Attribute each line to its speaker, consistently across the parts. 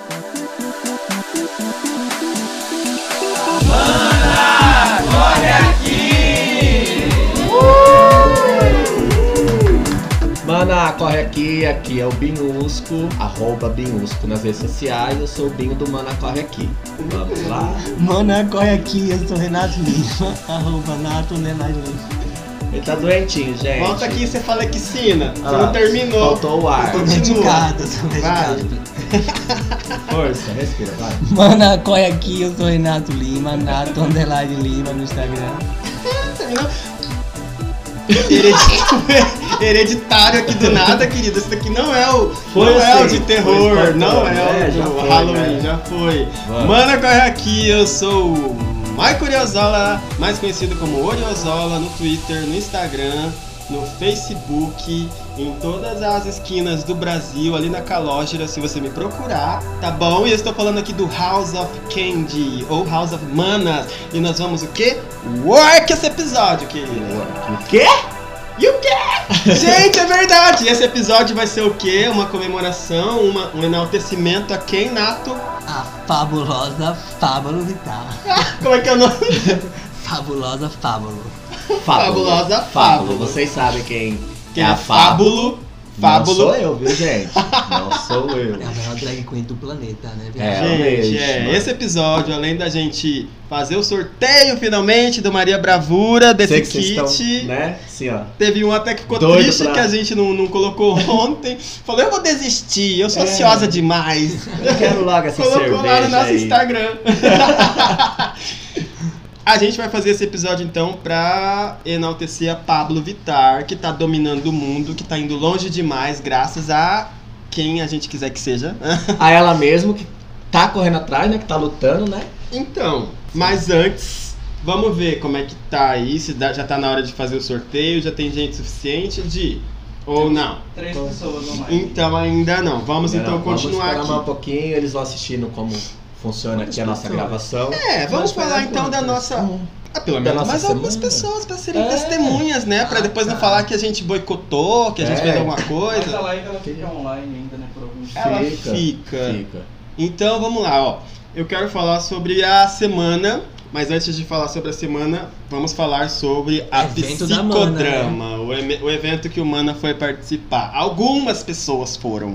Speaker 1: Mana, corre aqui!
Speaker 2: Mana, corre aqui, aqui é o Binhusco, @Binhusco nas redes sociais, eu sou o Binho do Mana Corre Aqui. Vamos lá?
Speaker 3: Mana, corre aqui, eu sou Renato Lima, @Nato Lima.
Speaker 2: Ele tá doentinho, gente.
Speaker 4: Volta aqui e você fala que ensina. Você
Speaker 2: Ah,
Speaker 4: não terminou.
Speaker 2: faltou o ar.
Speaker 3: Tô
Speaker 4: Continua.
Speaker 3: medicado, sou medicado.
Speaker 2: Força, respira, vai.
Speaker 3: Mana, corre aqui, eu sou Renato Lima, Nato Lima no Instagram.
Speaker 4: Hereditário aqui do nada, querido. Esse daqui não é o,
Speaker 2: Foi
Speaker 4: não é o
Speaker 2: assim,
Speaker 4: de terror,
Speaker 2: foi
Speaker 4: não é
Speaker 2: espantado.
Speaker 4: o
Speaker 2: Já
Speaker 4: do
Speaker 2: foi,
Speaker 4: Halloween,
Speaker 2: né?
Speaker 4: já foi.
Speaker 2: Vamos.
Speaker 4: Mana, corre aqui, eu sou o Maicon Oriozola, mais conhecido como Oriozola, no Twitter, no Instagram, no Facebook, em todas as esquinas do Brasil, ali na Calógera, se você me procurar, tá bom? E eu estou falando aqui do House of Candy, ou House of Manas, e nós vamos o quê? Work esse episódio, querido.
Speaker 2: O quê?
Speaker 4: E o quê? Gente, é verdade! Esse episódio vai ser o quê? Uma comemoração, um enaltecimento a quem, Nato?
Speaker 3: A fabulosa Fábulo Vital.
Speaker 4: Como é que é o nome?
Speaker 3: Fabulosa Fábulo.
Speaker 4: Fabulosa Fábulo.
Speaker 2: Vocês sabem quem
Speaker 4: Quem
Speaker 2: é a
Speaker 4: Fábulo?
Speaker 2: Não
Speaker 4: Fábulo.
Speaker 2: sou eu, viu, gente? Não sou eu.
Speaker 3: É a melhor drag queen do planeta, né?
Speaker 2: É.
Speaker 4: Gente,
Speaker 2: mesmo.
Speaker 4: esse episódio, além da gente fazer o sorteio finalmente do Maria Bravura, desse
Speaker 2: Sei que vocês
Speaker 4: kit,
Speaker 2: estão, né? Assim, ó.
Speaker 4: teve um até que ficou
Speaker 2: Doido
Speaker 4: triste
Speaker 2: pra-
Speaker 4: que a gente não colocou ontem. Falou, eu vou desistir, eu sou
Speaker 2: É.
Speaker 4: ansiosa demais.
Speaker 2: Eu quero logo essa
Speaker 4: Colocou
Speaker 2: cerveja
Speaker 4: lá no nosso
Speaker 2: aí.
Speaker 4: Instagram. A gente vai fazer esse episódio então pra enaltecer a Pabllo Vittar, que tá dominando o mundo, que tá indo longe demais, graças a quem a gente quiser que seja.
Speaker 2: A ela mesmo que tá correndo atrás, né? Que tá lutando, né?
Speaker 4: Então, mas antes, vamos ver como é que tá aí, se já tá na hora de fazer o sorteio, já tem gente suficiente de... Ou não?
Speaker 1: 3 pessoas ou mais.
Speaker 4: Então ainda não. Vamos então
Speaker 2: Vamos
Speaker 4: continuar
Speaker 2: esperar mais um
Speaker 4: aqui.
Speaker 2: pouquinho, eles vão assistindo como funciona aqui a nossa
Speaker 3: pessoas?
Speaker 2: gravação.
Speaker 4: Vamos
Speaker 3: Vamos
Speaker 4: falar
Speaker 3: esperar
Speaker 4: então da
Speaker 3: quantas?
Speaker 4: nossa... pelo
Speaker 2: Da
Speaker 4: menos
Speaker 2: nossa
Speaker 4: mais algumas
Speaker 2: semana.
Speaker 4: pessoas pra serem
Speaker 2: É.
Speaker 4: testemunhas, né? Pra
Speaker 3: Ah,
Speaker 4: depois não
Speaker 3: tá.
Speaker 4: falar que a gente boicotou, que a gente
Speaker 2: É.
Speaker 4: fez alguma
Speaker 1: Mas a
Speaker 4: coisa.
Speaker 1: live ela fica online ainda, né? Por alguns dias.
Speaker 4: Ela
Speaker 2: Fica.
Speaker 4: fica. Então vamos lá, ó. Eu quero falar sobre a semana, mas antes de falar sobre a semana, vamos falar sobre a
Speaker 3: Evento da Mana,
Speaker 4: Psicodrama, o evento que o Mana foi participar. Algumas pessoas foram.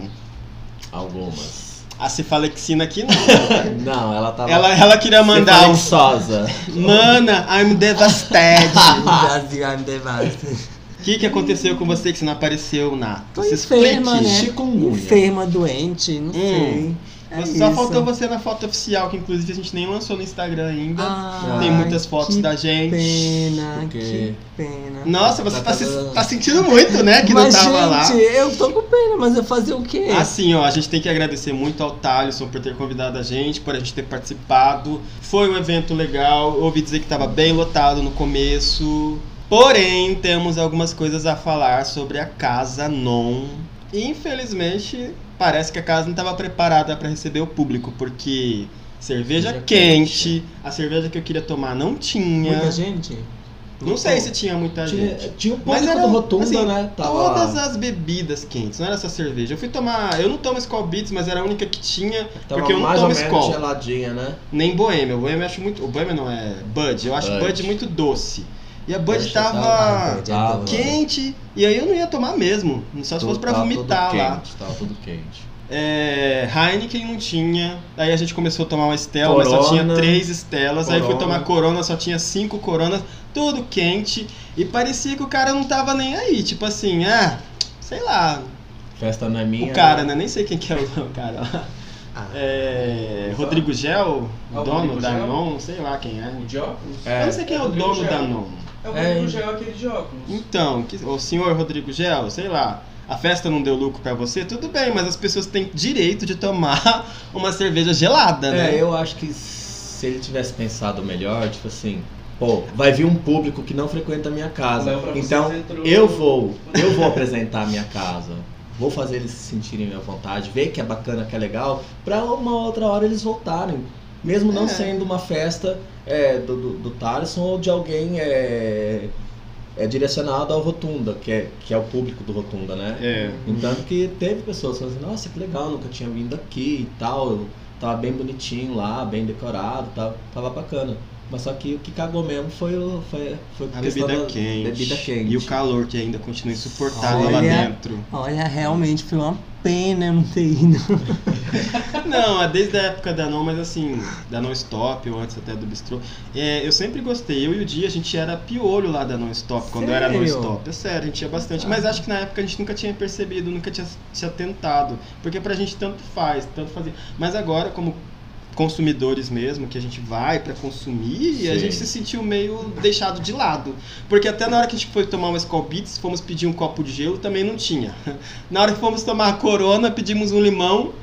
Speaker 2: Algumas.
Speaker 4: A Cefalexina aqui não.
Speaker 2: Não, ela tava.
Speaker 4: ela queria mandar um...
Speaker 2: Sosa.
Speaker 4: Mana, I'm devastated.
Speaker 3: Brasil, I'm devastated.
Speaker 4: O que aconteceu com você que você não apareceu, Nato?
Speaker 3: Tô
Speaker 4: Se
Speaker 3: enferma,
Speaker 4: explique.
Speaker 3: né?
Speaker 2: Chikungunya.
Speaker 3: Enferma, doente, não sei. É
Speaker 4: Só
Speaker 3: isso.
Speaker 4: faltou você na foto oficial, que inclusive a gente nem lançou no Instagram ainda.
Speaker 3: Ah,
Speaker 4: Tem muitas fotos
Speaker 3: que
Speaker 4: da gente.
Speaker 3: Pena,
Speaker 2: Porque-
Speaker 3: que pena.
Speaker 4: Nossa, você
Speaker 2: Tá
Speaker 4: tá sentindo muito, né? Que
Speaker 3: Mas,
Speaker 4: não tava
Speaker 3: gente, eu tô com pena, mas eu fazer o quê?
Speaker 4: lá. Assim, ó, a gente tem que agradecer muito ao Thaleson por ter convidado a gente, por a gente ter participado. Foi um evento legal, ouvi dizer que tava bem lotado no começo. Porém, temos algumas coisas a falar sobre a Casa Non. E, infelizmente, parece que a casa não estava preparada para receber o público, porque cerveja
Speaker 2: Cerveja
Speaker 4: quente, a cerveja que eu queria tomar não tinha.
Speaker 3: Muita gente?
Speaker 4: Não sei se tinha muita gente.
Speaker 2: Tinha o
Speaker 4: Mas
Speaker 2: público
Speaker 4: era,
Speaker 2: do Rotunda,
Speaker 4: assim,
Speaker 2: né? Tava
Speaker 4: todas
Speaker 2: lá.
Speaker 4: as bebidas quentes, não era só cerveja. Eu fui tomar, eu não tomo Skol Beats, mas era a única que tinha,
Speaker 2: Tava
Speaker 4: porque eu não
Speaker 2: mais
Speaker 4: tomo
Speaker 2: ou menos
Speaker 4: Skol.
Speaker 2: geladinha, né?
Speaker 4: Nem Boêmia. O Boêmia eu acho muito, o Boêmia não é Bud, eu acho
Speaker 2: Bud.
Speaker 4: Bud muito doce. E a Bud
Speaker 2: Bud
Speaker 4: tava
Speaker 3: tava-
Speaker 2: tava-
Speaker 4: quente, e aí eu não ia tomar mesmo, só se fosse pra
Speaker 2: Tava
Speaker 4: vomitar
Speaker 2: tudo
Speaker 4: lá.
Speaker 2: quente, tava tudo quente.
Speaker 4: Heineken não tinha, aí a gente começou a tomar uma Stella, mas só
Speaker 2: Corona.
Speaker 4: tinha 3 Stellas, aí fui
Speaker 2: Corona.
Speaker 4: tomar Corona, só tinha 5 Coronas, tudo quente, e parecia que o cara não tava nem aí, tipo assim, sei lá,
Speaker 2: Festa não é minha.
Speaker 4: o cara, né, nem sei quem que é o cara lá.
Speaker 3: Ah,
Speaker 4: Rodrigo Gel,
Speaker 1: É o
Speaker 4: dono
Speaker 1: Rodrigo
Speaker 4: da
Speaker 1: Gel?
Speaker 4: Non, sei lá quem é.
Speaker 1: O de óculos?
Speaker 4: Eu não sei quem é o
Speaker 1: Rodrigo
Speaker 4: dono
Speaker 1: Gel.
Speaker 4: da Non.
Speaker 1: É o
Speaker 2: É.
Speaker 1: Rodrigo Gel, aquele de óculos.
Speaker 4: Então, o senhor Rodrigo Gel, sei lá, a festa não deu lucro pra você, tudo bem, mas as pessoas têm direito de tomar uma cerveja gelada, né?
Speaker 2: Eu acho que se ele tivesse pensado melhor, tipo assim, pô, vai vir um público que não frequenta a minha casa.
Speaker 1: Léo, pra vocês
Speaker 2: Então,
Speaker 1: entrou-
Speaker 2: eu vou apresentar a minha casa. Vou fazer eles se sentirem à vontade, ver que é bacana, que é legal, pra uma outra hora eles voltarem. Mesmo não
Speaker 4: É.
Speaker 2: sendo uma festa do Thaleson ou de alguém direcionado ao Rotunda, que é o público do Rotunda, né?
Speaker 4: É.
Speaker 2: Entanto que teve pessoas falando assim, nossa, que legal, nunca tinha vindo aqui e tal. tava bem bonitinho lá, bem decorado, tava bacana. Mas só que o que cagou mesmo foi
Speaker 4: A
Speaker 2: questão
Speaker 4: bebida
Speaker 2: da
Speaker 4: quente.
Speaker 2: bebida quente.
Speaker 4: E o calor que ainda continua insuportável lá
Speaker 3: Olha.
Speaker 4: dentro.
Speaker 3: Olha, realmente foi uma pena eu não ter ido.
Speaker 4: Não, é desde a época da Non, mas assim, da Non Stop, ou antes até do Bistrô. Eu sempre gostei. Eu e o Di, a gente era piolho lá da Non Stop, quando eu era Non
Speaker 3: Sério?
Speaker 4: Stop. É sério, a gente ia bastante. Mas acho que na época a gente nunca tinha percebido, nunca tinha se atentado. Porque pra gente tanto fazia. Mas agora, como consumidores mesmo, que a gente vai pra consumir, e a
Speaker 2: Sim.
Speaker 4: gente se sentiu meio deixado de lado. Porque até na hora que a gente foi tomar uma Skol Beats, fomos pedir um copo de gelo, também não tinha. Na hora que fomos tomar a Corona, pedimos um limão,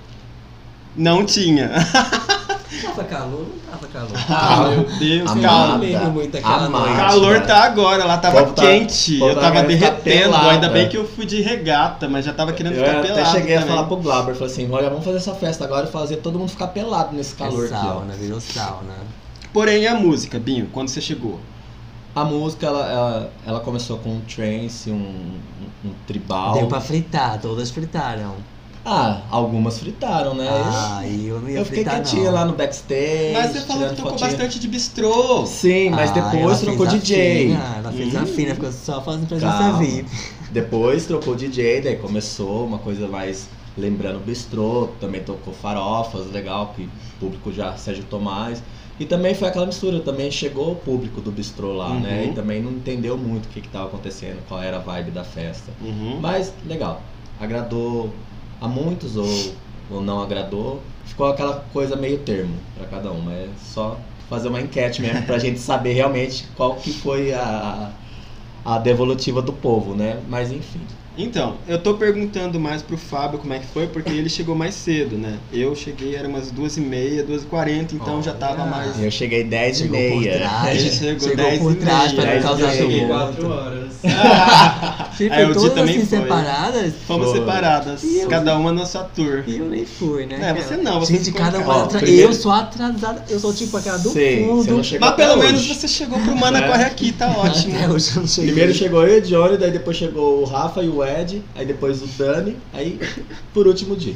Speaker 4: não tinha.
Speaker 3: Tava calor, não tava calor.
Speaker 4: Ah, meu Deus,
Speaker 2: Amada,
Speaker 4: calor.
Speaker 3: Mesmo muito aquela
Speaker 2: amada.
Speaker 3: noite.
Speaker 4: Calor tá agora, lá tava
Speaker 2: Povo tá-
Speaker 4: quente,
Speaker 2: povo
Speaker 4: eu
Speaker 2: tá
Speaker 4: tava
Speaker 2: querendo ficar
Speaker 4: derretendo,
Speaker 2: pelado,
Speaker 4: ainda bem
Speaker 2: é.
Speaker 4: que eu fui de regata, mas já tava querendo
Speaker 2: Eu
Speaker 4: ficar
Speaker 2: até
Speaker 4: pelado
Speaker 2: cheguei a
Speaker 4: também.
Speaker 2: falar pro Glauber, falei assim, olha, vamos fazer essa festa agora e fazer todo mundo ficar pelado nesse calor aqui, ó.
Speaker 3: Sauna, virou sauna.
Speaker 4: Porém, a música, Binho, quando você chegou?
Speaker 2: A música, ela começou com um trance, um tribal.
Speaker 3: Deu pra fritar, todas fritaram.
Speaker 2: Ah, algumas fritaram, né?
Speaker 3: Ah, e eu não ia
Speaker 2: Eu fiquei
Speaker 3: fritar
Speaker 2: quietinha
Speaker 3: não.
Speaker 2: lá no backstage.
Speaker 4: Mas você falou que
Speaker 2: tirando
Speaker 4: tocou
Speaker 2: fotinha.
Speaker 4: bastante de bistrô.
Speaker 2: Sim, mas
Speaker 3: Ah, ela
Speaker 2: depois
Speaker 3: fez
Speaker 2: trocou
Speaker 3: a
Speaker 2: DJ.
Speaker 3: fina, ela fez a fina, ficou só fazendo presença
Speaker 2: Calma.
Speaker 3: VIP.
Speaker 2: Depois trocou DJ, daí começou uma coisa mais lembrando o bistrô, também tocou farofas, legal, que o público já se agitou mais. E também foi aquela mistura, também chegou o público do bistrô lá, né? E também não entendeu muito o que estava acontecendo, qual era a vibe da festa. Mas legal, agradou a muitos ou não agradou. Ficou aquela coisa meio termo pra cada um, é só fazer uma enquete mesmo pra gente saber realmente qual que foi a devolutiva do povo, né? Mas enfim.
Speaker 4: Então, eu tô perguntando mais pro Fábio como é que foi, porque ele chegou mais cedo, né? Eu cheguei, era umas 2h30, 2h40, então já tava
Speaker 3: Olha.
Speaker 4: mais...
Speaker 2: Eu cheguei 10h30.
Speaker 3: Chegou por trás,
Speaker 4: Ele chegou 10
Speaker 3: por
Speaker 4: e
Speaker 3: trás pra
Speaker 4: meia,
Speaker 3: não causar
Speaker 2: 10 e meia.
Speaker 3: tumulto.
Speaker 1: 4 horas.
Speaker 3: Tipo,
Speaker 4: Aí o Di
Speaker 3: todas
Speaker 4: também
Speaker 3: assim
Speaker 4: foi.
Speaker 3: separadas.
Speaker 4: Fomos
Speaker 2: Foi.
Speaker 4: separadas,
Speaker 3: E eu-
Speaker 4: cada uma na sua tour.
Speaker 3: E eu nem fui, né?
Speaker 4: É, você não, você
Speaker 3: Gente,
Speaker 4: ficou
Speaker 3: cada
Speaker 4: em
Speaker 3: uma
Speaker 4: casa.
Speaker 3: atrás.
Speaker 2: Primeiro-
Speaker 3: Eu sou atrasada, eu sou tipo aquela do
Speaker 2: Sei,
Speaker 3: fundo.
Speaker 2: você não chegou
Speaker 4: Mas
Speaker 2: até
Speaker 4: pelo menos
Speaker 2: hoje.
Speaker 4: você chegou pro Mana Corre Aqui, tá ótimo.
Speaker 3: Até hoje eu não cheguei.
Speaker 2: Primeiro chegou eu e o Johnny, daí depois chegou o Rafa e o Ed, aí depois o Dani, aí por último o Di.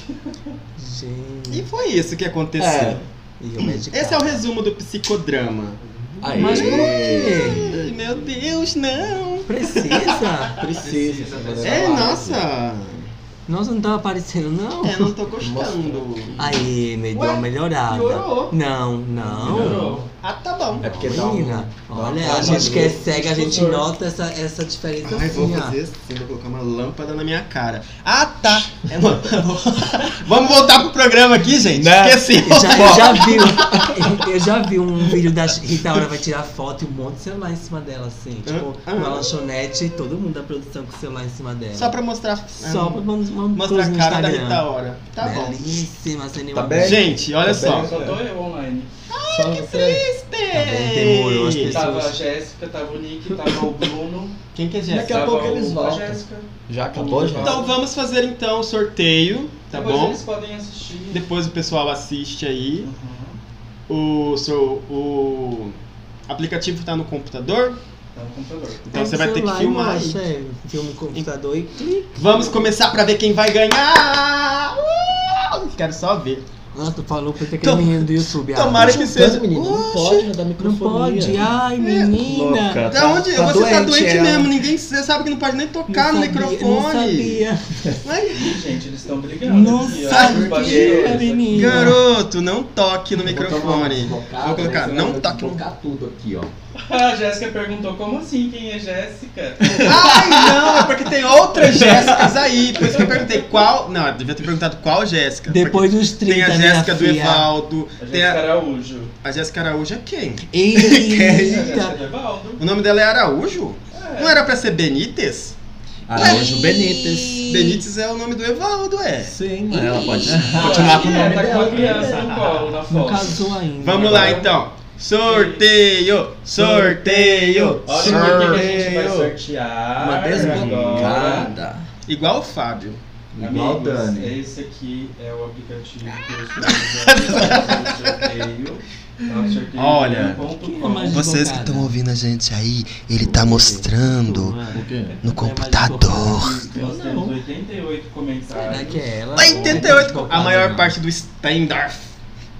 Speaker 3: Gente.
Speaker 4: E foi isso que aconteceu.
Speaker 2: É.
Speaker 3: E eu medicava.
Speaker 4: Esse é o resumo do psicodrama.
Speaker 2: Aí,
Speaker 3: Mas por quê?
Speaker 4: Ai, meu Deus, não.
Speaker 3: Precisa?
Speaker 2: Precisa.
Speaker 4: É, nossa.
Speaker 3: Nossa, não tava aparecendo, não?
Speaker 4: Não tô gostando.
Speaker 3: Aí, me deu
Speaker 4: Ué,
Speaker 3: uma melhorada.
Speaker 4: piorou.
Speaker 3: Não, não.
Speaker 1: Melhorou.
Speaker 4: Ah, tá bom.
Speaker 2: É porque dá um...
Speaker 3: Menina,
Speaker 2: dá uma
Speaker 3: olha, a
Speaker 2: calma
Speaker 3: gente
Speaker 2: no-
Speaker 3: que é cega, a gente
Speaker 1: difusor.
Speaker 3: nota essa diferença
Speaker 4: Ai, vou
Speaker 3: assim, ó.
Speaker 4: fazer assim, vou colocar uma lâmpada na minha cara. Ah, tá. Vamos voltar pro programa aqui, gente?
Speaker 2: Né?
Speaker 4: Esqueci.
Speaker 3: Eu já vi um vídeo da Rita Ora vai tirar foto e um monte de celular em cima dela, assim. Tipo, numa lanchonete, todo mundo da produção com o celular em cima dela.
Speaker 4: Só pra mostrar.
Speaker 3: Só pra
Speaker 4: mostrar a cara da Rita Ora. Tá bom.
Speaker 3: Belíssima, sem nenhuma...
Speaker 2: Tá bem?
Speaker 4: Gente, olha
Speaker 2: Tá
Speaker 4: só.
Speaker 2: bem.
Speaker 1: Só tô eu online.
Speaker 2: Só você.
Speaker 3: demorou, as pessoas-
Speaker 1: Tava a Jéssica, tava o Nick, tava o Bruno.
Speaker 4: Quem que é
Speaker 2: Daqui
Speaker 4: Jéssica?
Speaker 2: a pouco
Speaker 1: tava
Speaker 2: eles
Speaker 1: a
Speaker 2: voltam.
Speaker 1: Jéssica.
Speaker 2: Já acabou, já?
Speaker 4: Então vamos fazer então o sorteio, tá
Speaker 1: Depois
Speaker 4: bom?
Speaker 1: eles podem assistir.
Speaker 4: Depois o pessoal assiste aí.
Speaker 1: Uhum.
Speaker 4: O aplicativo tá no computador,
Speaker 1: Tá no computador.
Speaker 4: então você vai ter que filmar aí.
Speaker 3: Filma o computador e clica.
Speaker 4: Vamos começar pra ver quem vai ganhar! Quero só ver.
Speaker 3: Nossa, tu falou pra ter aquele menino do YouTube.
Speaker 4: Tomara que seja.
Speaker 2: Menino, não
Speaker 4: Oxe,
Speaker 2: pode, né? Da
Speaker 3: Não
Speaker 2: microfonia.
Speaker 3: pode, ai menina.
Speaker 2: louca.
Speaker 4: Da onde?
Speaker 2: Tá
Speaker 4: Você tá
Speaker 2: doente
Speaker 4: doente
Speaker 2: ela.
Speaker 4: mesmo, ninguém você sabe que não pode nem tocar no
Speaker 3: Não sabia,
Speaker 4: microfone.
Speaker 3: Não sabia.
Speaker 4: Ai,
Speaker 1: Gente, eles estão brigando.
Speaker 3: Não
Speaker 1: aqui, ó,
Speaker 3: sabia,
Speaker 1: nos bastidores aqui.
Speaker 3: menina.
Speaker 4: garoto, não toque no microfone.
Speaker 2: Vou
Speaker 4: Vou colocar, não toque no.
Speaker 2: colocar tudo aqui, ó.
Speaker 1: A Jéssica perguntou como assim, quem é Jéssica?
Speaker 4: Ai, não, é porque tem outras Jéssicas aí. Por isso que eu perguntei qual. Não, eu devia ter perguntado qual Jéssica.
Speaker 3: Depois dos
Speaker 4: Porque
Speaker 3: 30,
Speaker 4: tem a
Speaker 3: minha
Speaker 4: Jéssica do
Speaker 3: filha.
Speaker 4: Evaldo.
Speaker 1: A
Speaker 4: Tem
Speaker 1: Jéssica
Speaker 4: a...
Speaker 1: Araújo.
Speaker 4: a Jéssica Araújo é quem?
Speaker 1: A Jéssica do
Speaker 3: Eita.
Speaker 1: Evaldo.
Speaker 4: O nome dela é Araújo?
Speaker 1: É.
Speaker 4: Não era pra ser Benítez?
Speaker 2: Araújo Benítez.
Speaker 4: Benítez é o nome do Evaldo, é.
Speaker 2: Sim, mas ela pode
Speaker 1: Ah,
Speaker 2: continuar com o
Speaker 1: é,
Speaker 2: nome
Speaker 1: tá com
Speaker 2: dela.
Speaker 1: uma criança no colo, na
Speaker 3: Não
Speaker 1: foto.
Speaker 3: casou ainda.
Speaker 4: Vamos lá então. Sorteio! Sorteio!
Speaker 1: Olha o que a gente vai
Speaker 2: Sorteio.
Speaker 1: sortear.
Speaker 2: Uma
Speaker 1: agora.
Speaker 2: desbocada.
Speaker 4: Igual o Fábio.
Speaker 2: Igual o
Speaker 1: Amigos,
Speaker 2: Dani.
Speaker 1: esse aqui é o aplicativo que eu estou usando para fazer o sorteio. Tá? O sorteio
Speaker 4: Olha,
Speaker 1: .com.
Speaker 3: mais
Speaker 4: Vocês que estão ouvindo a gente aí, ele tá mostrando
Speaker 2: O quê?
Speaker 4: no computador.
Speaker 1: Nós temos 88 comentários.
Speaker 3: Será que é ela?
Speaker 4: 88! A maior parte do Stendorf.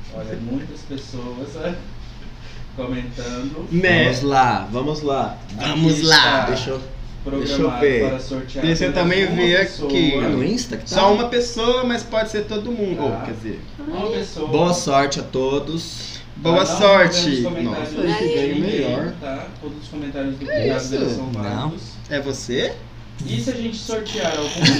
Speaker 1: Olha, muitas pessoas comentando.
Speaker 4: Né?
Speaker 2: Vamos lá.
Speaker 4: Vamos lá.
Speaker 2: Deixa eu
Speaker 1: Programado
Speaker 2: ver.
Speaker 1: para sortear.
Speaker 4: Deixa eu
Speaker 1: apenas
Speaker 4: também
Speaker 1: uma
Speaker 4: ver
Speaker 1: pessoa.
Speaker 4: aqui.
Speaker 2: É no Insta que tá?
Speaker 4: Só uma pessoa, mas pode ser todo mundo.
Speaker 1: Tá.
Speaker 4: Ou, quer dizer,
Speaker 1: Uma pessoa.
Speaker 2: Boa sorte a todos.
Speaker 4: boa
Speaker 1: Não
Speaker 4: sorte.
Speaker 1: vemos comentários
Speaker 4: Nossa, esse ganho
Speaker 1: de ninguém,
Speaker 4: melhor.
Speaker 1: Tá? Todos os comentários do
Speaker 4: Que
Speaker 1: convidado
Speaker 4: isso?
Speaker 1: deles são
Speaker 3: Não.
Speaker 1: válidos.
Speaker 4: É você?
Speaker 1: E se a gente sortear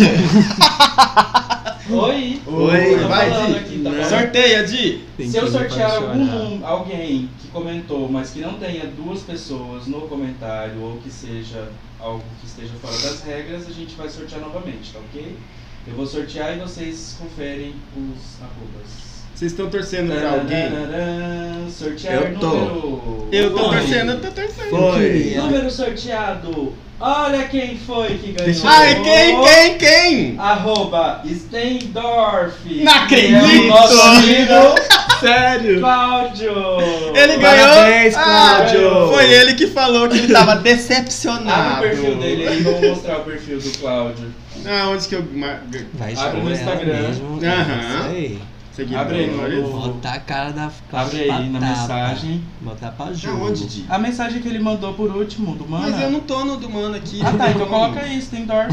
Speaker 1: algum. Oi!
Speaker 4: Oi,
Speaker 1: Tô
Speaker 4: vai,
Speaker 1: falando
Speaker 4: Di.
Speaker 1: aqui, tá bom?
Speaker 4: Sorteia, Di.
Speaker 3: Tem
Speaker 1: Se eu
Speaker 3: que ir
Speaker 1: sortear
Speaker 3: para chorar.
Speaker 1: alguém que comentou, mas que não tenha 2 pessoas no comentário ou que seja algo que esteja fora das regras, a gente vai sortear novamente, tá ok? Eu vou sortear e vocês conferem os arrobas.
Speaker 4: Vocês estão torcendo pra alguém?
Speaker 1: Tarararã, sortear
Speaker 2: Eu tô.
Speaker 1: número.
Speaker 4: Eu tô
Speaker 1: Oi.
Speaker 4: torcendo, eu tô torcendo.
Speaker 2: Foi.
Speaker 1: Número sorteado. Olha quem foi que ganhou.
Speaker 2: Deixa eu-
Speaker 4: Ai, quem?
Speaker 1: Arroba Steindorf.
Speaker 4: Não acredito!
Speaker 1: É o nosso amigo
Speaker 2: Sério?
Speaker 1: Cláudio.
Speaker 4: Ele ganhou.
Speaker 2: Parabéns, Cláudio.
Speaker 4: Foi ele que falou que ele tava decepcionado.
Speaker 1: Abre o perfil dele aí, vamos mostrar o perfil do Cláudio.
Speaker 4: Ah, onde que eu.
Speaker 3: Vai
Speaker 1: Abre no
Speaker 3: chorar
Speaker 1: Instagram.
Speaker 3: mesmo.
Speaker 4: Aham.
Speaker 3: Isso aí.
Speaker 1: Abre aí
Speaker 4: Seguidores.
Speaker 1: no-
Speaker 3: Botar a cara da
Speaker 1: Abre aí na mensagem.
Speaker 3: Botar pra jogo.
Speaker 4: Aonde, Di?
Speaker 1: A mensagem que ele mandou por último, do Mana.
Speaker 4: Mas eu não tô no do mano aqui.
Speaker 1: Ah tá, então coloca aí, Steindorf.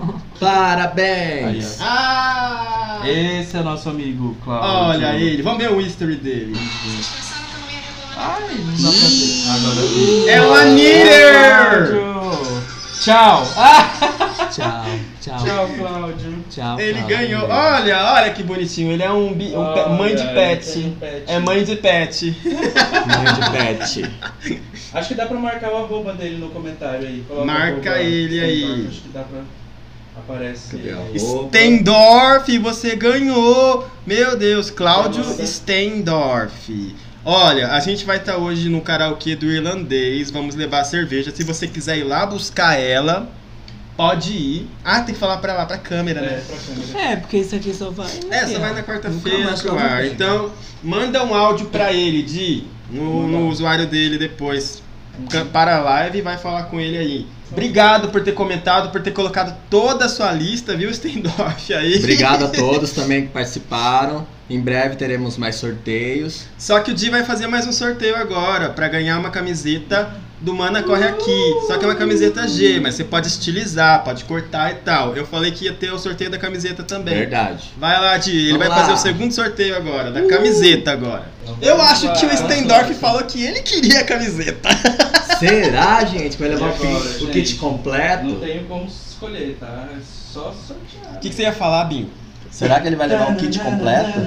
Speaker 2: Parabéns.
Speaker 1: Aí,
Speaker 4: Ah!
Speaker 1: Esse é nosso amigo Cláudio.
Speaker 4: Olha ele, vamos ver o history dele.
Speaker 1: Ai, não dá pra ver. Agora eu vi.
Speaker 4: É o Anitter!
Speaker 1: Cláudio. Tchau. Ah,
Speaker 3: Tchau, tchau.
Speaker 1: tchau, Cláudio.
Speaker 3: Tchau.
Speaker 4: Ele
Speaker 3: Cláudio.
Speaker 4: ganhou. Olha que bonitinho. Ele é mãe de
Speaker 1: Olha,
Speaker 4: pet.
Speaker 1: tem um pet.
Speaker 4: É mãe de pet.
Speaker 2: Mãe de pet.
Speaker 1: Acho que dá pra marcar o arroba dele no comentário aí. Coloca
Speaker 4: Marca
Speaker 1: arroba
Speaker 4: ele aí.
Speaker 1: Steindorf, acho que dá pra. Aparece.
Speaker 2: Cadê a
Speaker 1: aí.
Speaker 2: arroba?
Speaker 4: Steindorf, você ganhou! Meu Deus, Cláudio
Speaker 1: Nossa.
Speaker 4: Steindorf. Olha, a gente vai estar hoje no karaokê do Irlandês, vamos levar cerveja. Se você quiser ir lá buscar ela, pode ir. Ah, tem que falar pra lá, pra câmera,
Speaker 1: É,
Speaker 4: né?
Speaker 1: pra câmera.
Speaker 3: É, porque isso aqui só vai.
Speaker 4: É, só
Speaker 3: ó.
Speaker 4: vai na quarta-feira
Speaker 3: Nunca mais
Speaker 4: pro
Speaker 3: lá
Speaker 4: ar.
Speaker 3: no tempo.
Speaker 4: Então, manda um áudio pra ele, Di, no usuário dele depois. Para a live e vai falar com ele aí. Obrigado por ter comentado, por ter colocado toda a sua lista, viu, Steindorf aí.
Speaker 2: Obrigado a todos também que participaram. Em breve teremos mais sorteios.
Speaker 4: Só que o Di vai fazer mais um sorteio agora pra ganhar uma camiseta do Mana Corre Aqui. Só que é uma camiseta G, mas você pode estilizar, pode cortar e tal. Eu falei que ia ter o sorteio da camiseta também.
Speaker 2: Verdade.
Speaker 4: Vai lá, Di. Ele
Speaker 2: Vamos
Speaker 4: vai
Speaker 2: lá.
Speaker 4: fazer o segundo sorteio agora, da camiseta agora. Eu acho que o Steindorf falou que ele queria a camiseta.
Speaker 2: Será, gente? Vai levar
Speaker 1: E agora,
Speaker 2: o
Speaker 1: gente?
Speaker 2: kit completo?
Speaker 1: Não tenho como escolher, tá? É só sortear.
Speaker 4: O que você ia falar, Binho?
Speaker 2: Será que ele vai levar o kit completo?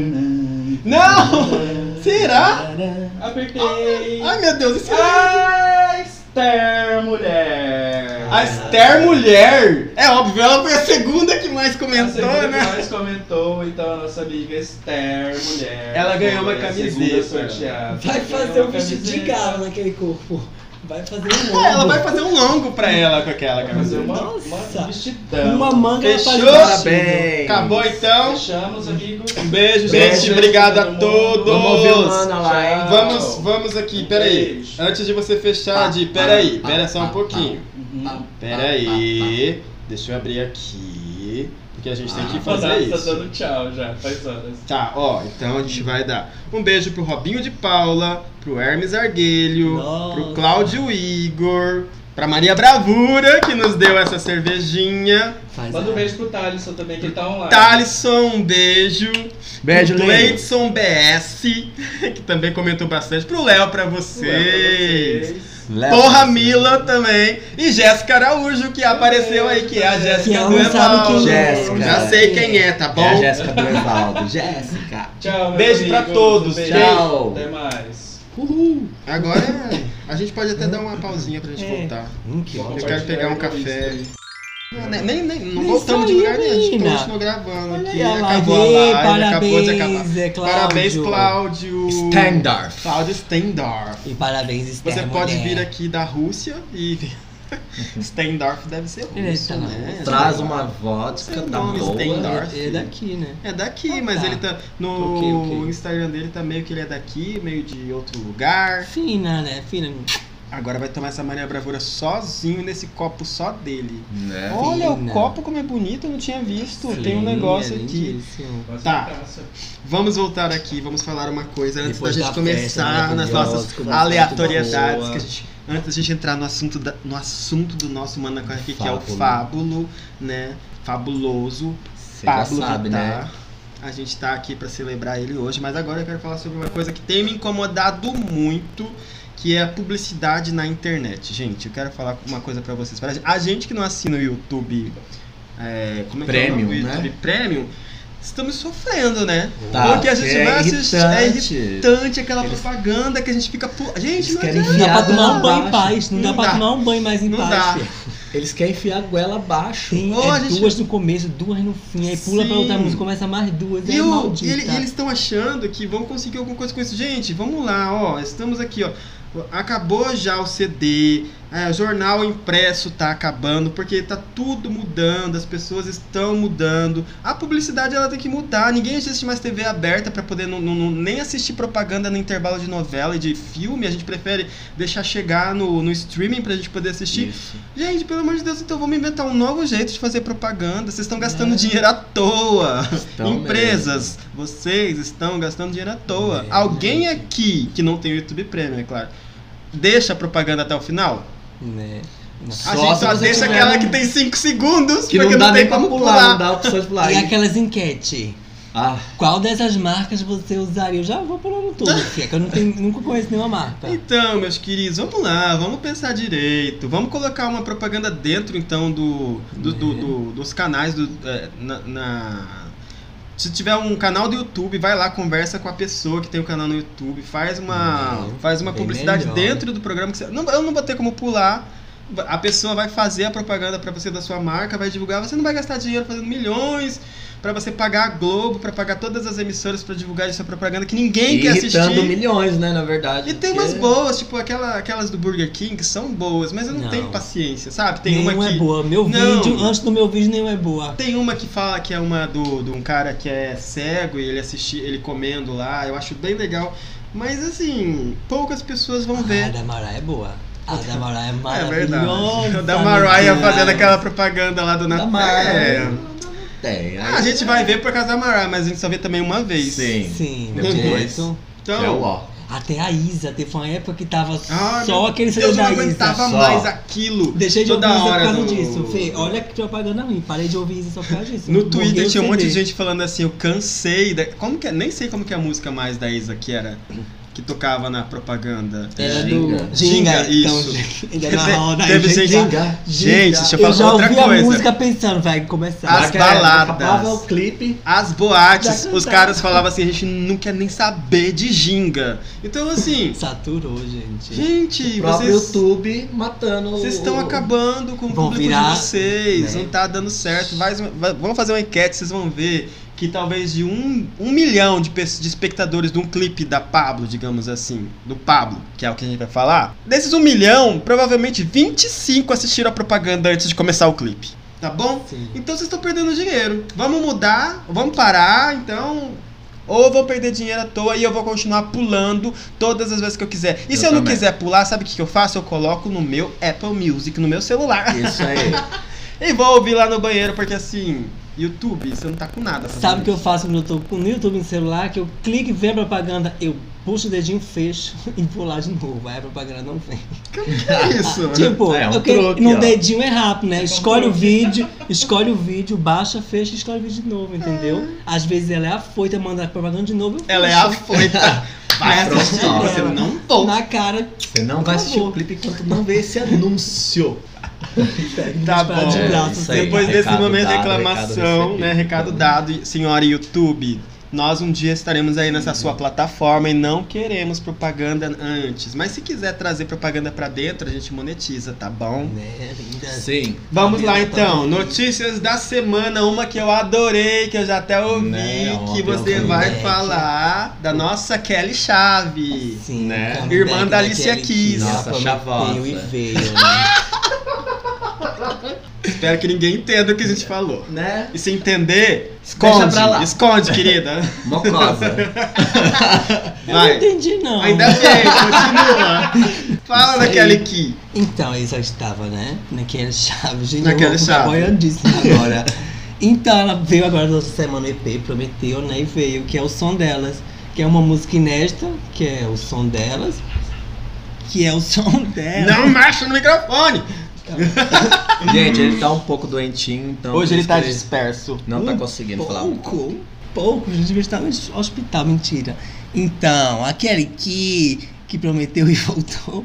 Speaker 4: Não! Será?
Speaker 1: Apertei.
Speaker 4: Ai, meu Deus, isso
Speaker 1: A Esther Mulher.
Speaker 4: A Esther Mulher! É óbvio, ela foi a segunda que mais
Speaker 1: A
Speaker 4: comentou,
Speaker 1: segunda que
Speaker 4: né?
Speaker 1: mais comentou, então a nossa amiga Esther Mulher.
Speaker 4: Ela ganhou uma
Speaker 1: foi a
Speaker 4: camiseta.
Speaker 1: segunda sorteada.
Speaker 3: Vai
Speaker 1: Ganhou
Speaker 3: fazer
Speaker 1: uma
Speaker 3: um vestido de
Speaker 1: camiseta.
Speaker 3: gala naquele corpo. Vai fazer um
Speaker 4: Ela
Speaker 3: longo.
Speaker 4: vai fazer um longo pra ela com aquela
Speaker 1: Vai fazer
Speaker 4: camiseta.
Speaker 1: uma
Speaker 3: Nossa.
Speaker 1: vestidão.
Speaker 3: Uma manga
Speaker 4: Fechou?
Speaker 3: pra fazer
Speaker 2: Parabéns.
Speaker 4: Acabou então?
Speaker 1: Fechamos, amigos.
Speaker 4: Um beijo,
Speaker 2: Beijo.
Speaker 4: gente. Obrigado a todos.
Speaker 2: Vamos ouvir o Mana lá, hein?
Speaker 4: Vamos aqui, peraí.
Speaker 1: Beijo.
Speaker 4: Antes de você fechar, Di, peraí. Pera só um pouquinho.
Speaker 1: Uhum.
Speaker 4: Peraí. Deixa eu abrir aqui. Porque a gente tem que
Speaker 1: Tá
Speaker 4: fazer isso.
Speaker 1: dando tchau já, faz horas.
Speaker 4: Tá, ó, então a gente vai dar um beijo pro Robinho de Paula, pro Hermes Arguelho,
Speaker 3: Nossa.
Speaker 4: pro Cláudio Igor, pra Maria Bravura, que nos deu essa cervejinha.
Speaker 3: Faz
Speaker 1: Manda um
Speaker 3: a-
Speaker 1: beijo pro Thalisson também, que ele tá online.
Speaker 4: Thalisson, um beijo.
Speaker 2: Beijo,
Speaker 4: pro
Speaker 2: lindo.
Speaker 4: Gleidson BS, que também comentou bastante. Pro Léo, pra vocês.
Speaker 2: Léo,
Speaker 4: Porra
Speaker 2: você.
Speaker 4: Mila também. E Jéssica Araújo, que apareceu aí, que é a Jéssica
Speaker 3: ela
Speaker 4: do
Speaker 3: não sabe
Speaker 4: Evaldo.
Speaker 3: quem é.
Speaker 2: Jéssica.
Speaker 4: Já sei quem é, tá bom?
Speaker 2: É a Jéssica do Evaldo. Jéssica.
Speaker 1: Tchau, meus
Speaker 4: Beijo pra
Speaker 1: amigos,
Speaker 4: todos.
Speaker 1: beijo.
Speaker 2: Tchau.
Speaker 1: Até mais.
Speaker 2: Uhul.
Speaker 4: Agora a gente pode até dar uma pausinha pra gente
Speaker 3: É.
Speaker 4: voltar.
Speaker 3: Que
Speaker 4: Eu
Speaker 3: ótimo.
Speaker 4: quero pegar um café. Não, não
Speaker 3: Isso
Speaker 4: voltamos de
Speaker 3: aí,
Speaker 4: lugar nenhum, a gente
Speaker 3: menina.
Speaker 4: continuou gravando
Speaker 3: Olha
Speaker 4: aqui.
Speaker 3: aí a
Speaker 4: Acabou a
Speaker 3: live.
Speaker 4: live, acabou de acabar.
Speaker 3: Parabéns, é Cláudio.
Speaker 4: Parabéns, Cláudio.
Speaker 2: Steindorf.
Speaker 4: Cláudio Steindorf.
Speaker 3: E parabéns, Esther
Speaker 4: Você pode
Speaker 3: Mulher.
Speaker 4: vir aqui da Rússia e. Steindorf deve ser
Speaker 3: Ele
Speaker 4: russo,
Speaker 3: tá na
Speaker 4: né?
Speaker 3: Rússia.
Speaker 2: Traz uma vodka
Speaker 4: Seu
Speaker 2: da
Speaker 4: nome,
Speaker 2: boa.
Speaker 4: Steindorf.
Speaker 3: Ele é daqui, né?
Speaker 4: É daqui,
Speaker 3: Ah,
Speaker 4: mas
Speaker 3: tá.
Speaker 4: ele tá. No
Speaker 3: Ok.
Speaker 4: Instagram dele tá meio que ele é daqui, meio de outro lugar.
Speaker 3: Fina, né? Fina.
Speaker 4: Agora vai tomar essa Maria Bravura sozinho nesse copo só dele.
Speaker 2: Né?
Speaker 4: Olha, o
Speaker 3: Fina.
Speaker 4: copo como é bonito, eu não tinha visto.
Speaker 3: Sim,
Speaker 4: Tem um negócio
Speaker 3: é
Speaker 4: aqui.
Speaker 3: lindíssimo.
Speaker 4: Tá. Vamos voltar aqui, vamos falar uma coisa antes
Speaker 3: Depois
Speaker 4: da gente
Speaker 3: da festa
Speaker 4: começar nas
Speaker 3: maravilhosa,
Speaker 4: nossas
Speaker 3: com
Speaker 4: aleatoriedades.
Speaker 3: boa.
Speaker 4: Que antes da gente entrar no assunto, no assunto do nosso Manda Corre aqui, que é o
Speaker 2: Fábulo.
Speaker 4: fábulo, né? Fabuloso.
Speaker 2: Você já
Speaker 4: Pablo
Speaker 2: sabe,
Speaker 4: Vittar.
Speaker 2: né?
Speaker 4: A gente tá aqui pra celebrar ele hoje, mas agora eu quero falar sobre uma coisa que tem me incomodado muito, que é a publicidade na internet. Gente, eu quero falar uma coisa pra vocês. A gente que não assina o YouTube, como é que é o nome do
Speaker 2: Premium,
Speaker 4: YouTube
Speaker 2: né?
Speaker 4: Premium, estamos sofrendo, né?
Speaker 2: Tá,
Speaker 4: Porque a gente
Speaker 2: é
Speaker 4: vai assistir, é
Speaker 2: irritante.
Speaker 4: irritante aquela propaganda que a gente fica... Gente,
Speaker 2: Eles
Speaker 4: não
Speaker 2: querem
Speaker 4: adianta.
Speaker 3: Não dá pra
Speaker 2: Enfiada
Speaker 3: tomar
Speaker 2: lá
Speaker 3: um banho em
Speaker 2: embaixo.
Speaker 3: paz. Não dá
Speaker 4: Não
Speaker 3: pra
Speaker 4: dá.
Speaker 3: tomar um banho mais em
Speaker 4: Não
Speaker 3: paz,
Speaker 4: dá.
Speaker 3: filho.
Speaker 2: Eles querem enfiar a goela abaixo.
Speaker 3: Tem
Speaker 4: Ô, a gente-
Speaker 3: duas no começo, duas no fim, aí pula pra
Speaker 4: Sim.
Speaker 3: outra música, começa mais duas,
Speaker 4: E,
Speaker 3: é
Speaker 4: o-
Speaker 3: maldita.
Speaker 4: e eles estão achando que vão conseguir alguma coisa com isso. Gente, vamos lá, ó. Estamos aqui, ó. Acabou já o CD, o jornal impresso tá acabando, porque tá tudo mudando, as pessoas estão mudando. A publicidade ela tem que mudar. Ninguém assiste mais TV aberta pra poder nem assistir propaganda no intervalo de novela e de filme. A gente prefere deixar chegar no streaming pra gente poder assistir.
Speaker 2: Isso.
Speaker 4: Gente, pelo amor de Deus, então vamos inventar um novo jeito de fazer propaganda. Vocês estão gastando dinheiro à toa.
Speaker 2: Estão
Speaker 4: Empresas, vocês estão gastando dinheiro à toa.
Speaker 3: É,
Speaker 4: Alguém
Speaker 3: gente.
Speaker 4: aqui que não tem o YouTube Premium, é claro, deixa a propaganda até o final?
Speaker 3: Né?
Speaker 4: A
Speaker 2: Só
Speaker 4: gente
Speaker 2: se
Speaker 4: só
Speaker 2: você
Speaker 4: deixa
Speaker 2: tiver
Speaker 4: aquela
Speaker 2: um-
Speaker 4: que tem 5 segundos,
Speaker 2: Que
Speaker 4: porque
Speaker 2: não dá
Speaker 4: tem
Speaker 2: nem pra
Speaker 4: como
Speaker 2: pular, não dá opção de pular.
Speaker 3: E aquelas enquetes?
Speaker 2: Ah,
Speaker 3: Qual dessas marcas você usaria? Eu já vou pulando tudo, filha, que eu nunca conheço nenhuma marca.
Speaker 4: Então, meus queridos, vamos lá, vamos pensar direito. Vamos colocar uma propaganda dentro, então, dos canais se tiver um canal do YouTube, vai lá, conversa com a pessoa que tem o canal no YouTube, faz uma
Speaker 3: Bem
Speaker 4: publicidade
Speaker 3: melhor.
Speaker 4: dentro do programa. Que eu não vou ter como pular. A pessoa vai fazer a propaganda pra você da sua marca, vai divulgar. Você não vai gastar dinheiro fazendo milhões pra você pagar a Globo, pra pagar todas as emissoras pra divulgar essa propaganda que ninguém quer
Speaker 2: irritando
Speaker 4: assistir.
Speaker 2: milhões, né, na verdade.
Speaker 4: E tem
Speaker 2: porque-
Speaker 4: umas boas, tipo aquelas do Burger King, que são boas, mas eu não
Speaker 3: Não.
Speaker 4: tenho paciência, sabe? Tem
Speaker 3: Nenhuma
Speaker 4: uma que...
Speaker 3: é boa. Meu
Speaker 4: Não.
Speaker 3: vídeo, antes do meu vídeo, nenhuma é boa.
Speaker 4: Tem uma que fala que é uma de um cara que é cego e ele comendo lá, eu acho bem legal. Mas assim, poucas pessoas vão
Speaker 3: A
Speaker 4: ver.
Speaker 3: da Mariah é boa. A da Mariah é
Speaker 4: É
Speaker 3: maravilhosa.
Speaker 4: verdade. Da Mariah
Speaker 3: meu
Speaker 4: fazendo
Speaker 3: Deus.
Speaker 4: aquela propaganda lá do
Speaker 2: Da
Speaker 4: Natal.
Speaker 2: Mariah. Tem.
Speaker 4: A gente vai ver por causa da Mariah, mas a gente só vê também uma vez.
Speaker 2: Sim.
Speaker 3: Sim,
Speaker 2: Depois.
Speaker 3: muito.
Speaker 4: Então,
Speaker 2: É o ó.
Speaker 3: Até a Isa, teve uma época que tava
Speaker 4: Ah,
Speaker 3: só
Speaker 4: meu
Speaker 3: aquele CD
Speaker 4: Deus, eu
Speaker 3: da
Speaker 4: não
Speaker 3: Isa.
Speaker 4: aguentava
Speaker 2: Só.
Speaker 4: mais aquilo.
Speaker 3: Deixei de
Speaker 4: Toda
Speaker 3: ouvir Isa por
Speaker 4: hora
Speaker 3: causa
Speaker 4: no-
Speaker 3: disso. Fê, olha que propaganda ruim. Parei de ouvir Isa só por causa disso.
Speaker 4: No
Speaker 3: Borguei
Speaker 4: Twitter
Speaker 3: o
Speaker 4: tinha um monte de
Speaker 3: CD.
Speaker 4: gente falando assim, eu cansei como que é? Nem sei como que é a música mais da Isa que era, que tocava na propaganda.
Speaker 3: Era
Speaker 2: Ginga.
Speaker 3: do Ginga, então,
Speaker 4: isso.
Speaker 3: Ginga na roda. aí,
Speaker 4: Teve gente-
Speaker 2: Ginga.
Speaker 4: Gente, deixa eu
Speaker 3: Eu
Speaker 4: falar
Speaker 3: já
Speaker 4: outra
Speaker 3: ouvi
Speaker 4: coisa.
Speaker 3: a música pensando, vai começar.
Speaker 4: As baladas.
Speaker 2: Acabava o clipe.
Speaker 4: As boates,
Speaker 3: Já
Speaker 4: os
Speaker 3: cantava.
Speaker 4: caras falavam assim, a gente não quer nem saber de Ginga. Então assim,
Speaker 3: Saturou, gente.
Speaker 4: gente,
Speaker 2: O próprio
Speaker 4: vocês
Speaker 2: YouTube matando.
Speaker 4: vocês estão acabando com o
Speaker 3: Vão
Speaker 4: público
Speaker 3: virar,
Speaker 4: de vocês,
Speaker 3: né?
Speaker 4: não tá dando certo. Vamos fazer uma enquete, vocês vão ver que talvez de 1 milhão de espectadores de um clipe da Pablo, digamos assim, do Pablo, que é o que a gente vai falar, desses 1 milhão, provavelmente 25 assistiram a propaganda antes de começar o clipe. Tá bom?
Speaker 3: Sim.
Speaker 4: Então vocês estão perdendo dinheiro. Vamos mudar, vamos parar, então... Ou eu vou perder dinheiro à toa e eu vou continuar pulando todas as vezes que eu quiser. E se eu não
Speaker 2: também.
Speaker 4: quiser pular, sabe o que eu faço? Eu coloco no meu Apple Music, no meu celular.
Speaker 2: Isso aí.
Speaker 4: E vou ouvir lá no banheiro, porque assim, YouTube, você não tá com nada. fazendo
Speaker 3: Sabe o que eu
Speaker 4: isso.
Speaker 3: faço quando eu tô no YouTube no celular? Que eu clico e vem a propaganda, eu puxo o dedinho, fecho e vou lá de novo. Aí a propaganda não vem.
Speaker 4: Como que é isso?
Speaker 3: Tipo,
Speaker 2: É um
Speaker 3: porque
Speaker 2: truque,
Speaker 3: no
Speaker 2: ó.
Speaker 3: dedinho é rápido, né? Escolhe o vídeo, baixa, fecha e escolhe o vídeo de novo, entendeu? Às vezes ela é afoita, manda a propaganda de novo. Eu
Speaker 4: Ela é
Speaker 3: fecho.
Speaker 4: afoita. Vai
Speaker 2: Pronto,
Speaker 4: assistir,
Speaker 2: ó.
Speaker 4: você não vou.
Speaker 3: Na cara.
Speaker 2: Você não vai assistir o clipe enquanto não vê esse anúncio.
Speaker 4: Tá
Speaker 3: Para
Speaker 4: bom.
Speaker 3: de braço,
Speaker 2: isso aí.
Speaker 4: Depois desse
Speaker 2: Recado
Speaker 4: momento de
Speaker 2: dado,
Speaker 4: reclamação,
Speaker 2: recado recebido.
Speaker 4: né? Recado dado, senhora YouTube. Nós um dia estaremos aí nessa sua plataforma e não queremos propaganda antes. Mas se quiser trazer propaganda pra dentro, a gente monetiza, tá bom?
Speaker 3: Né, linda.
Speaker 2: Sim.
Speaker 4: Vamos lá então, notícias da semana, uma que eu adorei, que eu já até ouvi,
Speaker 2: Né,
Speaker 4: que
Speaker 2: uma
Speaker 4: você
Speaker 2: pelo
Speaker 4: vai
Speaker 3: comeback.
Speaker 4: falar da nossa Kelly Chaves.
Speaker 3: Sim,
Speaker 2: Né?
Speaker 3: comeback
Speaker 4: Irmã da Alicia
Speaker 3: Kelly
Speaker 4: Keys.
Speaker 3: Ela
Speaker 2: Nossa,
Speaker 3: prometeu
Speaker 2: chavosa.
Speaker 3: e veio, né?
Speaker 4: Espero que ninguém entenda o que a gente falou.
Speaker 2: Né?
Speaker 4: E se entender, esconde,
Speaker 2: Deixa pra lá.
Speaker 4: esconde, querida.
Speaker 2: Mocosa.
Speaker 3: Eu
Speaker 4: Vai.
Speaker 3: não entendi, não.
Speaker 4: Ainda bem, continua. Fala da Kelly Key.
Speaker 3: Então, eu já estava, né? Naquela chave. Gente,
Speaker 4: Naquela
Speaker 3: eu vou
Speaker 4: chave.
Speaker 3: boiandíssima agora. Então, ela veio agora na semana o EP, prometeu, né? E veio, que é o Som Delas. Que é uma música inédita, que é o Som Delas. Que é o som delas.
Speaker 4: Não mexe no microfone.
Speaker 2: Gente, ele tá um pouco doentinho, então...
Speaker 4: Hoje
Speaker 2: por
Speaker 4: ele
Speaker 2: isso
Speaker 4: tá
Speaker 2: que
Speaker 4: disperso.
Speaker 2: não tá conseguindo falar muito.
Speaker 3: Pouco, a gente devia estar no hospital, mentira. Então, aquele que prometeu e voltou.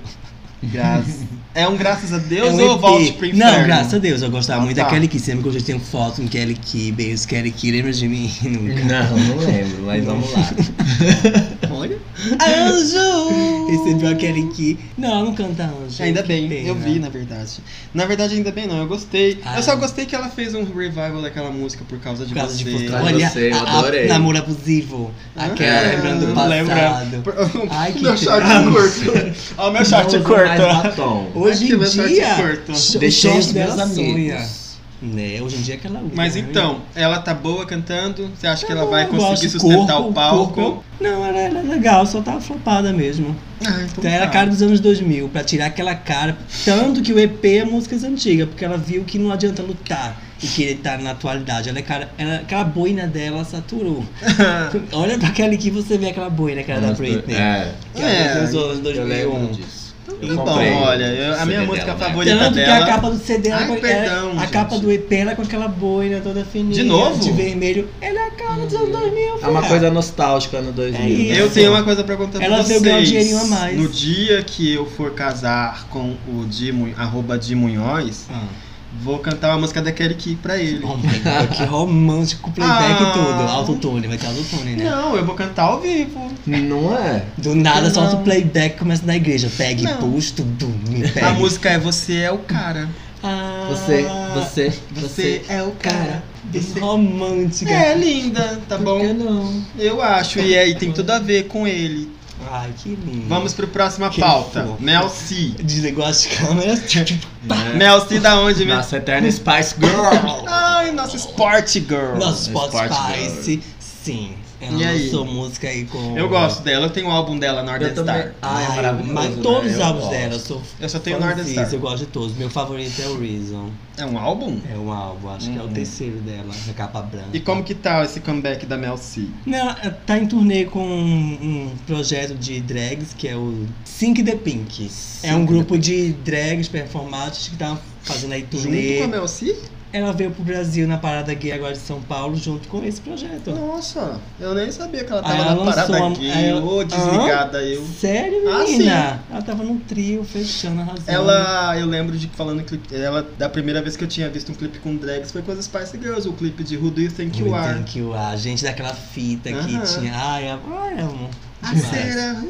Speaker 4: É um graças a Deus
Speaker 3: É um
Speaker 4: ou
Speaker 3: EP.
Speaker 4: volte pro inferno?
Speaker 3: Não, graças a Deus, eu gostava muito
Speaker 4: tá.
Speaker 3: da Kelly Key. Sempre que eu tenho foto com Kelly Key, beijos Kelly Key, lembra de mim? Nunca.
Speaker 2: Não lembro, mas vamos lá.
Speaker 3: Olha. Anjo! Recebeu a Kelly Key. Não, ela não canta Anjo.
Speaker 4: Ainda
Speaker 3: que
Speaker 4: bem,
Speaker 3: pena.
Speaker 4: eu vi, na verdade. Na verdade, ainda bem não, eu gostei.
Speaker 3: Ah.
Speaker 4: Eu só gostei que ela fez um revival daquela música por causa de
Speaker 3: Por causa
Speaker 4: você.
Speaker 3: de você.
Speaker 2: Mas
Speaker 3: Olha,
Speaker 2: você, eu adorei.
Speaker 3: namoro abusivo. Aquela
Speaker 4: É,
Speaker 3: lembrando do
Speaker 4: não lembro.
Speaker 3: passado. Ai, que
Speaker 4: Meu short
Speaker 3: triste.
Speaker 4: curto. Ó, o meu short
Speaker 2: Não usa mais
Speaker 4: curto.
Speaker 2: batom.
Speaker 3: Hoje
Speaker 4: Aqui,
Speaker 3: em
Speaker 4: meu short
Speaker 3: dia,
Speaker 4: curto.
Speaker 3: o
Speaker 2: Deixei
Speaker 3: short
Speaker 2: os meus
Speaker 3: dela
Speaker 2: amigos.
Speaker 3: sonha. Né? Hoje em dia é aquela usa.
Speaker 4: Mas
Speaker 3: né?
Speaker 4: então, ela tá boa cantando? Você acha que ela
Speaker 3: Tá
Speaker 4: vai
Speaker 3: bom, eu
Speaker 4: conseguir
Speaker 3: gosto.
Speaker 4: sustentar
Speaker 3: Corpo,
Speaker 4: o palco?
Speaker 3: corpo. Não, ela é legal, só tava flopada mesmo.
Speaker 4: Ah, então
Speaker 3: Então era a cara dos anos 2000, pra tirar aquela cara. Tanto que o EP é músicas antigas, porque ela viu que não adianta lutar e querer estar na atualidade. Aquela boina dela saturou. Olha pra aquela que você vê aquela boina, cara da Britney.
Speaker 2: É,
Speaker 3: Que ela
Speaker 4: É,
Speaker 3: dos anos
Speaker 2: eu lembro
Speaker 3: 2001.
Speaker 2: disso.
Speaker 4: Então,
Speaker 2: Comprei
Speaker 4: olha,
Speaker 2: o
Speaker 4: a minha
Speaker 2: CD
Speaker 4: música
Speaker 2: dela, né?
Speaker 4: favorita
Speaker 3: Tanto que
Speaker 4: dela...
Speaker 3: a capa do CD
Speaker 4: Ai,
Speaker 3: era,
Speaker 4: perdão,
Speaker 3: a
Speaker 4: gente.
Speaker 3: capa do EP era com aquela boina toda fininha.
Speaker 4: De novo?
Speaker 3: De vermelho. Ela é a cara dos anos 2000,
Speaker 2: É uma
Speaker 3: filha.
Speaker 2: coisa nostálgica no 2000.
Speaker 3: É isso.
Speaker 4: Eu tenho uma coisa pra contar pra
Speaker 3: Ela
Speaker 4: vocês.
Speaker 3: veio ganhar um dinheirinho a mais.
Speaker 4: No dia que eu for casar com o @Di Munhoz, vou cantar uma música da Kelly Key pra ele.
Speaker 3: Oh my God, que romântico, playback
Speaker 4: Ah.
Speaker 3: e tudo. Autotune, vai ter autotune, né?
Speaker 4: Não, eu vou cantar ao vivo.
Speaker 2: Não é?
Speaker 3: Do nada,
Speaker 4: Não.
Speaker 3: solta o playback e começa na igreja. Pega
Speaker 4: Não.
Speaker 3: e puxa, tudo, me pega.
Speaker 4: A música é Você é o Cara.
Speaker 3: Ah,
Speaker 4: Você é o cara.
Speaker 3: Bem romântica.
Speaker 4: É linda, tá
Speaker 3: Por
Speaker 4: bom?
Speaker 3: que não?
Speaker 4: Eu acho, e aí tem tudo a ver com ele.
Speaker 3: Ai, que lindo.
Speaker 4: Vamos pra próxima
Speaker 3: Que
Speaker 4: pauta.
Speaker 3: fofo.
Speaker 4: Mel C.
Speaker 3: Desligou as câmeras.
Speaker 2: Né?
Speaker 4: Mel C da onde, Mel?
Speaker 2: Nossa eterna Spice Girl.
Speaker 4: Ai, nossa Sport Girl.
Speaker 3: Nosso
Speaker 2: Sport
Speaker 3: Spotify, sim. Ela
Speaker 4: E aí?
Speaker 3: lançou música aí com...
Speaker 4: Eu gosto dela, eu tenho o álbum dela, Northern
Speaker 2: Eu também.
Speaker 4: Star.
Speaker 2: Ai, é
Speaker 3: Ai,
Speaker 2: maravilhoso.
Speaker 3: mas
Speaker 2: né?
Speaker 3: todos os
Speaker 2: Eu
Speaker 3: álbuns
Speaker 2: gosto.
Speaker 3: dela, eu sou
Speaker 4: Eu só tenho
Speaker 3: fãzíssima,
Speaker 4: Northern Star.
Speaker 3: eu gosto de todos. Meu favorito é o Reason.
Speaker 4: É um álbum?
Speaker 3: É um álbum, acho que é o terceiro dela, a capa branca.
Speaker 4: E como que tá esse comeback da Mel C?
Speaker 3: Não, tá em turnê com um projeto de drags que é o Sync the Pink. É um grupo de drags performáticos que tá fazendo aí
Speaker 4: Junto
Speaker 3: turnê.
Speaker 4: com a Mel C?
Speaker 3: Ela veio pro Brasil na Parada Gay agora de São Paulo junto com esse projeto.
Speaker 4: Nossa, eu nem sabia que ela
Speaker 3: Aí
Speaker 4: tava
Speaker 3: ela
Speaker 4: na parada
Speaker 3: lançou
Speaker 4: aqui.
Speaker 3: aí ela-
Speaker 4: Ô, desligada eu.
Speaker 3: Sério,
Speaker 4: Ah,
Speaker 3: menina? Ela tava no trio, fechando, arrasando.
Speaker 4: Eu lembro de falando clipe, ela, da primeira vez que eu tinha visto um clipe com drags foi com as Spice Girls, o clipe de Who Do You Think You Are.
Speaker 3: Thank you, a gente daquela fita que
Speaker 4: Aham.
Speaker 3: tinha. Ai, amor.
Speaker 4: A
Speaker 3: demais.
Speaker 4: cera.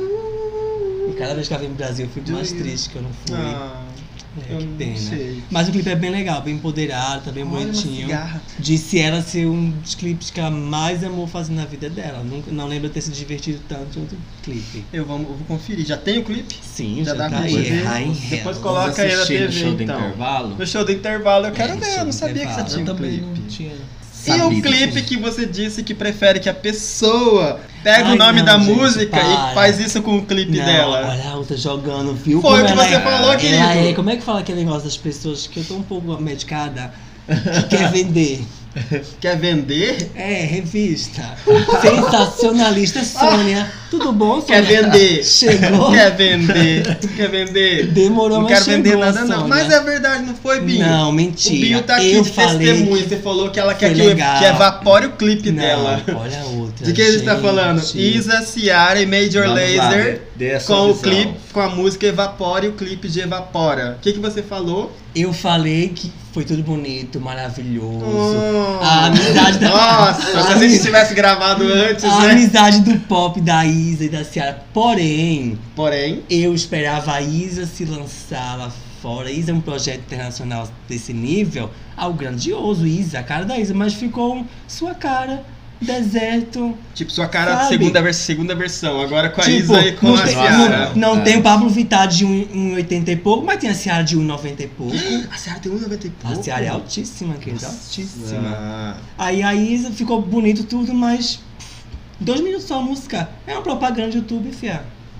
Speaker 3: E cada vez que ela vem pro Brasil, eu fico
Speaker 4: Do
Speaker 3: mais
Speaker 4: you-
Speaker 3: triste que eu não fui.
Speaker 4: Ah,
Speaker 3: É,
Speaker 4: eu
Speaker 3: que
Speaker 4: não
Speaker 3: pena.
Speaker 4: sei.
Speaker 3: Mas o clipe é bem legal, bem empoderado, tá bem
Speaker 4: Olha uma
Speaker 3: bonitinho.
Speaker 4: cigarra.
Speaker 3: Disse ela ser um dos clipes que ela mais amou fazer na vida dela. Nunca, não lembro de ter se divertido tanto em outro clipe.
Speaker 4: Eu vou conferir. Já tem o clipe?
Speaker 3: Sim,
Speaker 4: Já
Speaker 3: já
Speaker 4: dá
Speaker 3: tá
Speaker 4: pra
Speaker 3: aí.
Speaker 4: ver.
Speaker 3: High in
Speaker 4: Depois
Speaker 3: Hell.
Speaker 4: coloca
Speaker 2: Vamos
Speaker 4: aí na
Speaker 2: assistir no
Speaker 4: TV,
Speaker 2: show do
Speaker 4: então.
Speaker 2: intervalo?
Speaker 4: No show do intervalo eu quero
Speaker 3: no
Speaker 4: ver.
Speaker 3: show
Speaker 4: Eu não
Speaker 3: do
Speaker 4: sabia que você
Speaker 3: intervalo.
Speaker 4: tinha um
Speaker 2: Eu também
Speaker 4: clipe.
Speaker 2: não tinha
Speaker 4: E o
Speaker 2: sabido
Speaker 4: clipe
Speaker 2: disso.
Speaker 4: que você disse que prefere que a pessoa pega
Speaker 3: Ai,
Speaker 4: o nome
Speaker 3: não,
Speaker 4: da
Speaker 3: gente,
Speaker 4: música
Speaker 3: para.
Speaker 4: e faz isso com o clipe
Speaker 3: Não,
Speaker 4: dela?
Speaker 3: olha a outra jogando, viu?
Speaker 4: Foi
Speaker 3: como
Speaker 4: o que
Speaker 3: ela
Speaker 4: você
Speaker 3: é.
Speaker 4: falou, querido.
Speaker 3: Ela é, como é que fala aquele negócio das pessoas que eu tô um pouco medicada, que quer vender?
Speaker 4: Quer vender?
Speaker 3: É, revista. Sensacionalista Sônia. Tudo bom, Sônia?
Speaker 4: Quer vender?
Speaker 3: Chegou.
Speaker 4: Quer vender? Quer vender?
Speaker 3: Demorou,
Speaker 4: Não
Speaker 3: mas
Speaker 4: quero vender
Speaker 3: chegou,
Speaker 4: nada não.
Speaker 3: Sônia.
Speaker 4: Mas é verdade, não foi, Binho?
Speaker 3: Não, mentira.
Speaker 4: O Binho tá aqui
Speaker 3: Eu
Speaker 4: de
Speaker 3: falei
Speaker 4: testemunha.
Speaker 3: que
Speaker 4: Você falou que ela quer
Speaker 3: foi
Speaker 4: que,
Speaker 3: legal.
Speaker 4: que evapore o clipe
Speaker 3: Não,
Speaker 4: dela.
Speaker 3: olha a outra.
Speaker 4: De que ele está
Speaker 3: gente.
Speaker 4: falando? Isa, Ciara e Major
Speaker 2: Vamos lá,
Speaker 4: Lazer
Speaker 2: dê a sua
Speaker 4: com o
Speaker 2: visão.
Speaker 4: clipe, com a música Evapore, o clipe de Evapora. O que você falou?
Speaker 3: Eu falei que foi tudo bonito, maravilhoso.
Speaker 4: Oh.
Speaker 3: A amizade da...
Speaker 4: Nossa, se a gente tivesse gravado antes,
Speaker 3: A
Speaker 4: né?
Speaker 3: amizade do pop da Isa e da Ciara. Porém,
Speaker 4: Porém,
Speaker 3: eu esperava a Isa se lançar lá fora. Isa é um projeto internacional desse nível, algo grandioso, Isa, a cara da Isa, mas ficou sua cara, deserto.
Speaker 4: tipo, sua cara
Speaker 3: Sabe?
Speaker 4: segunda versão, agora com a
Speaker 3: Tipo,
Speaker 4: Isa e com
Speaker 3: não
Speaker 4: a
Speaker 3: tem,
Speaker 4: Ciara.
Speaker 3: não
Speaker 2: É.
Speaker 3: tem o Pablo Vittar de 1,80 e pouco, mas tem a Ciara de 1,90 e pouco.
Speaker 4: A Ciara tem 1,90 e pouco.
Speaker 3: A Ciara é altíssima, querida, altíssima.
Speaker 4: Ah,
Speaker 3: Aí a Isa ficou bonito tudo, mas 2 minutos só a música. É uma propaganda de YouTube, fia.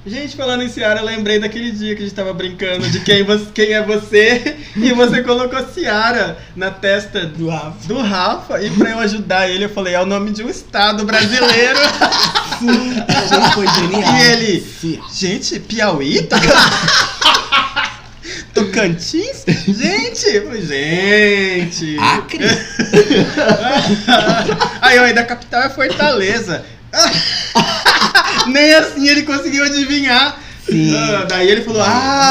Speaker 4: Gente, falando em Ciara, eu lembrei daquele dia que a gente tava brincando de quem é você e você colocou Ciara na testa
Speaker 3: Do Rafa.
Speaker 4: do Rafa e pra eu ajudar ele eu falei, é o nome de um estado brasileiro.
Speaker 3: Já foi genial.
Speaker 4: E ele, gente, Piauí? Tocantins? Gente! Eu falei, gente!
Speaker 3: Acre?
Speaker 4: Aí eu ainda a capital é Fortaleza. Nem assim ele conseguiu adivinhar.
Speaker 3: Sim.
Speaker 4: Daí ele falou,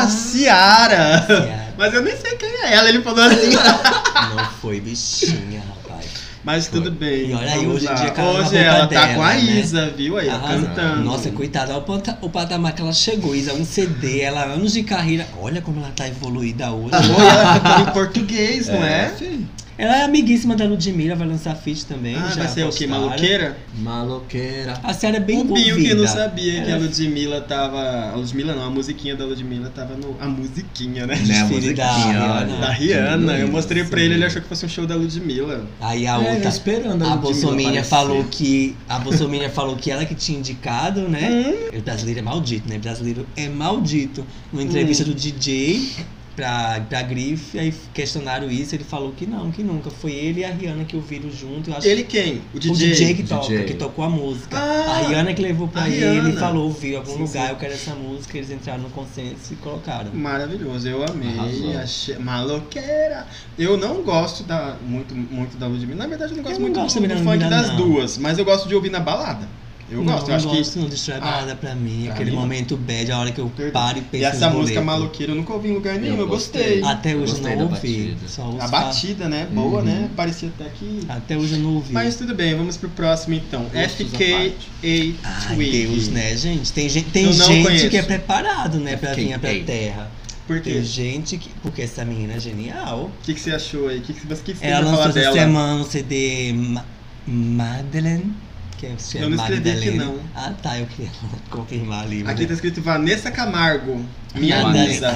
Speaker 4: Ciara.
Speaker 3: Ciara.
Speaker 4: Mas eu nem sei quem é ela, ele falou assim.
Speaker 3: Não foi bichinha, rapaz.
Speaker 4: Mas tudo bem.
Speaker 3: E olha aí,
Speaker 4: vamos
Speaker 3: hoje em
Speaker 4: lá.
Speaker 3: dia, cara,
Speaker 4: hoje
Speaker 3: na
Speaker 4: ela
Speaker 3: boca
Speaker 4: tá
Speaker 3: dela,
Speaker 4: com a
Speaker 3: né?
Speaker 4: Isa, viu aí,
Speaker 3: Arrasa.
Speaker 4: cantando.
Speaker 3: Nossa, coitada, olha o patamar que ela chegou. Isa, um CD, ela anos de carreira. Olha como ela tá evoluída hoje.
Speaker 4: Pô, e ela cantando em português, não é?
Speaker 3: Ela é amiguíssima da Ludmilla, vai lançar feat também.
Speaker 4: Ah,
Speaker 3: já
Speaker 4: vai ser o quê?
Speaker 3: postaram.
Speaker 4: Maloqueira?
Speaker 2: Maloqueira.
Speaker 3: A série é bem
Speaker 4: O Binho que não sabia que a
Speaker 3: Ela-
Speaker 4: Ludmilla tava... A Ludmilla não, a musiquinha da Ludmilla tava no... A musiquinha, né?
Speaker 2: Né, a
Speaker 3: Filho da
Speaker 2: musiquinha,
Speaker 3: Rihanna.
Speaker 2: olha.
Speaker 4: Da Rihanna. Eu mostrei pra
Speaker 3: Sim.
Speaker 4: ele achou que fosse um show da Ludmilla.
Speaker 3: Aí a
Speaker 2: É,
Speaker 3: outra,
Speaker 2: esperando a
Speaker 3: a
Speaker 2: Ludmilla
Speaker 3: Bolsominion
Speaker 2: aparecer.
Speaker 3: falou que ela que tinha indicado, né? O brasileiro é maldito, né? O brasileiro é maldito. Numa entrevista do DJ pra Grife, aí questionaram isso, ele falou que não, que nunca. Foi ele e a Rihanna que ouviram junto. Eu acho
Speaker 4: Ele quem? O
Speaker 3: o
Speaker 4: DJ?
Speaker 3: DJ que toca,
Speaker 2: DJ.
Speaker 3: que tocou a música.
Speaker 4: Ah,
Speaker 3: A Rihanna que levou pra
Speaker 4: a
Speaker 3: ele
Speaker 4: Rihanna.
Speaker 3: e falou, ouviu em algum
Speaker 4: Sim,
Speaker 3: lugar,
Speaker 4: sim.
Speaker 3: eu quero essa música, eles entraram no consenso e colocaram.
Speaker 4: Maravilhoso, eu amei,
Speaker 2: Arrasou.
Speaker 4: achei maloqueira. Eu não gosto muito da Ludmilla. Na verdade, eu não gosto
Speaker 3: Eu não
Speaker 4: muito
Speaker 3: gosto
Speaker 4: do
Speaker 3: também da
Speaker 4: funk
Speaker 3: Ludmilla,
Speaker 4: das
Speaker 3: não.
Speaker 4: duas, mas eu gosto de ouvir na balada. Eu gosto, eu acho
Speaker 3: gosto,
Speaker 4: que.
Speaker 3: não destrói balada pra mim.
Speaker 4: pra
Speaker 3: Aquele
Speaker 4: mim,
Speaker 3: momento bad, a hora que eu paro e penso
Speaker 4: E essa
Speaker 3: nos
Speaker 4: música
Speaker 3: boletos.
Speaker 4: maloqueira eu nunca ouvi em lugar nenhum, eu
Speaker 2: gostei.
Speaker 4: gostei.
Speaker 3: Até
Speaker 2: Eu
Speaker 3: hoje
Speaker 2: gostei
Speaker 3: não
Speaker 2: da
Speaker 3: ouvi.
Speaker 2: batida.
Speaker 3: Só os
Speaker 4: A batida, né? Boa, né? Parecia até que.
Speaker 3: Até hoje eu não ouvi.
Speaker 4: Mas tudo bem, vamos pro próximo então.
Speaker 2: Gostos à
Speaker 4: FKA
Speaker 3: Ai,
Speaker 4: Twig.
Speaker 3: Deus, né, gente? Tem gente
Speaker 4: Eu não conheço.
Speaker 3: que é preparado, né, pra vir pra
Speaker 2: FKA.
Speaker 3: terra.
Speaker 4: Por quê?
Speaker 3: Tem gente que... Porque essa menina é genial.
Speaker 4: O que você achou aí? O que você tem
Speaker 3: Ela
Speaker 4: pra falar
Speaker 3: lançou essa
Speaker 4: dela?
Speaker 3: semana um CD Madeleine. Que é
Speaker 4: Eu não escrevi aqui,
Speaker 3: Magdalene.
Speaker 4: não.
Speaker 3: Ah, tá, eu queria confirmar ali.
Speaker 4: Aqui tá escrito Vanessa Camargo, minha
Speaker 3: Madalene.
Speaker 4: musa.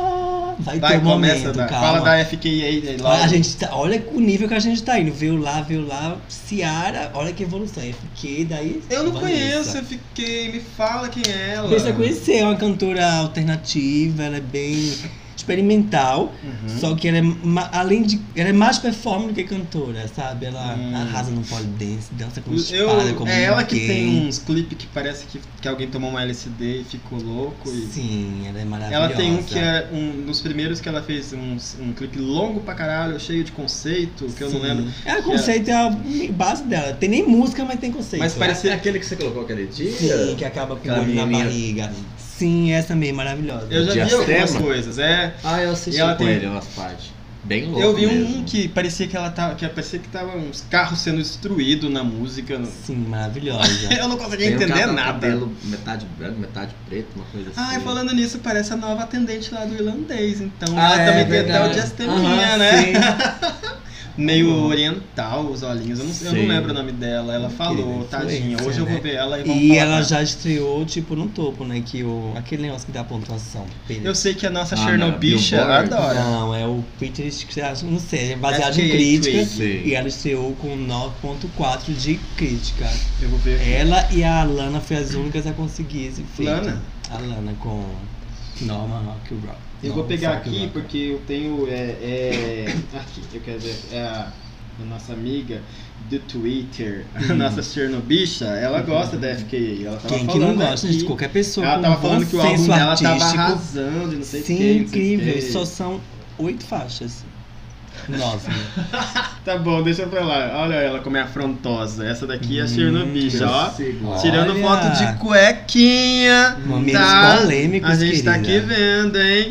Speaker 3: Vai
Speaker 4: Vai,
Speaker 3: ter um
Speaker 4: começa,
Speaker 3: momento,
Speaker 4: fala
Speaker 3: calma.
Speaker 4: da FKA aí logo.
Speaker 3: Olha, a gente tá, olha o nível que a gente tá indo. Viu lá, Ciara, olha que evolução. FK, daí.
Speaker 4: Eu não
Speaker 3: Vanessa.
Speaker 4: conheço, eu fiquei. Me fala quem é ela.
Speaker 3: Precisa conhecer, é uma cantora alternativa, ela é bem experimental,
Speaker 4: Uhum.
Speaker 3: só que ela é além de. Ela é mais performance do que cantora, sabe? Ela
Speaker 4: Hum.
Speaker 3: arrasa no pole dance, dança com espada, como
Speaker 4: É ela que
Speaker 3: ninguém.
Speaker 4: tem uns clipes que parece que alguém tomou uma LSD e ficou louco. E...
Speaker 3: Sim, ela é maravilhosa.
Speaker 4: Ela tem um que é um dos primeiros que ela fez um clipe longo pra caralho, cheio de conceito, que eu não
Speaker 3: Sim.
Speaker 4: lembro.
Speaker 3: É, o conceito é a base dela. Tem nem música, mas tem conceito.
Speaker 4: Mas parece-
Speaker 2: É aquele que você colocou aquele dia?
Speaker 3: Sim, que acaba com o
Speaker 2: Aquela
Speaker 3: olho na
Speaker 2: menininha.
Speaker 3: barriga. Sim, essa mesmo, maravilhosa.
Speaker 4: Eu já vi
Speaker 2: Diastema?
Speaker 4: algumas coisas, é.
Speaker 2: Ah, eu assisti
Speaker 4: E ela
Speaker 2: com
Speaker 4: tem-
Speaker 2: ele umas partes. Bem louco
Speaker 4: Eu vi um
Speaker 2: mesmo.
Speaker 4: que parecia que ela tava. Que parecia que tava uns carros sendo destruídos na música.
Speaker 3: Sim, maravilhosa.
Speaker 4: Eu não conseguia
Speaker 2: Tem um
Speaker 4: entender
Speaker 2: cara com
Speaker 4: nada.
Speaker 2: cabelo metade branco, metade preto, uma coisa assim.
Speaker 4: Ah, e falando nisso, parece a nova atendente lá do irlandês. Então
Speaker 2: Ah,
Speaker 4: ela
Speaker 2: é
Speaker 4: também tem até o
Speaker 2: verdade.
Speaker 4: diasteminha,
Speaker 2: Aham,
Speaker 4: né? Meio oriental os olhinhos. Eu não
Speaker 2: Sim.
Speaker 4: lembro o nome dela. Ela falou,
Speaker 3: Querida
Speaker 4: tadinha.
Speaker 3: influência,
Speaker 4: Hoje eu vou
Speaker 3: né?
Speaker 4: ver ela e vamos
Speaker 3: E
Speaker 4: falar
Speaker 3: ela
Speaker 4: dela.
Speaker 3: já estreou, tipo, no topo, né? Que aquele negócio que dá pontuação.
Speaker 4: Eu sei que a nossa
Speaker 2: Ah,
Speaker 4: Chernobycha
Speaker 2: na Billboard?
Speaker 4: adora.
Speaker 3: Não, é o Peter, não sei, é baseado
Speaker 4: FKA
Speaker 3: em crítica.
Speaker 4: Twig.
Speaker 2: Sim.
Speaker 3: E ela estreou com 9.4 de crítica.
Speaker 4: Eu vou ver aqui.
Speaker 3: Ela e a Lana foi as únicas a conseguir esse feito.
Speaker 4: Lana?
Speaker 3: A Lana com Norman Rock Rock.
Speaker 4: Eu vou
Speaker 3: Norman
Speaker 4: pegar
Speaker 3: Rock
Speaker 4: aqui
Speaker 3: Rock.
Speaker 4: porque eu tenho. Aqui, eu quero ver. É a nossa amiga do Twitter, a nossa Chernobycha, ela gosta da FKA. Ela tava
Speaker 3: Quem que
Speaker 4: falando
Speaker 3: não gosta,
Speaker 4: aqui,
Speaker 3: gente? Qualquer pessoa
Speaker 4: ela
Speaker 3: com
Speaker 4: tava
Speaker 3: bom
Speaker 4: falando que o álbum
Speaker 3: senso
Speaker 4: dela tava
Speaker 3: artístico.
Speaker 4: arrasando, e não sei o
Speaker 3: Sim,
Speaker 4: que.
Speaker 3: incrível. E só são 8 faixas. 9.
Speaker 4: Tá bom, deixa pra lá. Olha ela como é afrontosa. Essa daqui é a Chernobycha, ó.
Speaker 2: Sigo.
Speaker 4: Tirando
Speaker 3: Olha.
Speaker 4: foto de cuequinha.
Speaker 3: Mamilos
Speaker 4: Tá?
Speaker 3: polêmicos,
Speaker 4: A gente tá aqui
Speaker 3: querida.
Speaker 4: vendo, hein?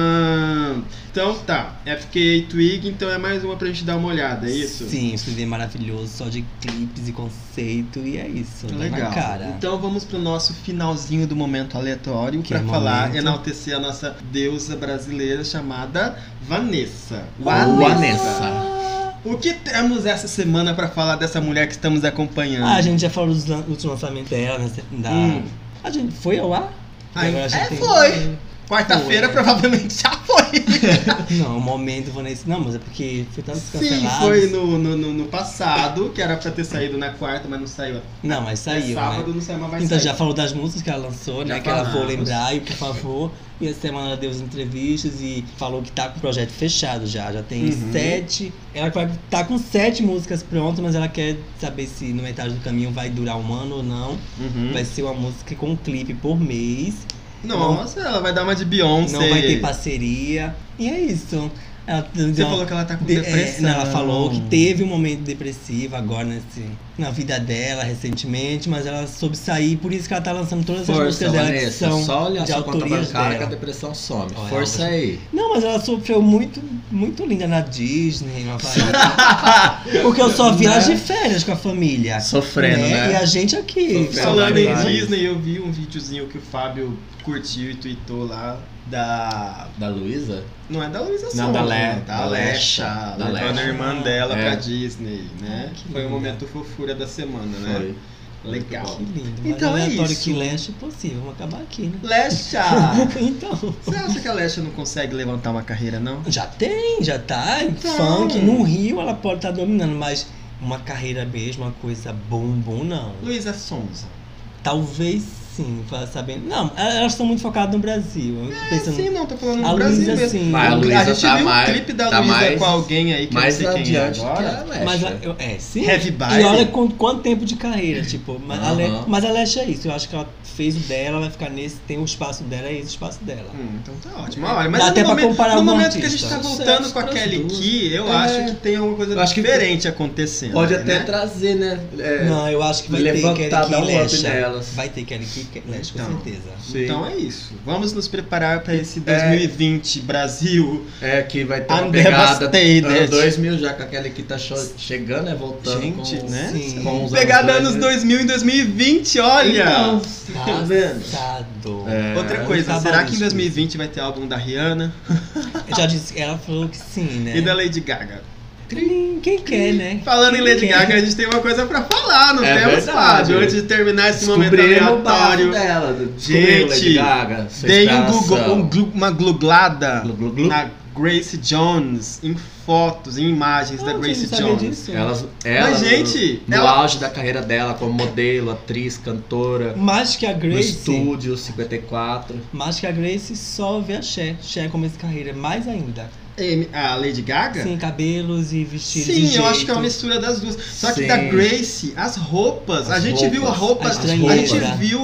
Speaker 4: Então tá, FKA Twig, então é mais uma pra gente dar uma olhada, é isso?
Speaker 3: Sim, esse CD maravilhoso, só de clipes e conceito, e é isso. dá
Speaker 4: Legal.
Speaker 3: Na cara.
Speaker 4: Então vamos pro nosso finalzinho do momento aleatório
Speaker 3: Que
Speaker 4: pra
Speaker 3: é
Speaker 4: falar,
Speaker 3: momento.
Speaker 4: enaltecer a nossa deusa brasileira chamada Vanessa.
Speaker 2: Vanessa.
Speaker 4: O que temos essa semana pra falar dessa mulher que estamos acompanhando?
Speaker 3: Ah, a gente já falou dos últimos lançamentos dela, né?
Speaker 4: Hum.
Speaker 3: A gente foi ao ar?
Speaker 4: Ai,
Speaker 3: Agora a gente
Speaker 4: foi. Quarta-feira
Speaker 3: Foi.
Speaker 4: provavelmente já foi.
Speaker 3: Não, o momento Vanessa. Não, mas é porque foi tanto
Speaker 4: Sim,
Speaker 3: cancelado.
Speaker 4: foi no passado, que era pra ter saído na quarta, mas não saiu.
Speaker 3: Não, mas saiu,
Speaker 4: Sábado
Speaker 3: né?
Speaker 4: não saiu, mas vai
Speaker 3: Então
Speaker 4: sair.
Speaker 3: já falou das músicas que ela lançou,
Speaker 2: Já
Speaker 3: né? Que ela vou
Speaker 2: falamos.
Speaker 3: lembrar, e por favor. E essa semana ela deu as entrevistas e falou que tá com o projeto fechado já. Já tem 7. Ela vai tá com 7 músicas prontas, mas ela quer saber se no metade do caminho vai durar um ano ou não.
Speaker 4: Uhum.
Speaker 3: Vai ser uma música com um clipe por mês.
Speaker 4: Nossa, ela vai dar uma de Beyoncé.
Speaker 3: Não vai ter parceria. E é isso. Ela,
Speaker 4: Você falou que ela tá com depressão.
Speaker 3: ela falou que teve um momento depressivo agora na vida dela recentemente, mas ela soube sair, por isso que ela tá lançando todas as
Speaker 2: Força,
Speaker 3: músicas dela que
Speaker 2: Vanessa,
Speaker 3: são
Speaker 2: só olhar
Speaker 3: de
Speaker 2: sua conta
Speaker 3: autorias
Speaker 2: bancária que a
Speaker 3: dela.
Speaker 2: depressão some.
Speaker 3: Olha,
Speaker 2: Força
Speaker 3: ela-
Speaker 2: aí.
Speaker 3: Não, mas ela sofreu muito, muito linda na Disney, no Havaí. Porque eu só vi ela de férias com a família.
Speaker 2: Sofrendo, né?
Speaker 3: E a gente aqui.
Speaker 2: Sofrendo.
Speaker 4: Falando em
Speaker 2: Vai.
Speaker 4: Disney, eu vi um videozinho que o Fábio curtiu e tweetou lá da...
Speaker 2: Da Luísa?
Speaker 4: Não é da Luísa
Speaker 2: Não,
Speaker 4: Sonza,
Speaker 2: da
Speaker 4: né?
Speaker 2: da
Speaker 4: Lesha,
Speaker 2: Da
Speaker 4: levando a
Speaker 2: Lesha.
Speaker 4: irmã dela
Speaker 2: É.
Speaker 4: pra Disney, né?
Speaker 3: Que
Speaker 4: Foi o
Speaker 3: linda.
Speaker 4: momento fofura da semana, né?
Speaker 2: Foi.
Speaker 4: Legal.
Speaker 3: Que lindo. Mas
Speaker 4: Então é
Speaker 3: aleatório
Speaker 4: isso.
Speaker 3: que leste é possível. Vamos acabar aqui, né?
Speaker 4: Lesha!
Speaker 3: Então.
Speaker 4: Você acha que a Lesha não consegue levantar uma carreira, não?
Speaker 3: Já tá em
Speaker 4: Então.
Speaker 3: funk. No Rio ela pode estar dominando, mas uma carreira mesmo, uma coisa bom, não.
Speaker 4: Luísa Sonza.
Speaker 3: Talvez sim, sabendo. Não, elas estão muito focadas no Brasil. Pensando...
Speaker 4: Sim, não, tô falando
Speaker 3: A
Speaker 4: no Brasil
Speaker 3: Luísa,
Speaker 4: mesmo.
Speaker 3: sim.
Speaker 2: Mas a
Speaker 4: A
Speaker 2: Luísa
Speaker 4: gente
Speaker 2: tá
Speaker 4: viu
Speaker 2: mais-
Speaker 4: um clipe da
Speaker 2: tá
Speaker 4: Luísa
Speaker 2: mais-
Speaker 4: com alguém aí que eu não
Speaker 2: Mais
Speaker 4: sei quem é
Speaker 2: adiante do que
Speaker 4: agora.
Speaker 2: a Lesha.
Speaker 3: Mas sim.
Speaker 4: Heavy Baile.
Speaker 3: E olha quanto tempo de carreira, tipo.
Speaker 2: Aham.
Speaker 3: Mas a Lesha é isso. Eu acho que ela fez o dela, vai ficar nesse, tem o espaço dela, é esse o espaço dela.
Speaker 4: Então tá ótimo. Olha, mas
Speaker 3: Dá
Speaker 4: no
Speaker 3: até pra
Speaker 4: momento,
Speaker 3: comparar
Speaker 4: no
Speaker 3: algum
Speaker 4: momento que a gente
Speaker 3: artista.
Speaker 4: tá voltando
Speaker 2: Sucesso
Speaker 4: com a
Speaker 2: pras
Speaker 4: Kelly
Speaker 2: duas.
Speaker 4: Key, eu
Speaker 2: É.
Speaker 4: acho que tem alguma coisa
Speaker 2: Eu acho que-
Speaker 4: diferente acontecendo.
Speaker 2: Pode
Speaker 4: aí,
Speaker 2: até
Speaker 4: né?
Speaker 2: trazer, né?
Speaker 3: Não, eu acho que vai ter
Speaker 2: levantar,
Speaker 3: Kelly
Speaker 2: dar
Speaker 3: Key
Speaker 2: um
Speaker 3: e
Speaker 2: up
Speaker 3: Lesha.
Speaker 2: nelas.
Speaker 3: Vai ter Kelly Key e Lesha, com
Speaker 4: Então.
Speaker 3: certeza.
Speaker 2: Sim.
Speaker 4: Então é isso. Vamos nos preparar para esse 2020 Brasil.
Speaker 2: É, que vai ter
Speaker 4: I'm
Speaker 2: uma pegada
Speaker 4: devastated.
Speaker 2: ano 2000 já, com aquele que tá chegando, né? Voltando
Speaker 4: Gente,
Speaker 2: com,
Speaker 4: né?
Speaker 3: Sim.
Speaker 2: com os
Speaker 4: Pegada
Speaker 2: anos
Speaker 4: anos 2000 e 2020, olha!
Speaker 2: Então, tá vendo?
Speaker 3: Passado.
Speaker 2: É.
Speaker 4: Outra coisa,
Speaker 3: Tá
Speaker 4: será que em
Speaker 3: baixo.
Speaker 4: 2020 vai ter álbum da Rihanna
Speaker 3: Eu já disse, ela falou que sim, né?
Speaker 4: e da Lady Gaga?
Speaker 3: Quem quer, né?
Speaker 4: Falando em
Speaker 3: Quem
Speaker 4: Lady
Speaker 3: quer?
Speaker 4: Gaga, a gente tem uma coisa pra falar, não
Speaker 2: É
Speaker 4: temos,
Speaker 2: verdade.
Speaker 4: Fábio? Antes de terminar esse momento
Speaker 2: Descobrimos o bafo
Speaker 4: aleatório,
Speaker 2: dela. Descobrimos
Speaker 4: Gente,
Speaker 2: Lady Gaga, sua
Speaker 4: dei
Speaker 2: inspiração.
Speaker 4: uma gluglada
Speaker 2: Glu, glu, glu.
Speaker 4: na Grace Jones em fotos, em imagens da
Speaker 3: Ah,
Speaker 4: Grace
Speaker 3: eu não sabia
Speaker 4: Jones.
Speaker 3: disso.
Speaker 2: Ela
Speaker 4: gente,
Speaker 2: no
Speaker 4: ela-
Speaker 2: auge da carreira dela como modelo, atriz, cantora,
Speaker 3: Mais que a
Speaker 2: no
Speaker 3: Grace.
Speaker 2: estúdio 54.
Speaker 3: Mais que a Grace só vê a Cher. Cher começa a carreira, mais ainda.
Speaker 4: A Lady Gaga?
Speaker 3: Sim, cabelos e vestidos
Speaker 4: Sim,
Speaker 3: de
Speaker 4: eu acho que é uma
Speaker 3: jeito.
Speaker 4: mistura das duas. Só que
Speaker 2: Sim.
Speaker 4: da Grace, as roupas, a
Speaker 2: As
Speaker 4: gente viu a roupa,
Speaker 3: a
Speaker 4: a
Speaker 3: estranheza.
Speaker 4: gente viu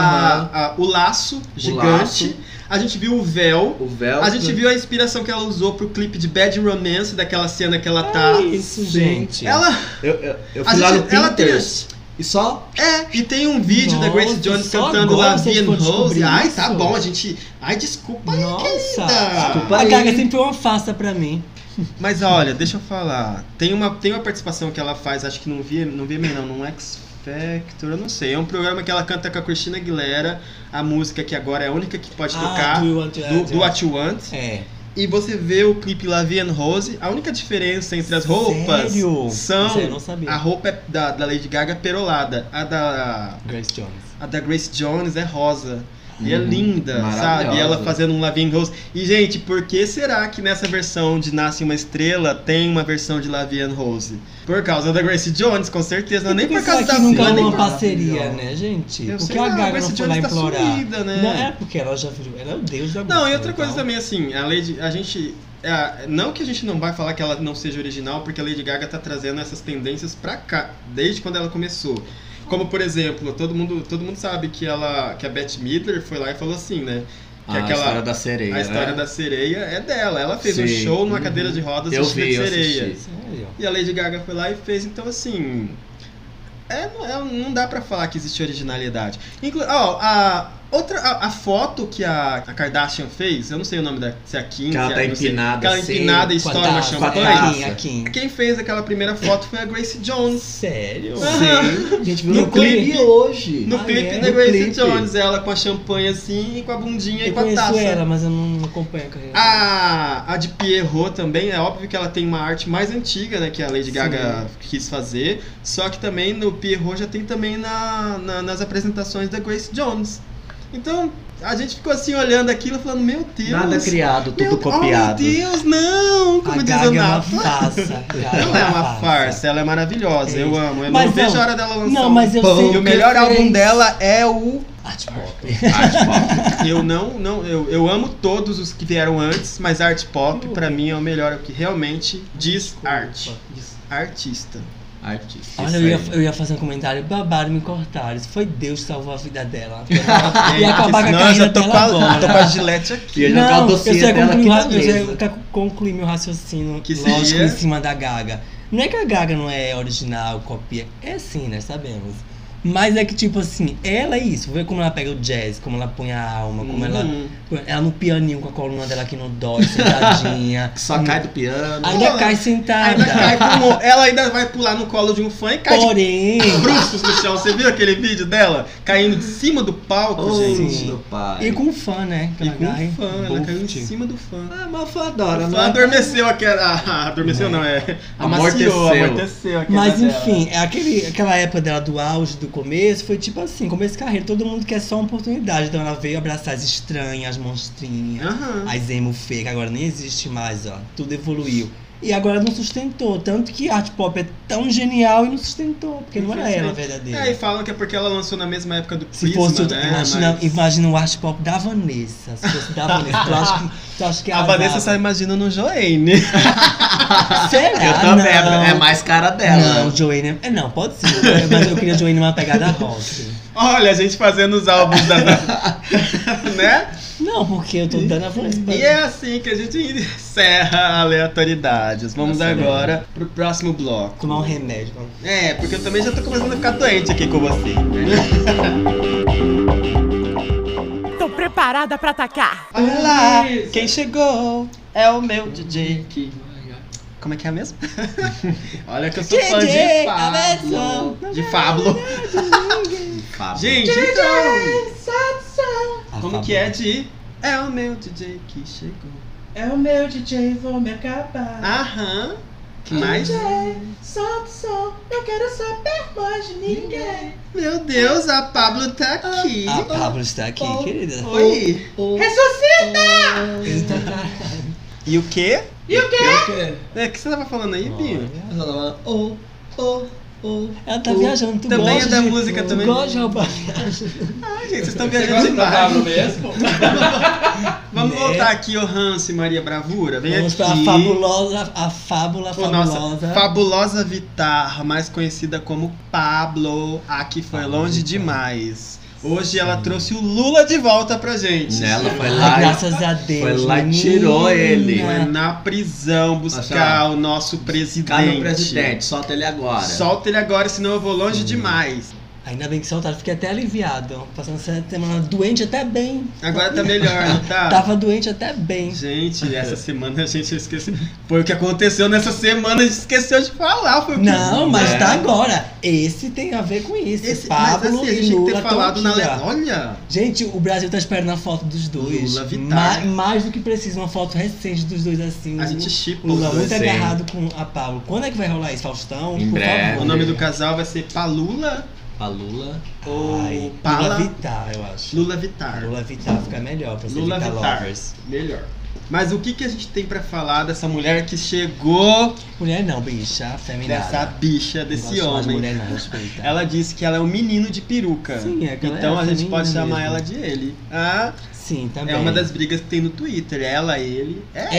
Speaker 4: o laço gigante,
Speaker 2: laço.
Speaker 4: a gente viu o véu,
Speaker 2: O véu.
Speaker 4: a gente viu a inspiração que ela usou pro clipe de Bad Romance, daquela cena que ela tá.
Speaker 3: É isso,
Speaker 2: Sim.
Speaker 3: gente.
Speaker 4: Ela
Speaker 2: Eu
Speaker 4: A
Speaker 2: fui lá no
Speaker 4: gente- ela tem-
Speaker 2: Pinterest e só
Speaker 4: e tem um vídeo da Grace
Speaker 3: Nossa,
Speaker 4: Jones
Speaker 3: só
Speaker 4: cantando
Speaker 3: agora
Speaker 4: La
Speaker 3: vocês
Speaker 4: Vie en
Speaker 3: foram
Speaker 4: Rose.
Speaker 3: descobrir
Speaker 4: Ai,
Speaker 3: isso?
Speaker 4: tá bom, a gente. Ai, desculpa aí,
Speaker 3: Nossa,
Speaker 4: querida.
Speaker 2: Desculpa
Speaker 3: a
Speaker 2: aí.
Speaker 3: Gaga sempre foi uma farsa pra mim.
Speaker 4: Mas olha, deixa eu falar. Tem uma participação que ela faz, acho que não vi não, num X Factor, eu não sei. É um programa que ela canta com a Christina Aguilera, a música que agora é a única que pode tocar,
Speaker 3: Do You Want to-
Speaker 4: do What You Want.
Speaker 3: É.
Speaker 4: E você vê o clipe La Vie en Rose, a única diferença entre as roupas
Speaker 3: Sério?
Speaker 4: são
Speaker 3: Isso aí eu não sabia.
Speaker 4: a roupa é da Lady Gaga é perolada,
Speaker 3: Grace Jones.
Speaker 4: a da Grace Jones é rosa. E é
Speaker 2: Uhum.
Speaker 4: linda,
Speaker 2: Maravilhosa.
Speaker 4: sabe? E ela fazendo um La Vie en Rose. E, gente, por que será que nessa versão de Nasce Uma Estrela tem uma versão de La Vie en Rose? Por causa da Grace Jones, com certeza. Não é nem por causa da
Speaker 3: nunca
Speaker 4: não é nem
Speaker 3: uma
Speaker 4: por-
Speaker 3: parceria, né, gente?
Speaker 4: Eu
Speaker 3: Porque
Speaker 4: sei
Speaker 3: a
Speaker 4: lá,
Speaker 3: Gaga
Speaker 4: Grace
Speaker 3: não foi lá
Speaker 4: Jones tá
Speaker 3: implorar.
Speaker 4: sumida, né?
Speaker 3: Não, é porque ela já virou. Ela é o deus da música.
Speaker 4: Não, e outra coisa
Speaker 3: então.
Speaker 4: também, assim, a gente... não que a gente não vai falar que ela não seja original, porque a Lady Gaga tá trazendo essas tendências pra cá, desde quando ela começou. Como, por exemplo, todo mundo sabe que a Bette Midler foi lá e falou assim, né? Que
Speaker 2: a história da sereia.
Speaker 4: A história
Speaker 2: né?
Speaker 4: da sereia é dela. Ela fez um
Speaker 2: Sim.
Speaker 4: show numa cadeira de rodas
Speaker 2: Eu
Speaker 4: vestida
Speaker 2: vi,
Speaker 4: de
Speaker 2: eu
Speaker 4: sereia.
Speaker 2: assisti.
Speaker 3: Sério?
Speaker 4: E a Lady Gaga foi lá e fez, então assim. Não dá pra falar que existe originalidade. A foto que a Kardashian fez, eu não sei o nome se é a Kim,
Speaker 2: Que ela
Speaker 4: se
Speaker 2: tá
Speaker 4: é, não sei,
Speaker 2: empinada
Speaker 4: que ela
Speaker 2: assim,
Speaker 4: empinada e
Speaker 3: Com a
Speaker 4: estoura uma
Speaker 3: taça,
Speaker 4: champanhe.
Speaker 3: a Kim.
Speaker 4: Quem fez aquela primeira foto foi a Grace Jones.
Speaker 3: Sério?
Speaker 2: Sim, a gente viu
Speaker 4: No
Speaker 2: no clipe
Speaker 4: clipe.
Speaker 2: hoje.
Speaker 4: No
Speaker 3: Ah,
Speaker 4: clipe
Speaker 3: é?
Speaker 4: da
Speaker 2: No
Speaker 4: Grace
Speaker 2: clipe.
Speaker 4: Jones, ela com a champanhe assim e com a bundinha e
Speaker 3: Eu
Speaker 4: com a
Speaker 3: conheço
Speaker 4: taça.
Speaker 3: ela, mas eu não acompanho a carreira.
Speaker 4: A de Pierrot também, é óbvio que ela tem uma arte mais antiga, né, que a Lady Gaga quis fazer, só que também no Pierrot já tem também nas apresentações da Grace Jones. Então, a gente ficou assim olhando aquilo, falando, meu Deus.
Speaker 2: Nada criado, tudo copiado.
Speaker 4: Oh, meu Deus, não! Como
Speaker 3: A
Speaker 4: diz o
Speaker 3: Gaga é uma
Speaker 4: Nato.
Speaker 3: farsa.
Speaker 4: Ela é uma farsa, ela é maravilhosa, eu amo. Eu
Speaker 3: Mas
Speaker 4: não vejo
Speaker 3: não,
Speaker 4: a hora dela lançar
Speaker 3: não, mas eu
Speaker 4: pão.
Speaker 3: sei
Speaker 4: E o
Speaker 3: que
Speaker 4: melhor
Speaker 3: fez.
Speaker 4: álbum dela é o...
Speaker 3: Art pop.
Speaker 4: Eu amo todos os que vieram antes, mas Art Pop pra mim é o melhor, é o que realmente diz arte. Artista.
Speaker 2: Artista.
Speaker 3: Olha,
Speaker 2: Isso aí.
Speaker 3: eu ia fazer um comentário babado, me cortaram. Isso foi Deus que salvou a vida dela.
Speaker 4: E aí,
Speaker 3: Ia acabar com a
Speaker 4: senão eu
Speaker 3: carreira
Speaker 4: já tô
Speaker 3: dela
Speaker 4: com a
Speaker 3: agora.
Speaker 4: gilete aqui.
Speaker 2: Ia jogar o
Speaker 3: Não,
Speaker 2: dossiê
Speaker 3: eu já
Speaker 2: dela
Speaker 3: concluí,
Speaker 2: aqui na mesa.
Speaker 3: eu já concluí meu raciocínio
Speaker 4: Que
Speaker 3: lógico
Speaker 4: seria?
Speaker 3: em cima da Gaga. Não é que a Gaga não é original, copia. É sim, nós sabemos. Mas é que, tipo assim, ela é isso. Vê como ela pega o jazz, como ela põe a alma, como ela no pianinho com a coluna dela que não dói, sentadinha.
Speaker 2: Só cai do piano.
Speaker 3: Ainda
Speaker 4: Pô,
Speaker 3: cai sentada.
Speaker 4: Ainda cai como... Ela ainda vai pular no colo de um fã e cai
Speaker 3: Porém,
Speaker 4: de bruços no chão. Você viu aquele vídeo dela? Caindo de cima do palco,
Speaker 2: Oh,
Speaker 4: gente.
Speaker 2: meu pai.
Speaker 3: e com fã, né?
Speaker 4: E
Speaker 3: Aquela
Speaker 4: com
Speaker 3: garra,
Speaker 4: o fã, ela caiu em
Speaker 3: bufte.
Speaker 4: cima do fã.
Speaker 2: Ah, mas foi
Speaker 4: O
Speaker 2: adora,
Speaker 4: fã adormeceu aquela... Adormeceu não,
Speaker 2: Amorteceu.
Speaker 4: amorteceu aquela
Speaker 3: Mas
Speaker 4: dela.
Speaker 3: enfim, aquela época dela do auge, do começo, foi tipo assim, começo de carreira, todo mundo quer só uma oportunidade. Então ela veio abraçar as estranhas, as monstrinhas,
Speaker 4: Aham.
Speaker 3: as emo fake, que agora nem existe mais, ó. Tudo evoluiu. E agora não sustentou. Tanto que Art Pop é tão genial e não sustentou, porque não era ela a verdadeira.
Speaker 4: É, e falam que é porque ela lançou na mesma época do
Speaker 3: Se
Speaker 4: Prisma,
Speaker 3: fosse outra,
Speaker 4: né?
Speaker 3: imagina o Art Pop da Vanessa. Se fosse da Vanessa, tu acha que
Speaker 4: A Vanessa só imagina no Joanne.
Speaker 3: Será?
Speaker 2: Eu também,
Speaker 3: Não.
Speaker 2: é mais cara dela.
Speaker 3: Não, Joanne é... Não, pode ser. Mas eu queria Joanne numa pegada rock.
Speaker 4: Olha, a gente fazendo os álbuns da... né?
Speaker 3: Não, porque eu tô dando a Vanessa.
Speaker 4: E é assim que a gente encerra aleatoriedades. Vamos agora pro próximo bloco.
Speaker 3: Tomar um remédio. Vamos.
Speaker 4: É, porque eu também já tô começando a ficar doente aqui com você.
Speaker 5: Tô preparada pra atacar.
Speaker 4: Olha lá, quem chegou é o meu DJ. Como é que é mesmo? Olha que eu sou fã de
Speaker 3: DJ,
Speaker 4: Pablo. De Pablo.
Speaker 2: Fábio.
Speaker 4: Gente, então...
Speaker 3: A
Speaker 4: Como que é de... É o meu DJ que chegou.
Speaker 1: É o meu DJ, vou me acabar.
Speaker 4: Aham. Que mais?
Speaker 1: Solta o som, não quero saber mais de ninguém.
Speaker 4: Meu Deus, a Pablo tá aqui.
Speaker 3: A Pablo está aqui, querida.
Speaker 4: Oi.
Speaker 1: Ressuscita!
Speaker 3: Eita, caralho.
Speaker 4: E o quê?
Speaker 1: E o quê?
Speaker 4: O que você tava falando aí, Binho?
Speaker 3: Ela tá viajando, tu
Speaker 4: Também
Speaker 3: gosta
Speaker 4: é da
Speaker 3: de...
Speaker 4: música
Speaker 3: tu
Speaker 4: também.
Speaker 3: gosta de roubar viagem.
Speaker 4: Ai, gente, vocês estão
Speaker 1: Você
Speaker 4: viajando
Speaker 1: gosta da Pablo
Speaker 4: demais.
Speaker 1: mesmo?
Speaker 4: Vamos
Speaker 3: Né?
Speaker 4: voltar aqui, ô Hans e Maria Bravura. Vem
Speaker 3: Vamos
Speaker 4: aqui.
Speaker 3: pra a fábula
Speaker 4: Ô, nossa,
Speaker 3: fabulosa.
Speaker 4: fabulosa Vitar, mais conhecida como Pablo. Aqui foi
Speaker 3: Pablo
Speaker 4: longe
Speaker 3: Vittar.
Speaker 4: demais. Hoje ela trouxe o Lula de volta pra gente.
Speaker 2: Ela foi
Speaker 3: Ai,
Speaker 2: lá,
Speaker 3: graças a Deus.
Speaker 2: foi lá e
Speaker 3: menina.
Speaker 2: tirou ele.
Speaker 4: Foi na prisão buscar o nosso presidente.
Speaker 2: Cadê o presidente? Solta ele agora.
Speaker 4: Solta ele agora, senão eu vou longe demais.
Speaker 3: Ainda bem que soltaram, fiquei até aliviado. Passando essa semana doente até bem.
Speaker 4: Agora tá melhor, não tá?
Speaker 3: Tava doente até bem.
Speaker 4: Gente, essa semana a gente esqueceu. Foi o que aconteceu nessa semana, a gente esqueceu de falar. Foi o que...
Speaker 3: Não, mas
Speaker 2: É.
Speaker 3: tá agora. Esse tem a ver com isso. Pablo
Speaker 4: mas assim, a
Speaker 3: e
Speaker 4: gente tem
Speaker 3: Lula
Speaker 4: que ter
Speaker 3: tão
Speaker 4: falado
Speaker 3: aqui,
Speaker 4: na
Speaker 3: ó.
Speaker 4: Olha!
Speaker 3: Gente, o Brasil tá esperando a foto dos dois.
Speaker 4: Lula, Vittar.
Speaker 3: Mais do que precisa, uma foto recente dos dois assim.
Speaker 4: A gente shippa
Speaker 3: O
Speaker 4: os
Speaker 3: Lula
Speaker 4: dois.
Speaker 3: muito
Speaker 2: sim.
Speaker 3: agarrado com a Pablo. Quando é que vai rolar isso, Faustão?
Speaker 2: Em
Speaker 3: Por
Speaker 2: breve.
Speaker 3: favor.
Speaker 4: O nome do casal vai ser Palula
Speaker 2: A Lula.
Speaker 4: ou
Speaker 3: Ai,
Speaker 4: Pala?
Speaker 3: Lula Vittar, eu acho.
Speaker 4: Lula Vitar.
Speaker 3: Lula Vittar fica melhor pra ser
Speaker 4: Lula
Speaker 3: Vittar
Speaker 4: Vitar.
Speaker 3: Lovers.
Speaker 4: Melhor. Mas o que a gente tem pra falar dessa mulher que chegou,
Speaker 3: Mulher não, bicha, feminada.
Speaker 4: dessa bicha,
Speaker 3: Não
Speaker 4: desse
Speaker 3: gosto mais de
Speaker 4: homem?
Speaker 3: mulher não, respeita.
Speaker 4: Ela disse que ela é um menino de peruca.
Speaker 3: Sim, é que ela
Speaker 4: Então
Speaker 3: é
Speaker 4: a gente
Speaker 3: feminina
Speaker 4: pode chamar
Speaker 3: mesmo.
Speaker 4: ela de ele. Ah,
Speaker 3: Sim, também.
Speaker 4: é uma das brigas que tem no Twitter. Ela, ele.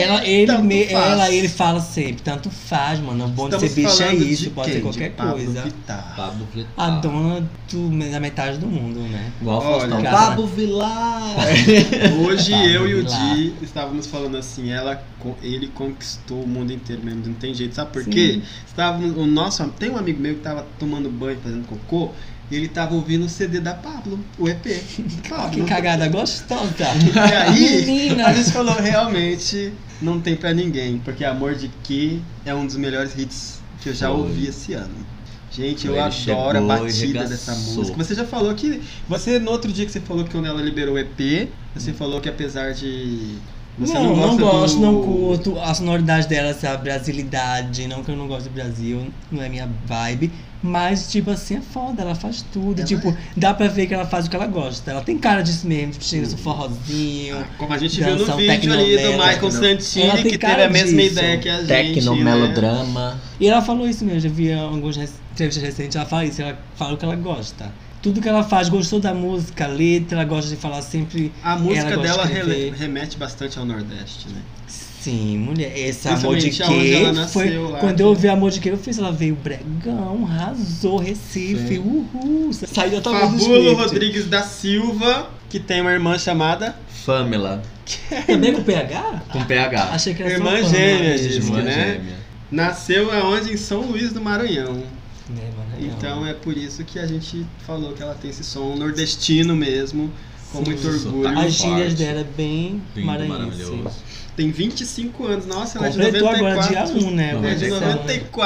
Speaker 3: Ela, ele fala sempre, tanto faz, mano. O bom de ser bicha é
Speaker 4: falando
Speaker 3: isso,
Speaker 4: de
Speaker 3: pode
Speaker 4: quem?
Speaker 3: ser qualquer
Speaker 4: De Pablo
Speaker 3: coisa.
Speaker 4: Vittar.
Speaker 2: Pablo Vittar.
Speaker 3: A dona da metade do mundo, né?
Speaker 2: Igual
Speaker 4: Olha,
Speaker 2: Faustão.
Speaker 3: cara.
Speaker 2: Pablo Vilar.
Speaker 4: Hoje
Speaker 3: Pablo
Speaker 4: eu e o
Speaker 3: Vittar.
Speaker 4: Di estávamos falando assim, ele conquistou o mundo inteiro mesmo, não tem jeito. Sabe por
Speaker 3: Sim.
Speaker 4: quê? Tem um amigo meu que tava tomando banho, fazendo cocô, e ele tava ouvindo o CD da Pablo, o EP.
Speaker 3: Que
Speaker 4: Pablo.
Speaker 3: cagada gostosa.
Speaker 4: E aí,
Speaker 3: Menina.
Speaker 4: a gente falou, realmente não tem pra ninguém, porque Amor de Que é um dos melhores hits que eu já
Speaker 2: Foi.
Speaker 4: ouvi esse ano. Gente, eu
Speaker 2: Ele
Speaker 4: adoro a
Speaker 2: chegou e
Speaker 4: batida
Speaker 2: regaçou.
Speaker 4: dessa música. Você já falou que... no outro dia que você falou que quando ela liberou o EP, você falou que apesar de Você
Speaker 3: não
Speaker 4: gosta
Speaker 3: gosto,
Speaker 4: do-
Speaker 3: não curto. A sonoridade dela, essa brasilidade, não que eu não gosto do Brasil, não é minha vibe. Mas, tipo assim, é foda, ela faz tudo.
Speaker 4: Ela
Speaker 3: Tipo, dá pra ver que ela faz o que ela gosta. Ela tem cara disso mesmo, tipo, chega no forrozinho.
Speaker 4: Como a gente viu no
Speaker 3: Dança um
Speaker 4: vídeo ali do
Speaker 3: tecnomelo.
Speaker 4: Michael
Speaker 3: Ela
Speaker 4: Santini,
Speaker 3: tem
Speaker 4: que
Speaker 3: cara
Speaker 4: teve a mesma
Speaker 3: disso.
Speaker 4: ideia que a gente. né?
Speaker 2: Tecnomelodrama.
Speaker 3: E ela falou isso mesmo, eu já vi algumas entrevistas recentes, ela fala isso, ela fala o que ela gosta. Tudo que ela faz, gostou da música, a letra, ela gosta de falar sempre.
Speaker 4: A música
Speaker 3: ela gosta
Speaker 4: dela
Speaker 3: de escrever.
Speaker 4: remete bastante ao Nordeste, né?
Speaker 3: Sim, mulher, esse Amor de
Speaker 4: Principalmente aonde ela
Speaker 3: Quê
Speaker 4: nasceu
Speaker 3: foi.
Speaker 4: lá,
Speaker 3: Quando
Speaker 4: que-
Speaker 3: eu ouvi Amor de Quê, eu fiz, ela veio Bregão, arrasou, Recife,
Speaker 2: Sim.
Speaker 3: uhul. Saiu totalmente do
Speaker 4: Fabulo
Speaker 3: script.
Speaker 4: Rodrigues da Silva, que tem uma irmã chamada
Speaker 2: Famila.
Speaker 3: Também com PH?
Speaker 2: Com PH.
Speaker 3: Achei que era
Speaker 4: Irmã
Speaker 3: só
Speaker 4: gêmea,
Speaker 3: Fama
Speaker 4: diz
Speaker 3: mesmo.
Speaker 4: que,
Speaker 2: Irmã
Speaker 4: né?
Speaker 2: gêmea.
Speaker 4: nasceu aonde? Em São Luís do Maranhão.
Speaker 3: Né, Maranhão.
Speaker 4: Então é por isso que a gente falou que ela tem esse som nordestino mesmo, com
Speaker 3: Sim.
Speaker 4: muito orgulho.
Speaker 2: Sotaque.
Speaker 3: As gírias
Speaker 2: forte.
Speaker 3: dela é bem
Speaker 2: Lindo,
Speaker 3: maranhense.
Speaker 2: maravilhoso.
Speaker 4: Tem 25 anos, nossa, ela é de
Speaker 3: Completou
Speaker 4: 94.
Speaker 3: agora dia 1, né?
Speaker 4: É de
Speaker 2: 94.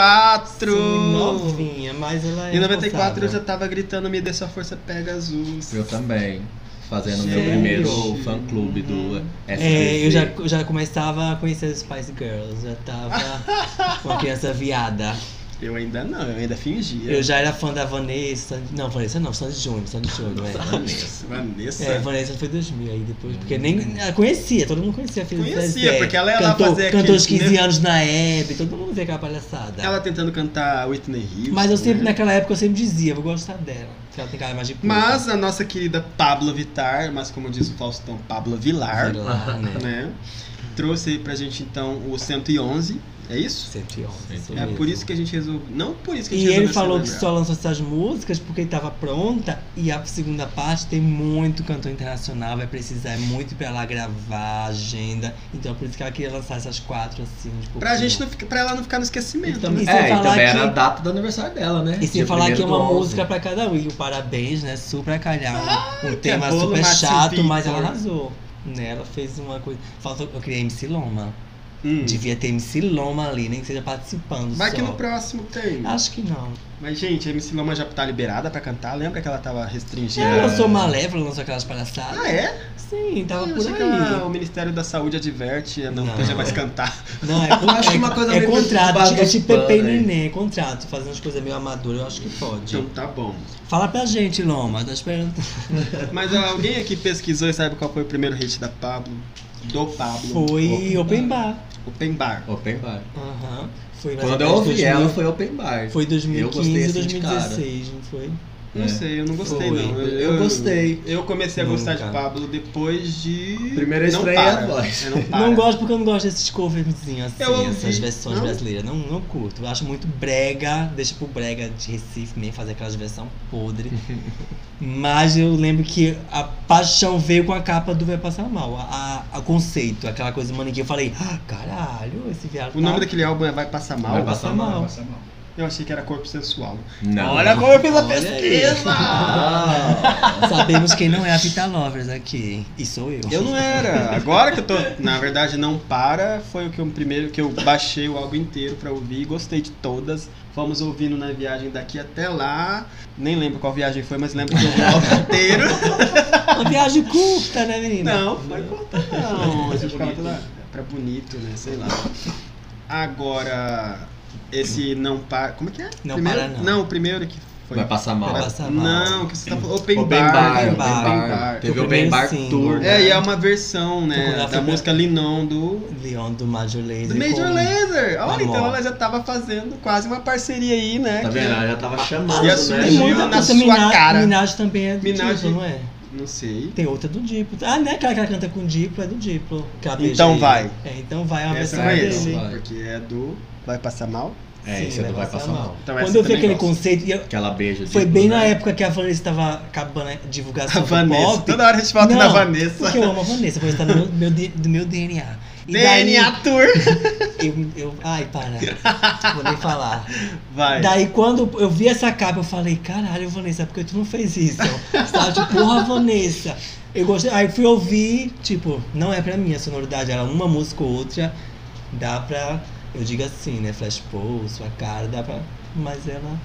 Speaker 4: 94!
Speaker 3: Sim, novinha, mas ela é
Speaker 4: Em 94 eu já
Speaker 3: responsável.
Speaker 4: tava gritando Me Dê Sua Força Pegasus.
Speaker 2: Eu também. Fazendo meu
Speaker 3: Sério?
Speaker 2: primeiro fã-clube do SBT.
Speaker 3: É, eu já começava a conhecer as Spice Girls, já tava uma criança viada.
Speaker 4: Eu ainda não, eu ainda fingia.
Speaker 3: Eu já era fã da Vanessa, não, Vanessa não, Sandy Júnior, é.
Speaker 4: Vanessa.
Speaker 3: É, Vanessa foi 2000 aí depois, porque nem ela conhecia, todo mundo conhecia a filha do
Speaker 4: Conhecia,
Speaker 3: Zezé.
Speaker 4: porque ela ia lá fazer
Speaker 3: cantou os
Speaker 4: aquele-
Speaker 3: 15 anos na Hebe, todo mundo vê aquela palhaçada.
Speaker 4: Ela tentando cantar Whitney Houston.
Speaker 3: Mas eu sempre,
Speaker 4: né?
Speaker 3: naquela época, eu sempre dizia, vou gostar dela, porque ela tem cara mais de puta.
Speaker 4: Mas a nossa querida Pablo Vittar, mas como diz o Faustão, Pablo Vilar,
Speaker 3: Sei lá, né?
Speaker 4: né? Trouxe aí pra gente então o 111, é isso?
Speaker 3: 111, isso
Speaker 4: É
Speaker 3: mesmo.
Speaker 4: por isso que a gente resolveu. Não por isso que a
Speaker 3: E
Speaker 4: gente
Speaker 3: ele
Speaker 4: resolveu
Speaker 3: falou que
Speaker 4: celebrar.
Speaker 3: só lançou essas músicas porque estava pronta e a segunda parte tem muito cantor internacional, vai precisar muito pra ela gravar, agenda. Então é por isso que ela queria lançar essas 4 assim, de
Speaker 4: Pra gente não ficar, pra ela não ficar no esquecimento.
Speaker 3: Então,
Speaker 4: né?
Speaker 3: e sem
Speaker 2: É, e
Speaker 3: falar
Speaker 2: também
Speaker 3: que-
Speaker 2: era a data do aniversário dela, né?
Speaker 3: E sem
Speaker 2: Dia
Speaker 3: falar que é
Speaker 2: 1º
Speaker 3: uma
Speaker 2: do 11.
Speaker 3: música pra cada um. E o parabéns, né? Super calhar. Um
Speaker 4: que
Speaker 3: tema
Speaker 4: é bolo
Speaker 3: super
Speaker 4: Márcio
Speaker 3: chato, mas
Speaker 4: Victor.
Speaker 3: ela arrasou. Né? Ela fez uma coisa. Falta, eu queria MC Loma.
Speaker 4: Hum.
Speaker 3: Devia ter MC Loma ali, nem que seja participando.
Speaker 4: Vai
Speaker 3: só.
Speaker 4: que no próximo tem.
Speaker 3: Acho que não.
Speaker 4: Mas, gente, a MC Loma já tá liberada pra cantar. Lembra que ela tava restringida?
Speaker 3: Ela lançou Malévola, lançou aquelas palhaçadas.
Speaker 4: Ah, é?
Speaker 3: Sim, tava
Speaker 4: Eu
Speaker 3: por
Speaker 4: achei
Speaker 3: aí.
Speaker 4: que o Ministério da Saúde adverte a não
Speaker 3: Não.
Speaker 4: poder mais cantar.
Speaker 3: Não, é,
Speaker 2: Eu acho que uma coisa
Speaker 3: é
Speaker 2: meio
Speaker 3: contrato,
Speaker 2: debaixo
Speaker 3: é
Speaker 2: dos
Speaker 3: tipo Pepe e
Speaker 2: panos, né?
Speaker 3: Neném, é contrato, fazendo as coisas meio amadoras, eu acho que pode.
Speaker 4: Então tá bom.
Speaker 3: Fala pra gente, Loma, tá esperando.
Speaker 4: Mas alguém aqui pesquisou e sabe qual foi o primeiro hit da Pablo? Do Pablo.
Speaker 3: Foi Open Bar.
Speaker 4: Open Bar.
Speaker 2: Open bar.
Speaker 3: Aham. Foi mais
Speaker 2: Quando eu
Speaker 3: ou menos
Speaker 2: ouvi
Speaker 3: 2000,
Speaker 2: ela, foi open bar.
Speaker 3: Foi
Speaker 2: Eu gostei
Speaker 3: 2015,
Speaker 2: assim de cara.
Speaker 3: 2016, não foi?
Speaker 4: Não
Speaker 2: É.
Speaker 4: sei, eu não gostei
Speaker 3: Foi.
Speaker 4: não.
Speaker 2: Eu gostei.
Speaker 4: Eu comecei a gostar de
Speaker 3: Nunca.
Speaker 4: Pablo depois de.
Speaker 2: Primeiro eu
Speaker 4: Não
Speaker 2: estranhei a
Speaker 4: para.
Speaker 2: voz.
Speaker 4: É, não para.
Speaker 3: Não gosto porque eu não gosto desses coverzinhos assim,
Speaker 4: Eu ouvi.
Speaker 3: essas versões
Speaker 4: Não?
Speaker 3: brasileiras. Não curto. Eu acho muito brega, deixa pro brega de Recife mesmo fazer aquelas versões podre. Mas eu lembro que a paixão veio com a capa do Vai Passar Mal. A conceito, aquela coisa manequim. Eu falei, caralho, esse viado.
Speaker 4: O nome daquele álbum é Vai Passar Mal?
Speaker 2: Vai Passar Mal.
Speaker 4: Eu achei que era Corpo Sensual.
Speaker 2: Não.
Speaker 3: Olha como eu fiz a
Speaker 2: Olha
Speaker 3: pesquisa!
Speaker 2: Ah.
Speaker 3: Sabemos quem não é a Vita Lovers aqui. E sou eu.
Speaker 4: Eu não era. Agora que eu tô. Na verdade, Não Para foi o que eu primeiro que eu baixei o álbum inteiro pra ouvir. Gostei de todas. Fomos ouvindo na viagem daqui até lá. Nem lembro qual viagem foi, mas lembro que eu ouvi o álbum inteiro.
Speaker 3: Uma viagem curta, né, menina?
Speaker 4: Não, foi conta não. A gente ficava toda pra bonito, né? Sei lá. Agora, esse Não Para. Como é que é?
Speaker 3: Não
Speaker 4: Primeiro-
Speaker 3: Para, não.
Speaker 4: Não, o primeiro que foi.
Speaker 2: Vai passar mal.
Speaker 3: Vai passar mal.
Speaker 4: Não, que você tá falando. Open,
Speaker 2: Open
Speaker 4: Bar.
Speaker 2: bar,
Speaker 3: Open
Speaker 2: open
Speaker 3: Bar.
Speaker 2: bar.
Speaker 3: Foi
Speaker 2: Teve
Speaker 3: o
Speaker 2: o Open Bar
Speaker 3: primeiro
Speaker 2: Tour.
Speaker 3: single.
Speaker 4: É, e é uma versão,
Speaker 3: Foi
Speaker 4: né?
Speaker 3: quando ela
Speaker 4: Da
Speaker 3: foi
Speaker 4: música Linon do.
Speaker 3: Leon do Major Lazer.
Speaker 4: Do Major
Speaker 3: com-
Speaker 4: Lazer. Olha,
Speaker 3: Amor.
Speaker 4: então ela já tava fazendo quase uma parceria aí, né?
Speaker 2: Tá
Speaker 4: que-
Speaker 2: vendo? Ela já tava chamando,
Speaker 4: Ia
Speaker 2: né?
Speaker 4: surgir
Speaker 3: Tem muita
Speaker 4: na
Speaker 3: coisa,
Speaker 4: sua
Speaker 3: Minaj,
Speaker 4: cara.
Speaker 3: Minaj também é do
Speaker 4: Minaj-
Speaker 3: Diplo, não é?
Speaker 4: Não sei.
Speaker 3: Tem outra do Diplo. Ah, não é aquela que ela canta com o Diplo, é do Diplo. que ela beija
Speaker 4: Então
Speaker 3: ele.
Speaker 4: vai.
Speaker 3: É, então vai, é uma
Speaker 4: Essa eu
Speaker 3: versão
Speaker 4: conheço,
Speaker 3: dele.
Speaker 2: Vai.
Speaker 4: porque é do Vai Passar Mal.
Speaker 2: É,
Speaker 3: Sim,
Speaker 2: esse é do Vai Passar Mal.
Speaker 4: Então
Speaker 3: Quando
Speaker 4: essa
Speaker 3: eu vi
Speaker 4: também
Speaker 3: aquele
Speaker 4: gosto.
Speaker 3: conceito, e eu-
Speaker 2: Que ela beija.
Speaker 3: foi
Speaker 2: tipo,
Speaker 3: bem
Speaker 2: né?
Speaker 3: na época que a Vanessa estava acabando a divulgação
Speaker 4: A
Speaker 3: do
Speaker 4: Vanessa.
Speaker 3: pop.
Speaker 4: Toda hora a gente volta
Speaker 3: Não,
Speaker 4: na Vanessa.
Speaker 3: Porque eu amo a Vanessa, a Vanessa tá no do meu DNA. E
Speaker 4: DNA Tour.
Speaker 3: ai, para. Vou nem falar.
Speaker 4: Vai.
Speaker 3: Daí quando eu vi essa capa, eu falei, caralho, Vanessa, por que tu não fez isso? Sabe, tipo, porra, Vanessa. Eu gostei, aí fui ouvir, tipo, não é pra mim a sonoridade, era uma música ou outra, dá pra, eu digo assim, né, Flash Pulse, sua cara, dá pra, mas ela...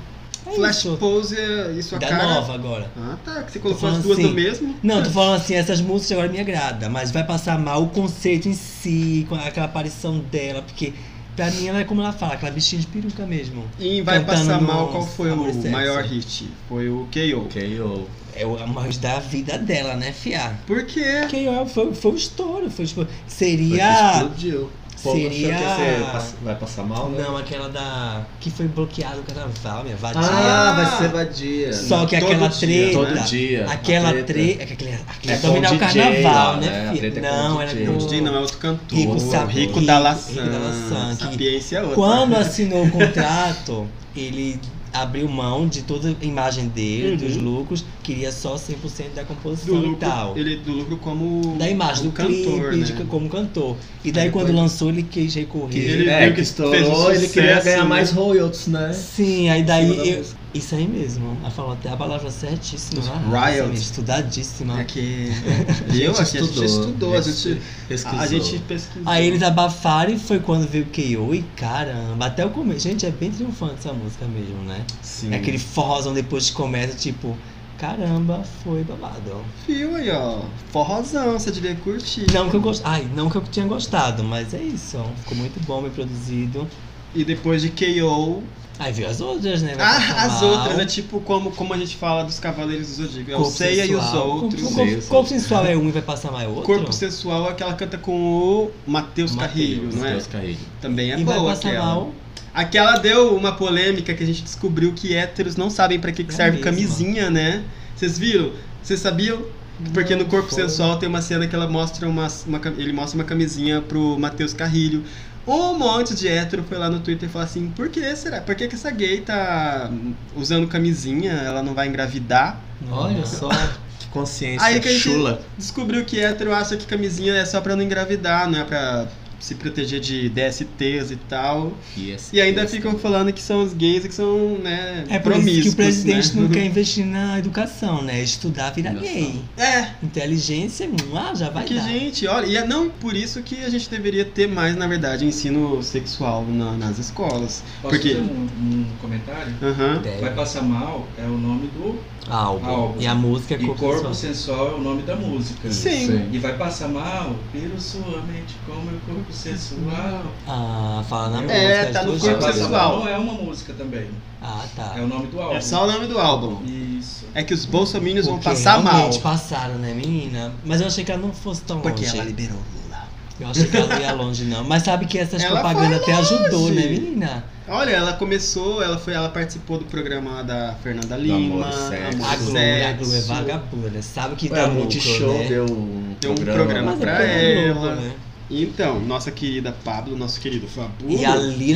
Speaker 4: Flash
Speaker 3: isso.
Speaker 4: Pose e sua
Speaker 3: Da
Speaker 4: cara.
Speaker 3: nova agora.
Speaker 4: Ah, tá. Que você
Speaker 3: Tô
Speaker 4: colocou as
Speaker 3: falando
Speaker 4: duas
Speaker 3: assim,
Speaker 4: no mesmo.
Speaker 3: Não, tô falando assim, essas músicas agora me agradam, mas vai passar mal o conceito em si, com aquela aparição dela, porque pra mim ela é como ela fala, aquela bichinha de peruca mesmo.
Speaker 4: E vai
Speaker 3: Cantando
Speaker 4: passar
Speaker 3: no
Speaker 4: mal, qual foi
Speaker 3: Amor e
Speaker 4: o
Speaker 3: Sexo.
Speaker 4: maior hit? Foi o KO.
Speaker 2: KO.
Speaker 3: É o mais da vida dela, né, fia?
Speaker 4: Por quê?
Speaker 3: Que foi o estouro, foi tipo,
Speaker 2: Foi que
Speaker 3: seria...
Speaker 2: explodiu. Pô,
Speaker 3: Seria-
Speaker 2: você vai passar mal, né?
Speaker 3: Não, aquela da... que foi bloqueado o carnaval, minha vadia.
Speaker 2: Ah, vai ser vadia.
Speaker 3: Só que
Speaker 4: todo
Speaker 3: aquela
Speaker 4: dia,
Speaker 3: treta,
Speaker 2: todo dia.
Speaker 3: aquela
Speaker 2: A treta.
Speaker 3: aquele
Speaker 2: É
Speaker 3: dominar
Speaker 2: com
Speaker 3: o
Speaker 2: o DJ
Speaker 3: carnaval,
Speaker 2: lá,
Speaker 3: né,
Speaker 2: né? A
Speaker 3: filha?
Speaker 2: treta é com
Speaker 3: Não,
Speaker 2: o
Speaker 3: era
Speaker 2: DJ.
Speaker 3: com
Speaker 4: O DJ não é outro cantor.
Speaker 3: Rico
Speaker 4: o
Speaker 3: Sa-
Speaker 4: Rico
Speaker 3: Rico-
Speaker 4: Dalassan.
Speaker 3: Rico Dalassan, que-
Speaker 4: Sapiência é outra.
Speaker 3: Quando assinou o contrato, ele abriu mão de toda a imagem dele, dos lucros, queria só 100% da
Speaker 4: do
Speaker 3: composição
Speaker 4: lucro,
Speaker 3: e tal.
Speaker 4: ele do lucro como
Speaker 3: Da imagem do
Speaker 4: cantor,
Speaker 3: clipe,
Speaker 4: né?
Speaker 3: como cantor. E daí
Speaker 4: Aí
Speaker 3: quando
Speaker 4: depois-
Speaker 3: lançou, ele quis recorrer.
Speaker 4: Ele
Speaker 2: viu
Speaker 4: viu
Speaker 2: que
Speaker 4: que
Speaker 2: estourou,
Speaker 4: fez um
Speaker 2: ele queria
Speaker 4: sucesso,
Speaker 2: ganhar
Speaker 4: né?
Speaker 2: mais royalties, né?
Speaker 3: Sim, aí
Speaker 2: Em
Speaker 3: daí
Speaker 2: cima da
Speaker 3: eu,
Speaker 2: música.
Speaker 3: isso aí mesmo. Ela falou até a palavra certíssima.
Speaker 4: Os
Speaker 3: lá,
Speaker 4: royalties.
Speaker 3: estudadíssima.
Speaker 4: É que eu aqui, a gente estudou, a gente pesquisou.
Speaker 3: Aí eles abafaram e foi quando veio o KO e caramba, até o começo. Gente, é bem triunfante essa música mesmo, né?
Speaker 4: Sim.
Speaker 3: É aquele forrozão depois que começa, tipo, caramba, foi babado. Ó.
Speaker 4: Fio aí, ó. Forrozão, você devia curtir.
Speaker 3: Não que eu não que eu tinha gostado, mas é isso, ó. Ficou muito bom, bem produzido.
Speaker 4: E depois de KO.
Speaker 3: Aí viu as outras, né? Vai Passar
Speaker 4: As
Speaker 3: Mal,
Speaker 4: outras é tipo como a gente fala dos Cavaleiros do Zodíaco. É o
Speaker 3: Corpo
Speaker 4: Seiya e os
Speaker 3: Sensual.
Speaker 4: outros.
Speaker 3: Corpo Sensual é um e vai passar mais outro.
Speaker 4: Corpo Sensual é aquela que canta com o Matheus Carrilho, não é?
Speaker 2: Matheus Carrilho.
Speaker 4: Também é
Speaker 3: E vai
Speaker 4: boa
Speaker 3: passar
Speaker 4: aquela.
Speaker 3: mal.
Speaker 4: Aquela deu uma polêmica que a gente descobriu que héteros não sabem pra que
Speaker 3: É
Speaker 4: serve
Speaker 3: mesmo.
Speaker 4: camisinha, né? Vocês viram? Vocês sabiam? Porque no Corpo
Speaker 3: foi.
Speaker 4: Sensual tem uma cena que ela mostra ele mostra uma camisinha pro Matheus Carrilho. Um monte de hétero foi lá no Twitter e falou assim: por que será? Por que essa gay tá usando camisinha? Ela não vai engravidar?
Speaker 2: Olha só, que consciência
Speaker 4: Aí que a gente
Speaker 2: chula.
Speaker 4: descobriu que hétero acha que camisinha é só pra não engravidar, não é pra se proteger de DSTs e tal. E ainda ficam falando que são os gays e que são, né,
Speaker 3: É por isso
Speaker 4: promíscuos,
Speaker 3: que o presidente
Speaker 4: né?
Speaker 3: não quer investir na educação, né? Estudar vira gay.
Speaker 4: É,
Speaker 3: Inteligência, já vai
Speaker 4: porque,
Speaker 3: dar.
Speaker 4: gente, olha, e é não por isso que a gente deveria ter mais, na verdade, ensino sexual nas escolas.
Speaker 1: Posso
Speaker 4: Porque.
Speaker 1: fazer um comentário?
Speaker 4: Aham.
Speaker 3: Deve.
Speaker 1: Vai Passar Mal é o nome do
Speaker 3: Álbum.
Speaker 1: álbum.
Speaker 3: E a música é
Speaker 1: E
Speaker 3: Corpo
Speaker 1: Corpo
Speaker 3: Sensual.
Speaker 1: Sensual é o nome da música.
Speaker 4: Sim.
Speaker 1: E vai passar mal, pelo sua mente com meu corpo sensual.
Speaker 3: Ah, fala na
Speaker 4: É,
Speaker 3: música.
Speaker 4: tá
Speaker 3: as
Speaker 4: no
Speaker 3: duas
Speaker 1: Vai
Speaker 4: Corpo
Speaker 3: coisas.
Speaker 1: Passar
Speaker 4: Sensual.
Speaker 1: Mal não é uma música também.
Speaker 3: Ah, tá.
Speaker 1: É o nome do álbum.
Speaker 4: É só o nome do álbum.
Speaker 1: Isso.
Speaker 4: É que os bolsominions vão
Speaker 3: Porque
Speaker 4: passar mal.
Speaker 3: realmente passaram, né, menina? Mas eu achei que ela não fosse tão
Speaker 4: Porque
Speaker 3: longe.
Speaker 4: ela liberou Lula.
Speaker 3: Eu achei que ela não ia longe, não. Mas sabe que essas
Speaker 4: Ela
Speaker 3: propagandas
Speaker 4: foi
Speaker 3: até ajudou,
Speaker 4: longe.
Speaker 3: né, menina?
Speaker 4: Olha, ela começou, ela participou do programa da Fernanda
Speaker 2: Amor
Speaker 4: Lima,
Speaker 2: e Sexo.
Speaker 3: A
Speaker 4: Amor e
Speaker 3: Globo é
Speaker 4: Sexo.
Speaker 3: vagabunda, né? Sabe que
Speaker 2: Ué,
Speaker 3: dá
Speaker 2: a
Speaker 3: lucro,
Speaker 2: Multishow
Speaker 3: né?
Speaker 2: deu um
Speaker 4: Deu um programa
Speaker 3: Mas é
Speaker 4: pra
Speaker 3: pela Globo,
Speaker 4: ela.
Speaker 3: né?
Speaker 4: Então, nossa querida Pablo, nosso querido Fabio.
Speaker 3: E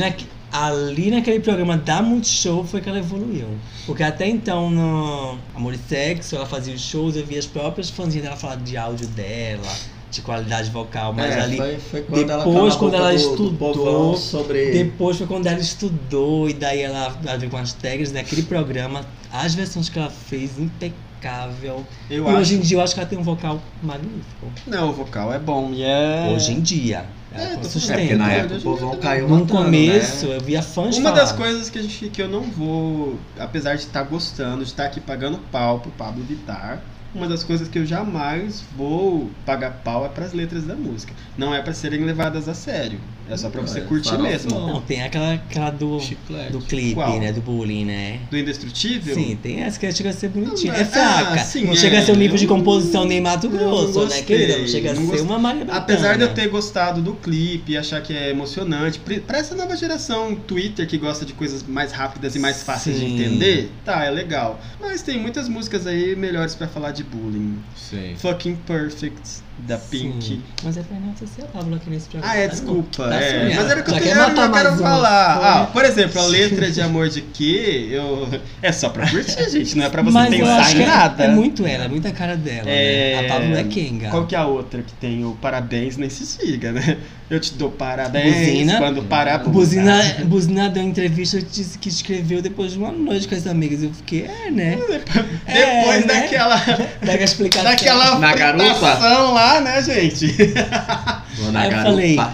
Speaker 3: ali naquele programa da Multishow foi que ela evoluiu. Porque até então, no Amor e Sexo, ela fazia os shows, eu via as próprias fãzinhas dela falar de áudio dela, de qualidade vocal, mas ali...
Speaker 2: foi quando
Speaker 3: depois, quando ela
Speaker 2: do
Speaker 3: estudou,
Speaker 2: povão sobre...
Speaker 3: Depois foi quando ela estudou e daí ela veio com as tags naquele programa, as versões que ela fez, impecável.
Speaker 4: Eu
Speaker 3: E
Speaker 4: acho.
Speaker 3: hoje em dia eu acho que ela tem um vocal magnífico.
Speaker 4: Não, o vocal é bom e é.
Speaker 3: Hoje em dia. Ela
Speaker 4: tô falando.
Speaker 3: sustenta.
Speaker 2: É, porque na
Speaker 4: Hoje
Speaker 2: época
Speaker 4: em
Speaker 2: o povão
Speaker 4: dia
Speaker 2: caiu
Speaker 3: No
Speaker 2: matando,
Speaker 3: começo,
Speaker 2: né?
Speaker 3: eu via fãs
Speaker 4: Uma
Speaker 3: falar.
Speaker 4: das coisas que eu não vou, apesar de estar gostando, de estar aqui pagando pau pro Pablo Vittar, uma das coisas que eu jamais vou pagar pau é pras letras da música. Não é pra serem levadas a sério. É só pra
Speaker 2: Não,
Speaker 4: você
Speaker 2: é
Speaker 4: curtir
Speaker 2: farofão.
Speaker 4: mesmo.
Speaker 3: Não, tem aquela do
Speaker 2: Chiclete.
Speaker 3: clipe,
Speaker 4: Qual?
Speaker 3: né? Do bullying, né?
Speaker 4: Do Indestrutível?
Speaker 3: Sim, tem essa que chega a ser bonitinha.
Speaker 4: Não,
Speaker 3: É fraca.
Speaker 4: sim,
Speaker 3: não chega a ser o nível de
Speaker 4: eu
Speaker 3: composição nem Mato
Speaker 4: não
Speaker 3: Grosso, né,
Speaker 4: gostei,
Speaker 3: querida? Não chega a
Speaker 4: não
Speaker 3: ser
Speaker 4: gostei.
Speaker 3: uma Maria Bethânia.
Speaker 4: Apesar de eu ter gostado do clipe e achar que é emocionante, pra essa nova geração Twitter que gosta de coisas mais rápidas e mais fáceis
Speaker 3: Sim.
Speaker 4: de entender, tá, é legal. Mas tem muitas músicas aí melhores pra falar de bullying.
Speaker 2: Sim.
Speaker 4: Fucking Perfect, da Pink.
Speaker 3: Sim. Mas é pra não ser Pablo aqui nesse programa.
Speaker 4: Ah, é,
Speaker 3: tá?
Speaker 4: desculpa.
Speaker 3: Tá
Speaker 4: É.
Speaker 3: sonhando.
Speaker 4: Mas era que eu
Speaker 3: Já
Speaker 4: quero,
Speaker 3: quer matar
Speaker 4: eu quero
Speaker 3: mais um,
Speaker 4: falar.
Speaker 3: foi.
Speaker 4: Ah, por exemplo, a letra de Amor de Quê, é só pra curtir, gente. Não é pra você
Speaker 3: Mas eu
Speaker 4: pensar
Speaker 3: acho
Speaker 4: em
Speaker 3: que
Speaker 4: nada.
Speaker 3: é muito ela, é muita cara dela, né? A Pablo não é Kenga.
Speaker 4: Qual que é a outra que tem o parabéns, nem se siga, né? Eu te dou parabéns
Speaker 3: Buzina.
Speaker 4: quando parar a
Speaker 3: Buzina deu uma entrevista e disse que escreveu depois de uma noite com as amigas. Eu fiquei, né?
Speaker 4: Depois
Speaker 3: né?
Speaker 4: daquela
Speaker 3: Daquela explicação.
Speaker 4: daquela
Speaker 2: Na garupa?
Speaker 4: fritação lá, né, gente?
Speaker 2: Vou na
Speaker 3: Aí eu
Speaker 2: garupa.
Speaker 3: falei,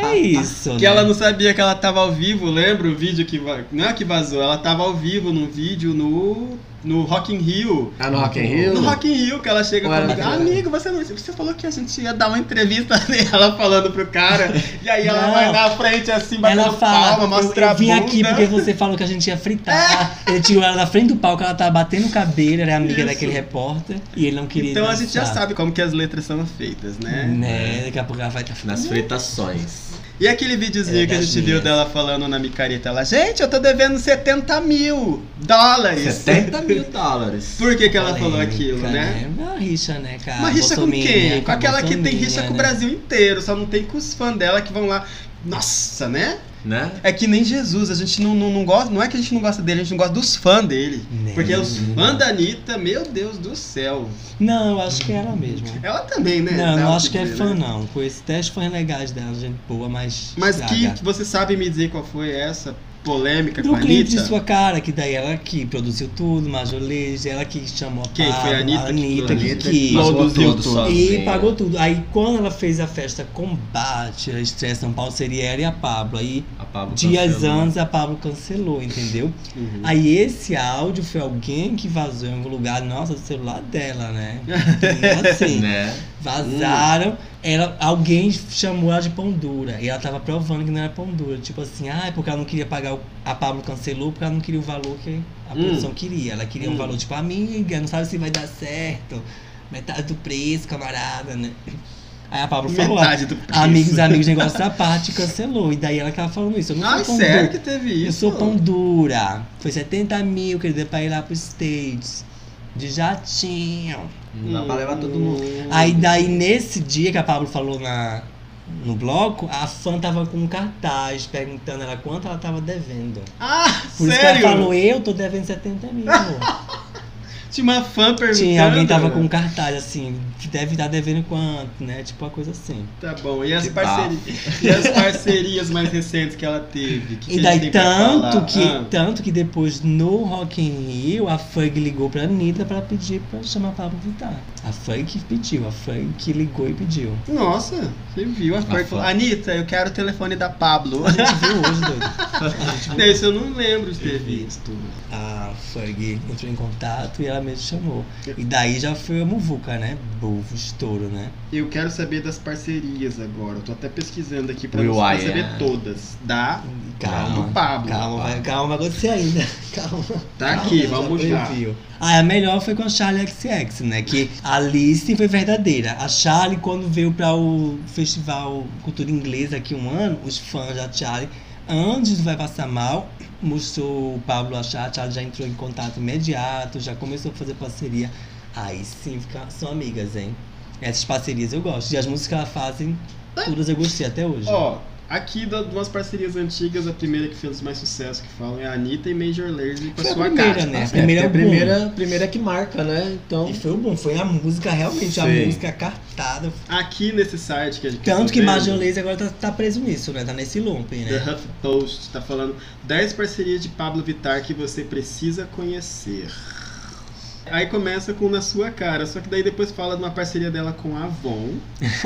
Speaker 3: É isso,
Speaker 4: Que
Speaker 3: né?
Speaker 4: ela não sabia que ela tava ao vivo, lembra o vídeo que... Não é que vazou, ela tava ao vivo num vídeo no Rock in Rio.
Speaker 2: Ah, no Rock in Rio?
Speaker 4: No Rock in Rio, que ela chega
Speaker 2: Ué,
Speaker 4: comigo,
Speaker 2: ela-
Speaker 4: amigo, você falou que a gente ia dar uma entrevista ela falando pro cara, e aí ela
Speaker 3: Não.
Speaker 4: vai na frente assim,
Speaker 3: Ela
Speaker 4: batendo
Speaker 3: fala,
Speaker 4: palma, mostra
Speaker 3: eu vim
Speaker 4: a bunda.
Speaker 3: aqui porque você falou que a gente ia fritar. Ele tirou ela da frente do palco, ela tava batendo o cabelo, era amiga
Speaker 4: Isso.
Speaker 3: daquele repórter, e ele não queria
Speaker 4: Então a gente já
Speaker 3: dançar.
Speaker 4: sabe como que as letras são feitas, né?
Speaker 3: Né, daqui a pouco ela vai estar
Speaker 2: Nas fritações.
Speaker 4: E aquele videozinho
Speaker 3: É
Speaker 4: que a
Speaker 3: das
Speaker 4: gente viu
Speaker 3: minhas.
Speaker 4: dela falando na micareta, ela, gente, eu tô devendo $70 mil dólares.
Speaker 2: $70 mil dólares.
Speaker 4: Por que ela falou aquilo,
Speaker 3: polêmica,
Speaker 4: né?
Speaker 3: Uma rixa, né, cara?
Speaker 4: Uma rixa com
Speaker 3: Bolsominion,
Speaker 4: quem? Com
Speaker 3: a
Speaker 4: aquela que tem
Speaker 3: Bolsominion,
Speaker 4: rixa com o
Speaker 3: né?
Speaker 4: Brasil inteiro, só não tem com os fãs dela que vão lá. Nossa, né?
Speaker 2: Né?
Speaker 4: É que nem Jesus, a gente não gosta, não é que a gente não gosta dele, a gente não gosta dos fãs dele.
Speaker 3: Né?
Speaker 4: Porque os fãs da Anitta, meu Deus do céu.
Speaker 3: Não, eu acho que é ela mesmo.
Speaker 4: Ela também, né?
Speaker 3: Não,
Speaker 4: Dá
Speaker 3: não
Speaker 4: o
Speaker 3: acho que é
Speaker 4: dizer,
Speaker 3: fã,
Speaker 4: né?
Speaker 3: não. Conheço até os fãs legais dela, gente boa, mas
Speaker 4: Que
Speaker 3: estraga.
Speaker 4: você sabe me dizer qual foi essa polêmica
Speaker 3: Do
Speaker 4: com a
Speaker 3: clipe de
Speaker 4: Anitta?
Speaker 3: Sua Cara, que daí ela que produziu tudo, Majolês, ela que chamou a
Speaker 4: Quem foi a Anitta?
Speaker 3: Anitta que
Speaker 2: Anitta
Speaker 3: quis.
Speaker 2: pagou
Speaker 4: Produziu
Speaker 2: tudo
Speaker 4: tudo.
Speaker 2: sozinha.
Speaker 3: E pagou tudo. Aí quando ela fez a festa Combate, a estreia São Paulo, seria ela e a Pablo. Aí
Speaker 2: A Pablo
Speaker 3: dias
Speaker 2: cancelou.
Speaker 3: antes a Pablo cancelou, entendeu?
Speaker 4: Uhum.
Speaker 3: Aí esse áudio foi alguém que vazou em algum lugar, nossa, do celular dela, né? Então, assim,
Speaker 2: Né?
Speaker 3: vazaram, alguém chamou ela de pão dura. E ela tava provando que não era pão dura. Tipo assim, porque ela não queria pagar, a Pablo cancelou porque ela não queria o valor que a produção queria. Ela queria um valor tipo, amiga, não sabe se vai dar certo. Metade do preço, camarada, né? Aí a Pablo falou,
Speaker 4: Metade do preço.
Speaker 3: amigos, negócio da parte, cancelou. E daí ela tava falando isso. Eu não
Speaker 4: Ai,
Speaker 3: sou pão
Speaker 4: sério
Speaker 3: dura.
Speaker 4: que teve isso?
Speaker 3: Eu sou pão dura. Foi 70 mil, querida, pra ir lá pro States. De jatinho.
Speaker 2: Não dá pra levar todo mundo.
Speaker 3: Aí daí nesse dia que a Pablo falou no bloco, a fã tava com um cartaz perguntando ela quanto ela tava devendo.
Speaker 4: Ah,
Speaker 3: Por isso que
Speaker 4: sério?
Speaker 3: ela falou, eu tô devendo 70 mil.
Speaker 4: Tinha uma fã perguntando.
Speaker 3: Tinha, alguém tava com um cartaz assim, que deve estar devendo quanto, né? Tipo uma coisa assim.
Speaker 4: Tá bom. E as
Speaker 2: Que
Speaker 4: parcerias? E as parcerias mais recentes que ela teve? Que
Speaker 3: E
Speaker 4: a
Speaker 3: daí
Speaker 4: gente tem pra falar?
Speaker 3: tanto que depois no Rock in Rio, a Fug ligou pra Anitta pra pedir pra chamar a Pablo Vittar. A Fug que pediu, a Fug que ligou e pediu.
Speaker 4: Nossa, você viu a fã que falou,
Speaker 2: fã.
Speaker 4: Anitta, eu quero o telefone da Pablo.
Speaker 3: A gente viu hoje, doido. A gente viu.
Speaker 4: Isso eu não lembro de ter visto.
Speaker 3: A Fug entrou em contato e ela mesmo chamou. E daí já foi a muvuca, né? Bufo, estouro, né?
Speaker 4: Eu quero saber das parcerias agora. Eu tô até pesquisando aqui pra
Speaker 2: Will
Speaker 4: não
Speaker 2: I
Speaker 4: saber
Speaker 2: Am.
Speaker 4: todas. Da
Speaker 3: Calma.
Speaker 4: do Pablo.
Speaker 3: Calma, vai acontecer ainda. Calma.
Speaker 4: Tá aqui,
Speaker 3: Já
Speaker 4: vamos lá.
Speaker 3: previu. A melhor foi com a Charli XX, né? Que a Alice foi verdadeira. A Charli, quando veio para o Festival Cultura Inglesa aqui um ano, os fãs da Charli, antes do Vai Passar Mal, mostrou o Pablo a Charli já entrou em contato imediato, já começou a fazer parceria. Aí sim, são amigas, hein? Essas parcerias eu gosto. E as músicas que elas fazem, todas eu gostei até hoje.
Speaker 4: Ó, aqui de umas parcerias antigas, a primeira que fez mais sucesso que falam é a Anitta e Major Lazer com a
Speaker 3: Foi a
Speaker 4: sua
Speaker 3: primeira,
Speaker 4: cara.
Speaker 3: né?
Speaker 2: A
Speaker 3: Primeira é o boom.
Speaker 2: primeira que marca, né? Então.
Speaker 3: E foi o bom, foi a música, realmente, a
Speaker 2: Sim.
Speaker 3: música cartada.
Speaker 4: Aqui nesse site que a gente
Speaker 3: Tanto que
Speaker 4: vendo,
Speaker 3: Major Lazer agora tá preso nisso, né? Tá nesse looping,
Speaker 4: The
Speaker 3: né?
Speaker 4: HuffPost tá falando 10 parcerias de Pablo Vittar que você precisa conhecer. Aí começa com Na Sua Cara, só que daí depois fala de uma parceria dela com a Avon.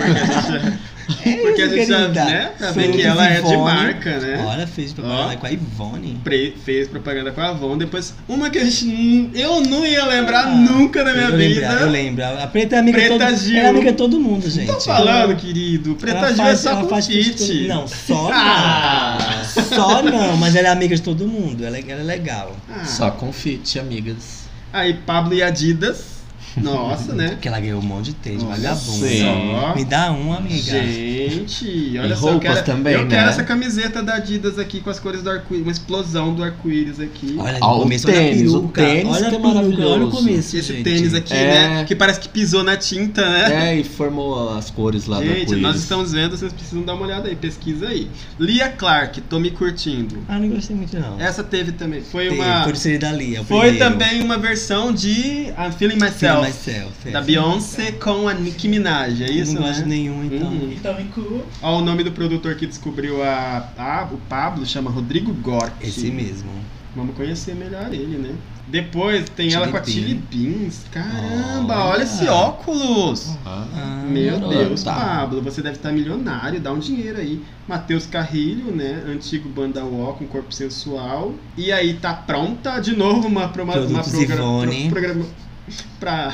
Speaker 4: Porque a gente já, né, pra ver que ela é de marca, né?
Speaker 3: Olha, fez propaganda
Speaker 4: Ó.
Speaker 3: com a Ivone.
Speaker 4: Fez propaganda com a Avon. Depois, uma que eu não ia lembrar nunca na minha vida.
Speaker 3: Eu lembro. A Preta é amiga
Speaker 4: Preta
Speaker 3: todo,
Speaker 4: Gil.
Speaker 3: é amiga de todo mundo, gente.
Speaker 4: Tô falando, querido. Preta
Speaker 3: Ela
Speaker 4: Gil é
Speaker 3: faz-
Speaker 4: só
Speaker 3: ela
Speaker 4: com
Speaker 3: faz feat
Speaker 4: fit.
Speaker 3: todo- Não, só
Speaker 4: Ah.
Speaker 3: não. Só não, mas ela é amiga de todo mundo. Ela é legal.
Speaker 4: Ah.
Speaker 2: Só confite, amigas.
Speaker 4: Aí Pablo e Adidas. Nossa, né?
Speaker 3: Porque ela ganhou um monte de tênis,
Speaker 4: Nossa,
Speaker 3: vagabundo.
Speaker 2: sim.
Speaker 4: Só.
Speaker 3: Me dá um, amiga.
Speaker 4: Gente, olha
Speaker 2: E
Speaker 4: só,
Speaker 2: roupas também,
Speaker 4: eu quero
Speaker 2: né?
Speaker 4: essa camiseta da Adidas aqui com as cores do arco-íris, uma explosão do arco-íris aqui.
Speaker 3: Olha,
Speaker 2: Ó,
Speaker 3: no
Speaker 2: o
Speaker 3: começo,
Speaker 2: tênis,
Speaker 3: olha a
Speaker 2: o
Speaker 3: peruca.
Speaker 2: tênis
Speaker 3: Olha a
Speaker 2: que é
Speaker 3: peruca, olha o
Speaker 2: maravilhoso.
Speaker 3: começo,
Speaker 4: Esse
Speaker 3: gente.
Speaker 4: tênis aqui,
Speaker 2: É.
Speaker 4: né? Que parece que pisou na tinta, né?
Speaker 2: É, e formou as cores lá do
Speaker 4: Gente,
Speaker 2: arco-íris.
Speaker 4: nós estamos vendo, vocês precisam dar uma olhada aí, pesquisa aí. Lia Clark, tô me curtindo.
Speaker 3: Ah, não gostei muito, não.
Speaker 4: Essa teve também. Foi
Speaker 3: Teve,
Speaker 4: uma.
Speaker 3: Foi do Seria da Lia, o
Speaker 4: Foi
Speaker 3: primeiro.
Speaker 4: também uma versão de I'm Feeling Myself.
Speaker 3: Myself, é.
Speaker 4: Da Beyoncé com a Nicki Minaj, é isso,
Speaker 3: Eu não
Speaker 4: né?
Speaker 3: gosto de nenhum, então.
Speaker 4: Uhum.
Speaker 1: Então, cool.
Speaker 4: Ó, o nome do produtor que descobriu o Pablo chama Rodrigo Gork.
Speaker 3: Esse mesmo.
Speaker 4: Vamos conhecer melhor ele, né? Depois tem ela
Speaker 3: Chili
Speaker 4: com a
Speaker 3: Bean.
Speaker 4: Chili Beans. Caramba,
Speaker 3: Olha.
Speaker 4: olha esse óculos.
Speaker 3: Ah,
Speaker 4: Meu Deus,
Speaker 2: tá.
Speaker 4: Pablo, você deve estar milionário, dá um dinheiro aí. Matheus Carrilho, né? Antigo Banda Walk, um corpo sensual. E aí, tá pronta de novo uma
Speaker 3: Produtos Ivone.
Speaker 4: programa pra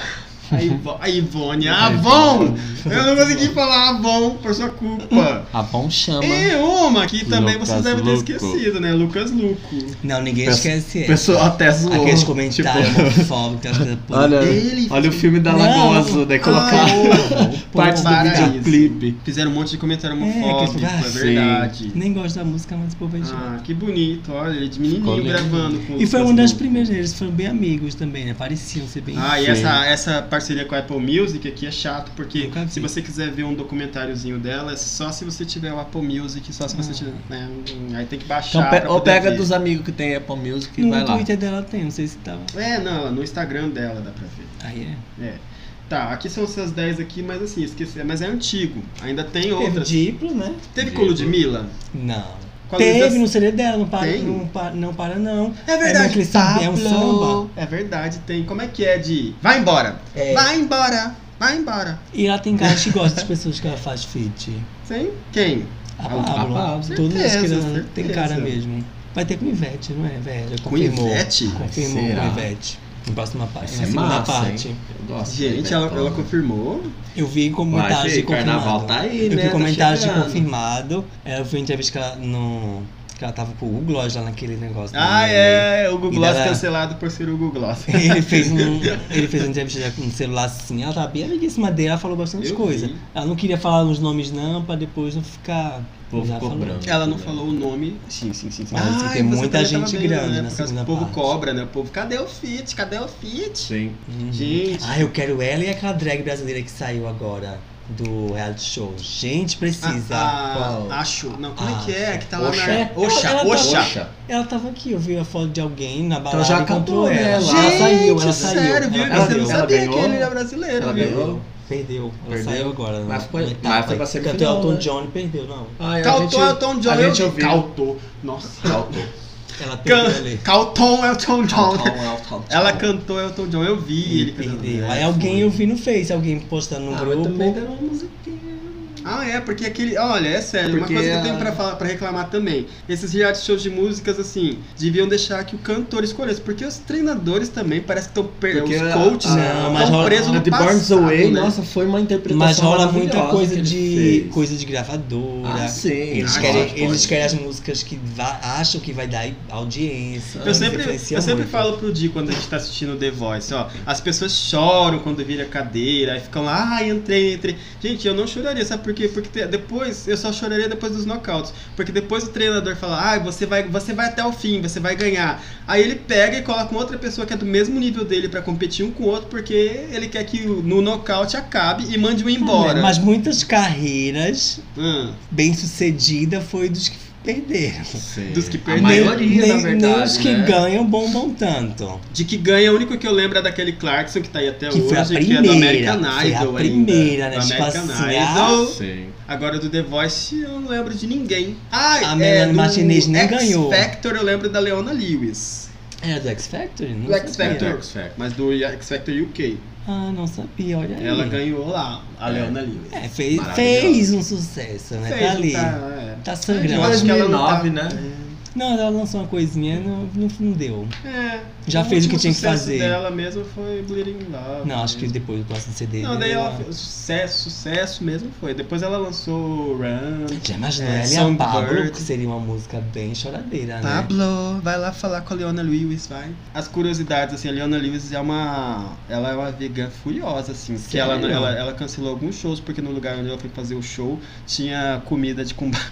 Speaker 4: a Ivone. A Avon! Eu não consegui falar Avon por sua culpa.
Speaker 2: Avon chama.
Speaker 4: E uma que também
Speaker 2: Lucas
Speaker 4: vocês devem ter
Speaker 2: Luco.
Speaker 4: esquecido, né? Lucas Luco.
Speaker 3: Não, ninguém
Speaker 2: Peço-
Speaker 3: esquece
Speaker 2: O
Speaker 3: ele.
Speaker 2: pessoal até zoou.
Speaker 3: Aqueles comentários homofóbicos, aquelas coisas
Speaker 2: Olha,
Speaker 4: Ele
Speaker 2: olha o
Speaker 4: fez-
Speaker 2: filme da
Speaker 3: Não.
Speaker 2: Lagoa Azul, daí colocar parte do
Speaker 4: para
Speaker 2: videoclipe.
Speaker 4: Fizeram um monte de comentário
Speaker 3: É,
Speaker 4: homofóbico,
Speaker 3: que-
Speaker 4: é
Speaker 3: ah,
Speaker 4: verdade.
Speaker 3: Nem gosto da música, mas o povo é idiota.
Speaker 4: Ah, que bonito, olha, ele de
Speaker 2: Ficou
Speaker 4: menininho
Speaker 2: lindo.
Speaker 4: gravando com o
Speaker 3: E foi
Speaker 4: Lucas
Speaker 3: uma das
Speaker 4: Luco.
Speaker 3: primeiras, eles foram bem amigos também, né? Pareciam ser bem.
Speaker 4: Ah, e
Speaker 2: Sim.
Speaker 4: essa parceria com a Apple Music aqui é chato, porque
Speaker 3: Nunca vi.
Speaker 4: se você quiser ver um documentáriozinho dela, é só se você tiver o Apple Music, só se você tiver. Né, aí tem que baixar.
Speaker 2: Então,
Speaker 4: pra
Speaker 2: ou
Speaker 4: poder
Speaker 2: pega
Speaker 4: ver.
Speaker 2: dos amigos que tem Apple Music e
Speaker 3: No
Speaker 2: vai lá.
Speaker 3: Twitter dela tem, não sei se tava.
Speaker 4: É, não, no Instagram dela dá pra ver.
Speaker 3: Aí é.
Speaker 4: É. Tá, aqui são essas 10 aqui, mas assim, esqueci. Mas é antigo. Ainda tem
Speaker 3: Teve
Speaker 4: outras.
Speaker 3: Diplo, né?
Speaker 4: Teve com Ludmilla?
Speaker 3: Não.
Speaker 4: Com a
Speaker 3: Teve
Speaker 4: Luísa-
Speaker 3: no CD dela, não para,
Speaker 4: Tem?
Speaker 3: não para não.
Speaker 4: É verdade,
Speaker 3: aquele samba, é um samba.
Speaker 4: É verdade, tem. Como é que é de. Vai embora!
Speaker 3: É.
Speaker 4: Vai embora! Vai embora!
Speaker 3: E ela tem cara que gosta das pessoas que ela faz feat.
Speaker 4: Sim? Quem?
Speaker 3: A
Speaker 4: A
Speaker 3: Pablo.
Speaker 2: Pablo,
Speaker 3: Todas as que ela
Speaker 4: certeza.
Speaker 3: tem cara mesmo. Vai ter com Ivete, não é, velho?
Speaker 4: Com
Speaker 3: Confirmou.
Speaker 4: Ivete?
Speaker 3: Confirmou
Speaker 2: Será?
Speaker 3: com Ivete. Na próxima parte.
Speaker 2: Essa
Speaker 3: Na
Speaker 2: é
Speaker 3: segunda
Speaker 2: massa,
Speaker 3: parte.
Speaker 2: hein? Eu gosto.
Speaker 4: Gente, ela confirmou?
Speaker 3: Eu vi comentários
Speaker 2: Vai,
Speaker 3: de
Speaker 2: filho,
Speaker 3: confirmado.
Speaker 2: carnaval tá aí,
Speaker 3: eu
Speaker 2: né?
Speaker 3: vi
Speaker 2: Tá
Speaker 3: comentários de
Speaker 2: chegando.
Speaker 3: confirmado. Eu vi entrevista que ela no. Que ela tava com o Google Gloss lá naquele negócio.
Speaker 4: Ah,
Speaker 3: dele.
Speaker 4: é! O Google
Speaker 3: E
Speaker 4: Gloss
Speaker 3: dela-
Speaker 4: cancelado por ser o Google Gloss.
Speaker 3: Ele fez uma entrevista com um celular assim, ela tava bem amiguíssima dele, ela falou bastante
Speaker 4: Eu
Speaker 3: coisa.
Speaker 4: vi.
Speaker 3: Ela não queria falar os nomes não, pra depois não ficar.
Speaker 2: O povo
Speaker 3: Já
Speaker 2: ficou
Speaker 3: falou.
Speaker 2: branco.
Speaker 4: Ela não falou o nome. Sim.
Speaker 3: Mas, assim, tem
Speaker 4: você
Speaker 3: muita
Speaker 4: também
Speaker 3: gente
Speaker 4: tava vendo,
Speaker 3: grande
Speaker 4: né?
Speaker 3: na
Speaker 4: Por causa
Speaker 3: segunda
Speaker 4: que o povo
Speaker 3: parte.
Speaker 4: cobra, né? O povo, cadê o feat? Cadê o feat?
Speaker 2: Sim.
Speaker 3: Uhum.
Speaker 4: Gente.
Speaker 3: Ah, eu quero ela e aquela drag brasileira que saiu agora do reality show. Gente, precisa.
Speaker 2: Qual?
Speaker 4: Acho. Não, como é
Speaker 3: Ah,
Speaker 4: que é? Que tá lá
Speaker 2: Oxa.
Speaker 4: na.
Speaker 3: Ela
Speaker 4: Oxa,
Speaker 3: tá-
Speaker 4: Oxa.
Speaker 3: Ela tava aqui, eu vi a foto de alguém na balada
Speaker 2: já
Speaker 3: e encontrou
Speaker 2: cantou, né,
Speaker 3: ela.
Speaker 2: lá.
Speaker 3: Ela saiu, ela
Speaker 4: Gente,
Speaker 3: saiu.
Speaker 4: sério, viu?
Speaker 3: Ela
Speaker 4: Você não
Speaker 3: perdeu.
Speaker 4: sabia
Speaker 2: ganhou?
Speaker 4: que ele era brasileiro,
Speaker 2: Ela
Speaker 4: viu?
Speaker 2: ganhou?
Speaker 3: Perdeu. Ela
Speaker 2: Perdeu?
Speaker 3: saiu agora.
Speaker 2: Mas
Speaker 3: na-
Speaker 2: foi-
Speaker 3: na
Speaker 2: mas
Speaker 3: etapa.
Speaker 2: foi pra semifinal,
Speaker 3: Cantou Elton
Speaker 2: né?
Speaker 3: John e perdeu, não.
Speaker 2: Ai,
Speaker 4: Cautou Elton John.
Speaker 2: a gente ouviu.
Speaker 4: Cautou. Nossa.
Speaker 2: Cautou.
Speaker 3: Ela perdeu ali.
Speaker 4: Cautou Elton John.
Speaker 2: Elton.
Speaker 4: Ela cantou Elton John, eu vi ele cantando.
Speaker 3: Perdeu.
Speaker 4: É,
Speaker 3: Aí alguém
Speaker 4: foi.
Speaker 3: eu vi no Face, alguém postando no
Speaker 2: Ah, mas
Speaker 3: grupo.
Speaker 2: também deram uma musiquinha.
Speaker 4: Ah, é, porque aquele. Olha, é sério,
Speaker 2: Porque
Speaker 4: uma coisa que eu tenho
Speaker 2: a-
Speaker 4: pra, falar, pra reclamar também. Esses reality shows de músicas, assim, deviam deixar que o cantor escolhesse. Porque os treinadores também parece que estão
Speaker 2: Porque
Speaker 4: os coaches
Speaker 3: Não, mas
Speaker 4: estão
Speaker 3: rola-
Speaker 4: presos
Speaker 2: A
Speaker 4: no
Speaker 2: The
Speaker 4: passado,
Speaker 2: Born This Way,
Speaker 4: né?
Speaker 2: nossa, foi uma interpretação
Speaker 3: Mas rola muita
Speaker 2: maravilhosa
Speaker 3: coisa
Speaker 2: que ele
Speaker 3: de
Speaker 2: fez.
Speaker 3: coisa de gravadora.
Speaker 2: Ah, sim.
Speaker 3: Eles,
Speaker 4: Ah,
Speaker 3: querem,
Speaker 4: lógico,
Speaker 3: eles
Speaker 2: pode.
Speaker 3: querem as músicas que acham que vai dar audiência.
Speaker 4: Eu sempre
Speaker 3: Influencia muito.
Speaker 4: falo pro Di quando a gente tá assistindo The Voice, ó, as pessoas choram quando vira cadeira, aí ficam lá, ai, entrei. Gente, eu não choraria, sabe por quê? Porque depois, eu só choraria depois dos knockouts, porque depois o treinador fala, ai, você vai até o fim, você vai ganhar. Aí ele pega e coloca uma outra pessoa que é do mesmo nível dele pra competir um com o outro, porque ele quer que no knockout acabe e mande um embora.
Speaker 3: Mas muitas carreiras bem sucedidas foi dos que perderam.
Speaker 2: Sim.
Speaker 4: Dos que
Speaker 2: A
Speaker 4: perderam.
Speaker 2: maioria, na
Speaker 3: nem
Speaker 2: verdade,
Speaker 3: os que
Speaker 2: né?
Speaker 3: ganham bombam tanto.
Speaker 4: De que ganha, o único que eu lembro é daquele Clarkson, que tá aí até
Speaker 3: Que
Speaker 4: hoje,
Speaker 3: foi a
Speaker 4: que é do
Speaker 3: primeira.
Speaker 4: American
Speaker 3: Foi a
Speaker 4: Idol
Speaker 3: primeira,
Speaker 4: ainda.
Speaker 3: né?
Speaker 4: Do
Speaker 3: Tipo
Speaker 4: American
Speaker 3: assim,
Speaker 4: Idol.
Speaker 2: Sim.
Speaker 4: Agora do The Voice eu não lembro de ninguém. Ah,
Speaker 3: A Melanie
Speaker 4: do
Speaker 3: Martinez nem ganhou.
Speaker 4: X Factor eu lembro da Leona Lewis.
Speaker 3: Era do X Factor? Não
Speaker 4: Do X
Speaker 3: sabia.
Speaker 4: Factor.
Speaker 2: X Factor.
Speaker 4: Mas do X Factor UK.
Speaker 3: Ah, não sabia, olha aí.
Speaker 4: Ela ganhou lá, a Leona Lewis.
Speaker 3: É, fez
Speaker 2: Maravilhosa.
Speaker 3: um sucesso, né?
Speaker 4: Fez,
Speaker 3: tá ali.
Speaker 4: é.
Speaker 3: Tá
Speaker 4: Eu
Speaker 3: sangrando.
Speaker 4: acho que ela não tá-
Speaker 2: 2009, né?
Speaker 3: Não, ela lançou uma coisinha, não deu.
Speaker 4: É.
Speaker 3: Já fez o que
Speaker 4: último
Speaker 3: tinha que
Speaker 4: sucesso
Speaker 3: fazer.
Speaker 4: dela mesmo foi Bleeding Love.
Speaker 3: Não, acho que depois do próximo CD.
Speaker 4: Não, daí
Speaker 3: dela-
Speaker 4: ela fez sucesso mesmo foi. Depois ela lançou Run.
Speaker 3: Já imaginou
Speaker 4: É,
Speaker 3: ela e a Pablo,
Speaker 4: Songbird.
Speaker 3: que seria uma música bem choradeira, né?
Speaker 4: Pablo, vai lá falar com a Leona Lewis, vai. As curiosidades, assim, a Leona Lewis é uma vegana furiosa, assim. Que
Speaker 3: Sério?
Speaker 4: ela cancelou alguns shows, porque no lugar onde ela foi fazer o show tinha comida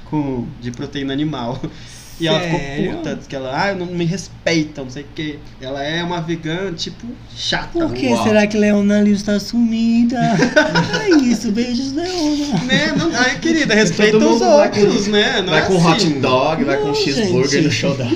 Speaker 4: de proteína animal. E ela ficou
Speaker 3: Sério?
Speaker 4: puta, diz que ela, não me respeitam, não sei o quê. Ela é uma vegana, tipo, chata.
Speaker 3: Por que
Speaker 2: Uau.
Speaker 3: será que Leona Lewis está sumida? É isso, beijos, Leona.
Speaker 4: Né? Não, ai, querida, respeita
Speaker 2: Todo
Speaker 4: os
Speaker 2: mundo vai
Speaker 4: outros, né? Não
Speaker 2: Vai
Speaker 4: é
Speaker 2: com
Speaker 4: assim.
Speaker 2: hot dog, vai com
Speaker 3: Não,
Speaker 2: cheeseburger
Speaker 3: gente.
Speaker 2: no show dela.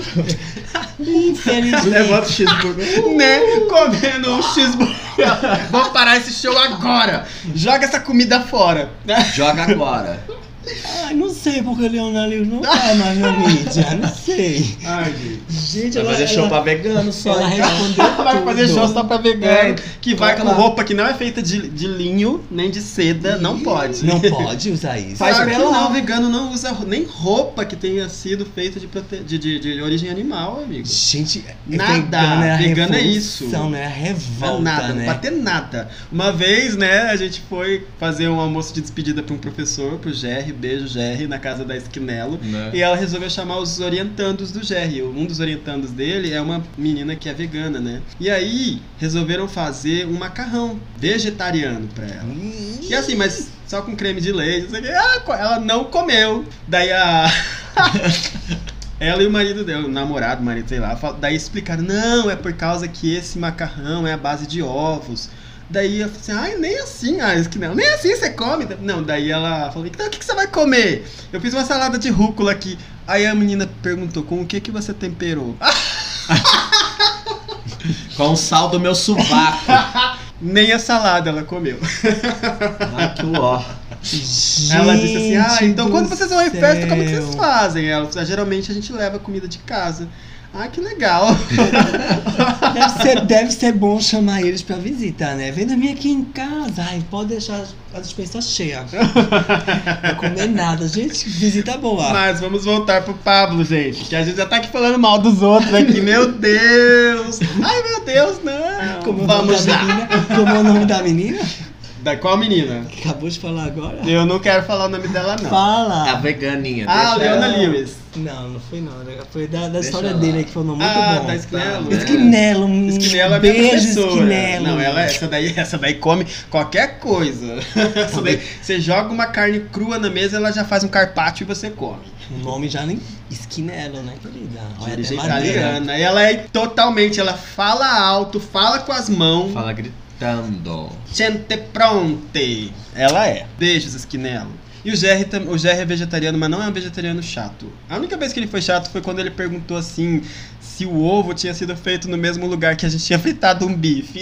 Speaker 3: Infelizmente.
Speaker 2: Levanta o cheeseburger.
Speaker 4: Né? Comendo um cheeseburger. Vamos parar esse show agora. Joga essa comida fora.
Speaker 2: Joga agora.
Speaker 3: Ai, não sei porque o Leona Lewis não tá mais na mídia, não sei.
Speaker 4: Ai, gente.
Speaker 3: Gente,
Speaker 2: Vai fazer show pra vegano só.
Speaker 3: ela
Speaker 2: hein?
Speaker 3: respondeu
Speaker 4: Vai fazer
Speaker 3: tudo.
Speaker 4: show só pra vegano,
Speaker 2: É,
Speaker 4: que vai com
Speaker 2: coloca lá.
Speaker 4: roupa que não é feita de linho, nem de seda, não pode.
Speaker 3: Não pode usar isso.
Speaker 2: Faz
Speaker 4: Claro que
Speaker 2: pelado.
Speaker 4: não, vegano não usa nem roupa que tenha sido feita de origem animal, amigo.
Speaker 3: Gente,
Speaker 4: Nada. Vegano é isso.
Speaker 3: Não é a revolta,
Speaker 4: Nada, não
Speaker 3: né?
Speaker 4: pode ter nada. Uma vez, né, a gente foi fazer um almoço de despedida pra um professor, pro Jerry, beijo Jerry, na casa da Esquinelo.
Speaker 2: Né?
Speaker 4: E ela resolveu chamar os orientandos do Jerry. Um dos orientandos dele é uma menina que é vegana, né? E aí, resolveram fazer um macarrão vegetariano pra ela. E assim, mas só com creme de leite, não sei o quê. Ela não comeu. Daí a... Ela e o marido dela, o namorado, o marido, sei lá, daí explicaram, não, é por causa que esse macarrão é à base de ovos. Daí eu falei assim, nem assim, Esquinelo, nem assim você come. Não, daí ela falou, então o que você vai comer? Eu fiz uma salada de rúcula aqui. Aí a menina perguntou, com o que você temperou?
Speaker 2: Com o sal do meu sovaco.
Speaker 4: Nem a salada ela comeu.
Speaker 2: Ai, que ó.
Speaker 4: Ela disse assim, então
Speaker 3: do
Speaker 4: quando vocês vão em festa, como que
Speaker 3: céu.
Speaker 4: vocês fazem? Ela falou, geralmente a gente leva comida de casa. Que legal.
Speaker 3: Deve ser bom chamar eles pra visita, né? Vem dormir aqui em casa. Ai, pode deixar a despensa cheia. Não comer nada. Gente, visita boa.
Speaker 4: Mas vamos voltar pro Pablo, gente. Que a gente já tá aqui falando mal dos outros aqui. Meu Deus. Ai, meu Deus, não.
Speaker 3: Como o nome
Speaker 4: Vamos
Speaker 3: da
Speaker 4: lá.
Speaker 3: menina? Como é o nome da menina?
Speaker 4: Da qual menina?
Speaker 3: Que acabou de falar agora?
Speaker 4: Eu não quero falar o nome dela, não.
Speaker 3: Fala!
Speaker 2: A veganinha.
Speaker 4: Ah,
Speaker 2: deixa
Speaker 4: Leona
Speaker 2: ela.
Speaker 4: Lewis.
Speaker 3: Não foi não. Foi da
Speaker 2: Deixa
Speaker 3: história
Speaker 2: lá.
Speaker 3: dele aí que foi um nome muito bom.
Speaker 4: Da Esquinelo.
Speaker 2: Tá.
Speaker 3: Esquinelo,
Speaker 4: Esquinelo é minha
Speaker 3: beijo,
Speaker 4: professora.
Speaker 3: Esquinelo.
Speaker 4: Não, essa daí come qualquer coisa. Essa daí, você joga uma carne crua na mesa, ela já faz um carpaccio e você come.
Speaker 3: O nome já nem... Esquinelo, né, querida?
Speaker 4: De
Speaker 3: Olha,
Speaker 4: origem
Speaker 3: até madeira.
Speaker 4: italiana. E ela é totalmente, ela fala alto, fala com as mãos.
Speaker 2: Fala gritando.
Speaker 4: Gente pronte. Ela é. Beijos, Esquinelo. E o Jerry é vegetariano, mas não é um vegetariano chato. A única vez que ele foi chato foi quando ele perguntou assim se o ovo tinha sido feito no mesmo lugar que a gente tinha fritado um bife.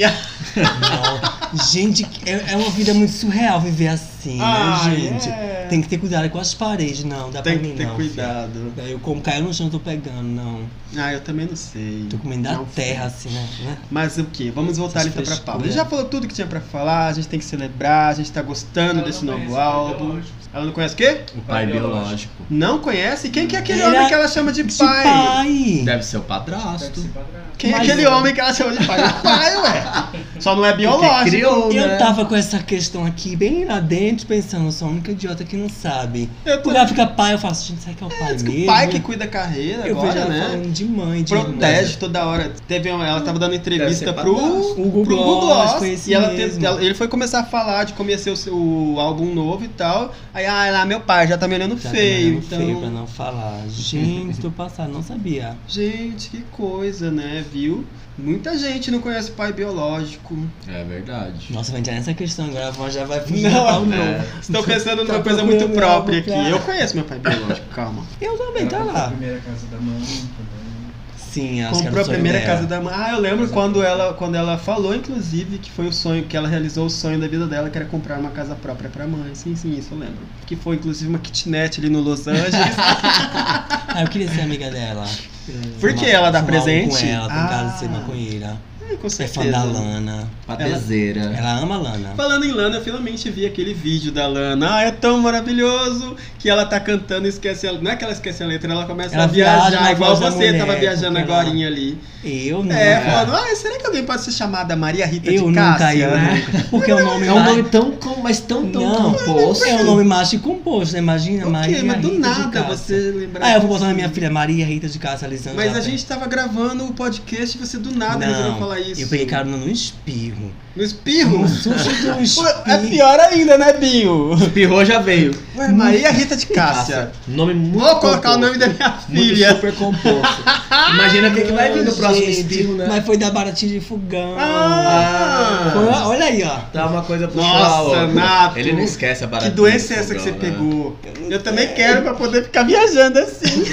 Speaker 3: Não. Gente, é uma vida muito surreal viver assim, né, gente?
Speaker 4: é.
Speaker 3: Tem que ter cuidado com as paredes, não. Dá
Speaker 4: Tem
Speaker 3: pra
Speaker 4: que
Speaker 3: mim
Speaker 4: ter
Speaker 3: não.
Speaker 4: cuidado.
Speaker 3: filho. Daí eu como caiu no chão, tô pegando, não.
Speaker 4: Eu também não sei.
Speaker 3: Tô comendo da
Speaker 4: Não
Speaker 3: terra,
Speaker 4: sei.
Speaker 3: assim, né?
Speaker 4: Mas o que? Vamos voltar
Speaker 3: Essas
Speaker 4: então pra
Speaker 3: frescuras.
Speaker 4: Paula. A gente já falou tudo que tinha pra falar, a gente tem que celebrar, a gente tá gostando
Speaker 1: Ela
Speaker 4: desse
Speaker 1: não
Speaker 4: novo
Speaker 1: conhece o pai
Speaker 4: álbum.
Speaker 1: biológico.
Speaker 4: Ela não conhece o quê?
Speaker 2: O pai biológico.
Speaker 4: Não conhece? Quem que é aquele
Speaker 3: Ele
Speaker 4: homem
Speaker 3: é
Speaker 4: que ela chama de
Speaker 3: De
Speaker 4: pai?
Speaker 3: pai!
Speaker 2: Deve ser o
Speaker 1: Deve
Speaker 2: padrasto.
Speaker 1: ser padrasto.
Speaker 4: Quem é
Speaker 3: Mas
Speaker 4: aquele
Speaker 3: é.
Speaker 4: homem que ela chama de pai? O pai, ué. Só não é
Speaker 2: Porque
Speaker 4: biológico.
Speaker 2: criou,
Speaker 3: Eu
Speaker 2: né?
Speaker 3: tava com essa questão aqui bem lá dentro, pensando, sou a única idiota que não sabe.
Speaker 4: Eu tô-
Speaker 3: Quando ela fica pai, eu faço, gente, será que é o pai
Speaker 4: Diz que
Speaker 3: mesmo?
Speaker 4: o pai que cuida da carreira
Speaker 3: Eu vejo
Speaker 4: agora,
Speaker 3: ela
Speaker 4: né?
Speaker 3: falando de mãe, de
Speaker 4: Protege toda hora. ela tava dando entrevista
Speaker 2: Deve ser
Speaker 4: pro
Speaker 2: padrasto.
Speaker 3: Google
Speaker 4: pro Google
Speaker 3: Gloss,
Speaker 4: Gloss,
Speaker 3: foi esse
Speaker 4: e
Speaker 3: mesmo.
Speaker 4: ele foi começar a falar de conhecer o álbum novo e tal. Aí, lá, meu pai já tá me olhando
Speaker 3: Já tá
Speaker 4: feio,
Speaker 3: olhando
Speaker 4: então...
Speaker 3: feio pra não falar. Gente, tô passado, não sabia.
Speaker 4: Gente, que coisa, né, viu? Muita gente não conhece o pai biológico.
Speaker 2: É verdade.
Speaker 3: Nossa, vai entrar nessa questão agora, a voz já vai fugir
Speaker 4: Não,
Speaker 3: ao
Speaker 2: é.
Speaker 3: novo.
Speaker 4: Estou pensando numa
Speaker 3: Tá
Speaker 4: coisa muito
Speaker 3: procurando
Speaker 4: própria
Speaker 3: algo
Speaker 4: aqui.
Speaker 3: pra-
Speaker 4: Eu conheço meu pai biológico, calma.
Speaker 3: Eu também, tá
Speaker 1: Ela comprou a
Speaker 3: lá.
Speaker 1: primeira casa da mãe também.
Speaker 3: Sim, acho que era
Speaker 4: Comprou
Speaker 3: o
Speaker 4: a
Speaker 3: sonho
Speaker 4: primeira
Speaker 3: dela.
Speaker 4: casa da mãe. Eu lembro quando ela falou, inclusive, que foi o sonho, que ela realizou o sonho da vida dela, que era comprar uma casa própria pra mãe. Sim, isso eu lembro. Que foi, inclusive, uma kitnet ali no Los Angeles.
Speaker 3: Eu queria ser amiga dela.
Speaker 4: Por que ela dá
Speaker 3: Fumar algo
Speaker 4: presente?
Speaker 3: com ela, tem cara de ser maconheira.
Speaker 4: Com
Speaker 3: É fã
Speaker 4: certeza.
Speaker 3: da Lana.
Speaker 2: Patezeira.
Speaker 3: Ela ama a Lana.
Speaker 4: Falando em Lana, eu finalmente vi aquele vídeo da Lana. É tão maravilhoso que ela tá cantando e esquece a... Não é que ela esquece a letra, ela começa
Speaker 3: Ela
Speaker 4: a
Speaker 3: viaja
Speaker 4: viajar,
Speaker 3: na
Speaker 4: igual
Speaker 3: voz da
Speaker 4: você
Speaker 3: mulher,
Speaker 4: tava viajando
Speaker 3: porque ela-
Speaker 4: agorinha ali.
Speaker 3: Eu não.
Speaker 4: Falando, será que alguém pode ser chamada Maria Rita
Speaker 3: Eu
Speaker 4: de
Speaker 3: nunca,
Speaker 4: Cássia?
Speaker 3: eu nunca. Porque é o nome
Speaker 2: É um nome
Speaker 3: mais...
Speaker 2: tão mas tão
Speaker 3: Não,
Speaker 2: composto.
Speaker 3: é o nome macho e composto, né? Imagina,
Speaker 4: Ok,
Speaker 3: Maria
Speaker 4: mas do
Speaker 3: Rita de
Speaker 4: nada
Speaker 3: Cássia.
Speaker 4: você lembrar.
Speaker 3: Ah, eu vou botar na minha filha Maria Rita de Cássia Alisandra.
Speaker 4: Mas a gente tava gravando o podcast e você do nada resolveu falar isso.
Speaker 3: Eu peguei carona no espirro.
Speaker 4: No espirro?
Speaker 3: No susto do espirro.
Speaker 4: É pior ainda, né, Binho?
Speaker 2: Espirrou, já veio.
Speaker 4: Ué, Maria Rita de Cássia.
Speaker 2: Nome muito
Speaker 4: Vou colocar o
Speaker 2: composto.
Speaker 4: nome da minha
Speaker 2: Muito
Speaker 4: filha.
Speaker 2: super composto. Imagina o que vai vir no próximo
Speaker 3: Gente,
Speaker 2: espirro, né?
Speaker 3: Mas foi da baratinha de fogão.
Speaker 4: Ah.
Speaker 3: Foi, olha aí, ó.
Speaker 2: Dá uma coisa pro
Speaker 4: Nossa,
Speaker 2: pessoal, ó.
Speaker 4: Nato.
Speaker 2: Ele não esquece a
Speaker 4: Que
Speaker 2: baratinha.
Speaker 4: doença é
Speaker 2: do
Speaker 4: essa que você
Speaker 2: fogão, né?
Speaker 4: pegou? Eu também quero pra poder ficar viajando assim.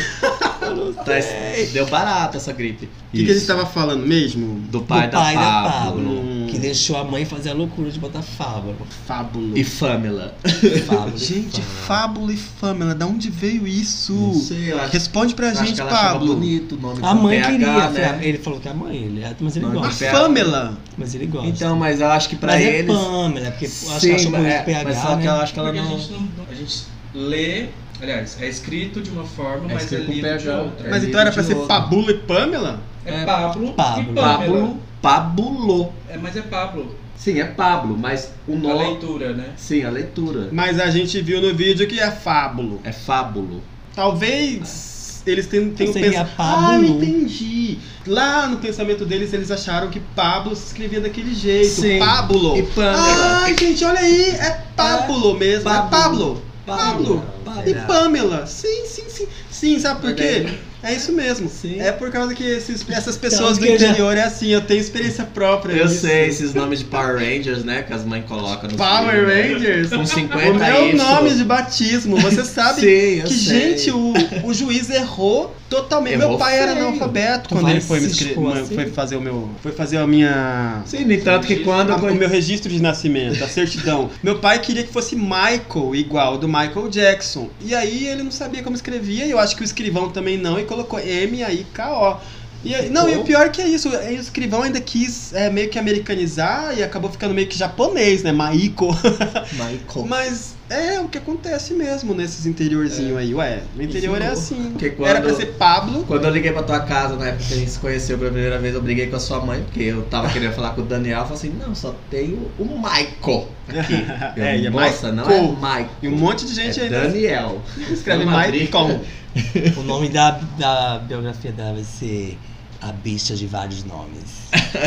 Speaker 2: Deu barato essa gripe.
Speaker 4: O que a gente tava falando mesmo?
Speaker 2: Do pai,
Speaker 3: Do pai
Speaker 2: da
Speaker 3: da
Speaker 2: Pablo.
Speaker 3: Pablo. Que deixou a mãe fazer a loucura de botar Fábulo.
Speaker 4: Fábulo.
Speaker 2: E Fámela.
Speaker 3: Fábulo.
Speaker 4: Gente, Fábulo e Fâmela, da onde veio isso?
Speaker 2: Não sei, eu acho,
Speaker 4: Responde pra
Speaker 2: acho
Speaker 4: gente,
Speaker 2: que ela achava
Speaker 4: Pablo.
Speaker 2: bonito o nome
Speaker 3: A
Speaker 2: com
Speaker 3: mãe
Speaker 2: PH,
Speaker 3: queria,
Speaker 2: né?
Speaker 3: ele falou que é a mãe, mas ele
Speaker 2: Não,
Speaker 4: A
Speaker 3: gosta.
Speaker 4: Fâmela.
Speaker 3: Mas ele gosta.
Speaker 2: Então, mas eu acho que pra
Speaker 3: mas
Speaker 2: eles...
Speaker 3: é Pamela, porque eu acho que
Speaker 2: Sim,
Speaker 3: ela achou bonito PH,
Speaker 2: mas só
Speaker 3: né?
Speaker 2: que eu acho que ela
Speaker 1: Porque
Speaker 2: não...
Speaker 1: a gente lê, aliás, é escrito de uma forma,
Speaker 2: É
Speaker 1: mas é
Speaker 2: escrito com
Speaker 1: lido de
Speaker 2: PH.
Speaker 1: outra.
Speaker 4: Mas
Speaker 2: É
Speaker 4: então era
Speaker 2: livro
Speaker 4: pra
Speaker 2: de
Speaker 4: ser
Speaker 2: outro.
Speaker 4: Pablo e Pamela?
Speaker 1: É Pablo,
Speaker 3: Pablo.
Speaker 1: e Pamela.
Speaker 2: Pablo, Pablo.
Speaker 1: Mas é Pablo.
Speaker 2: Sim, é Pablo, mas o
Speaker 1: A
Speaker 2: nome...
Speaker 1: leitura, né?
Speaker 2: Sim, a leitura.
Speaker 4: Mas a gente viu no vídeo que é Fábulo.
Speaker 2: É Fábulo.
Speaker 4: Talvez eles tenham
Speaker 3: Seria
Speaker 4: pensado.
Speaker 3: Pablo.
Speaker 4: Ah, eu entendi. Lá no pensamento deles, eles acharam que Pablo se escrevia daquele jeito.
Speaker 2: Sim.
Speaker 4: Pablo.
Speaker 2: E Pamela.
Speaker 4: Ai, gente, olha aí. É Pablo mesmo. É Pablo.
Speaker 2: Pablo.
Speaker 4: E Pamela. Sim, sim, sim. Sim, sabe por quê? É isso mesmo.
Speaker 2: Sim.
Speaker 4: É por causa que essas pessoas do
Speaker 3: que eu já-
Speaker 4: interior é assim, eu tenho experiência própria.
Speaker 2: Eu
Speaker 4: nisso.
Speaker 2: sei, esses nomes de Power Rangers, né? Que as mães colocam no
Speaker 4: Power
Speaker 2: filme, né?
Speaker 4: Rangers?
Speaker 2: Com 50
Speaker 4: O meu
Speaker 2: isso.
Speaker 4: nome de batismo, você sabe
Speaker 2: Sim, eu
Speaker 4: que,
Speaker 2: sei.
Speaker 4: gente, o juiz errou totalmente.
Speaker 2: Errou
Speaker 4: meu pai era
Speaker 2: feio.
Speaker 4: analfabeto
Speaker 3: Tu
Speaker 4: quando
Speaker 3: vai
Speaker 4: ele foi me
Speaker 3: se
Speaker 4: inscrever,
Speaker 3: expor assim?
Speaker 4: foi fazer a minha
Speaker 2: Sim, no entanto que quando...
Speaker 4: o meu registro de nascimento, a certidão. Meu pai queria que fosse Michael, igual do Michael Jackson. E aí ele não sabia como escrevia, e eu acho que o escrivão também não, e colocou M-I-K-O. E o pior que é isso, o escrivão ainda quis meio que americanizar e acabou ficando meio que japonês, né? Michael.
Speaker 2: Michael.
Speaker 4: Mas é o que acontece mesmo nesses interiorzinhos aí. Ué, o interior é assim.
Speaker 2: Porque quando-
Speaker 4: Era pra ser Pablo.
Speaker 2: Quando eu liguei pra tua casa, na época que a gente se conheceu pela primeira vez, eu briguei com a sua mãe, porque eu tava querendo falar com o Daniel, eu falei assim, não, só tem o Michael aqui. Eu,
Speaker 4: É, e é
Speaker 2: moça, não
Speaker 4: Michael.
Speaker 2: é Michael.
Speaker 4: E um monte de gente
Speaker 2: é
Speaker 4: ainda
Speaker 2: Daniel.
Speaker 4: escreve
Speaker 2: Não, Madrid.
Speaker 4: Michael.
Speaker 3: O nome da biografia dela vai ser A Bicha de Vários Nomes.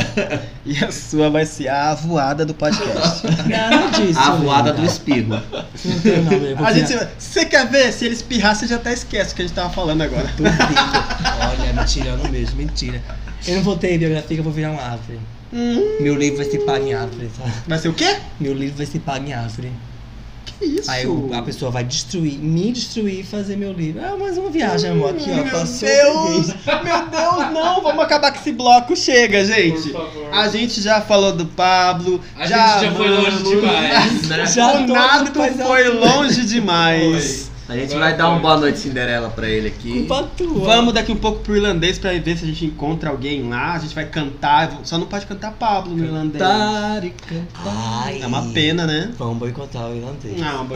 Speaker 4: E a sua vai ser a avoada do podcast.
Speaker 3: Nada disso.
Speaker 2: A voada
Speaker 3: linda.
Speaker 2: do espirro.
Speaker 3: Não tem nome. Eu vou
Speaker 4: A gente,
Speaker 3: criar-
Speaker 4: você quer ver? Se ele espirrar, você já até esquece o que a gente tava falando agora.
Speaker 3: Duvido. Olha, me tirando mesmo, mentira. Eu não vou ter biografia que eu vou virar uma árvore. Meu livro vai ser pago em árvore, tá?
Speaker 4: Vai ser o quê?
Speaker 3: Meu livro vai ser pago em árvore.
Speaker 4: Que isso?
Speaker 3: Aí a pessoa vai me destruir e fazer meu livro. Ah, mais uma viagem, amor. Aqui, ó.
Speaker 4: Meu
Speaker 3: Passou.
Speaker 4: Deus!
Speaker 3: peguei.
Speaker 4: Meu Deus, não! Vamos acabar com esse bloco. Chega, gente.
Speaker 1: Por favor.
Speaker 4: A gente já falou do Pablo.
Speaker 1: A gente já foi longe
Speaker 4: amamos.
Speaker 1: demais, né?
Speaker 3: Já
Speaker 4: O
Speaker 3: todo
Speaker 4: Nato
Speaker 3: mundo faz
Speaker 4: foi
Speaker 3: assim.
Speaker 4: longe demais.
Speaker 2: A gente
Speaker 1: Agora
Speaker 2: vai dar
Speaker 1: foi.
Speaker 2: um boa noite Cinderela pra ele aqui.
Speaker 3: Culpa tua.
Speaker 4: Vamos daqui um pouco pro irlandês pra ver se a gente encontra alguém lá. A gente vai cantar. Só não pode cantar Pablo no irlandês.
Speaker 2: Cantar e cantar.
Speaker 3: Ai.
Speaker 4: É uma pena, né?
Speaker 3: Vamos boicotar o irlandês.
Speaker 4: Não,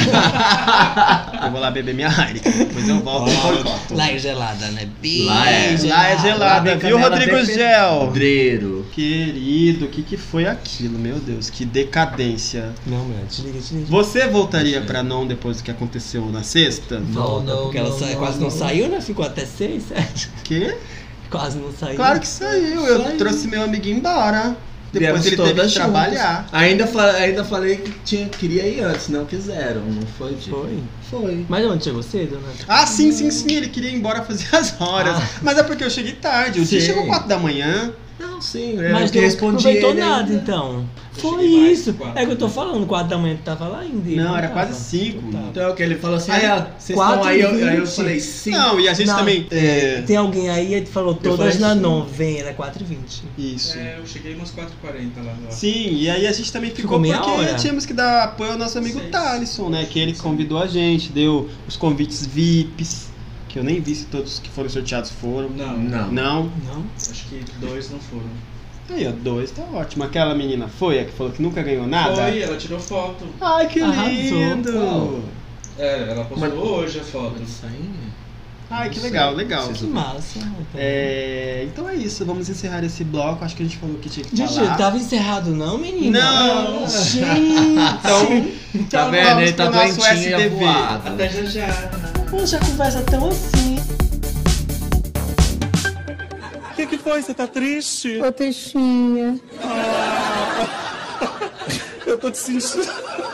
Speaker 4: eu vou lá beber minha Heineken. Depois eu volto e boicoto.
Speaker 3: Lá é gelada, né? Bem
Speaker 2: Lá é.
Speaker 4: Lá é gelada,
Speaker 2: Lá
Speaker 4: viu,
Speaker 2: vem
Speaker 4: Rodrigo
Speaker 2: canela
Speaker 4: Gel?
Speaker 2: Pedreiro.
Speaker 4: Querido, o que foi aquilo? Meu Deus, que decadência.
Speaker 3: Não, mulher, desliga.
Speaker 4: Você voltaria pra não depois do que aconteceu na sexta?
Speaker 3: Volta, porque ela quase não saiu, né? Ficou até 6, 7.
Speaker 4: Quê?
Speaker 3: Quase não saiu.
Speaker 4: Claro que saiu. Eu trouxe meu amiguinho embora. Depois
Speaker 2: Viemos
Speaker 4: ele teve
Speaker 2: todas
Speaker 4: que trabalhar.
Speaker 2: juntas. Ainda falei que queria ir antes, não quiseram. Não foi de...
Speaker 3: Foi.
Speaker 2: Foi.
Speaker 3: Mas onde chegou cedo, né?
Speaker 4: Ah, sim, ele queria ir embora fazer as horas.
Speaker 3: Ah.
Speaker 4: Mas é porque eu cheguei tarde. O dia
Speaker 2: Sim.
Speaker 4: chegou 4 da manhã.
Speaker 2: Não, sim.
Speaker 3: Mas
Speaker 2: que
Speaker 3: não
Speaker 2: respondi
Speaker 3: aproveitou
Speaker 2: ele
Speaker 3: nada,
Speaker 2: ainda.
Speaker 3: então.
Speaker 1: Eu
Speaker 3: Foi
Speaker 1: cheguei mais,
Speaker 3: isso.
Speaker 1: 4.
Speaker 3: É que eu tô falando, 4 da manhã tu tava lá ainda. ele
Speaker 4: Não, era
Speaker 3: tava.
Speaker 4: quase 5.
Speaker 3: Tava.
Speaker 2: Então, que ele falou assim,
Speaker 4: Aí,
Speaker 2: vocês estão aí, aí eu
Speaker 3: 4h20.
Speaker 2: falei, sim.
Speaker 4: Não, e a gente
Speaker 3: Não,
Speaker 4: também.
Speaker 3: Tem alguém aí e falou todas
Speaker 2: falei
Speaker 3: na
Speaker 2: sim.
Speaker 3: 9, vem, era 4h20.
Speaker 4: Isso.
Speaker 1: É, eu cheguei umas 4h40 lá.
Speaker 4: Sim, e aí a gente também ficou
Speaker 3: Ficou meia
Speaker 4: porque
Speaker 3: hora.
Speaker 4: tínhamos que dar apoio ao nosso amigo
Speaker 1: 6.
Speaker 4: Thalisson, né? Que ele convidou a gente, deu os convites VIPs, que eu nem vi se todos que foram sorteados foram.
Speaker 1: Não,
Speaker 2: Não.
Speaker 4: Não?
Speaker 3: Não?
Speaker 1: acho que 2 não foram.
Speaker 4: Aí, ó, 2 tá ótimo. Aquela menina foi a que falou que nunca ganhou nada?
Speaker 1: Foi, ela tirou foto.
Speaker 4: Ai, que
Speaker 3: Arrasou.
Speaker 4: lindo!
Speaker 2: Qual?
Speaker 1: É, ela postou
Speaker 2: Mas-
Speaker 1: hoje a foto.
Speaker 4: Ai, que
Speaker 2: Não
Speaker 4: legal,
Speaker 2: sei.
Speaker 4: legal.
Speaker 2: Vocês
Speaker 3: Que massa.
Speaker 4: Então é isso, vamos encerrar esse bloco. Acho que a gente falou o que tinha que
Speaker 3: Gente,
Speaker 4: falar.
Speaker 3: tava encerrado não, menina?
Speaker 4: Não.
Speaker 3: Gente!
Speaker 4: Então
Speaker 2: Tá vendo?
Speaker 4: vamos
Speaker 2: Ele tá
Speaker 4: pro nosso
Speaker 2: doentinho e
Speaker 4: SDV.
Speaker 2: avoado.
Speaker 1: Até já já.
Speaker 3: Poxa, a conversa tão assim.
Speaker 5: O que foi? Você tá triste?
Speaker 6: Ô, Teixinha.
Speaker 5: Eu tô te sentindo.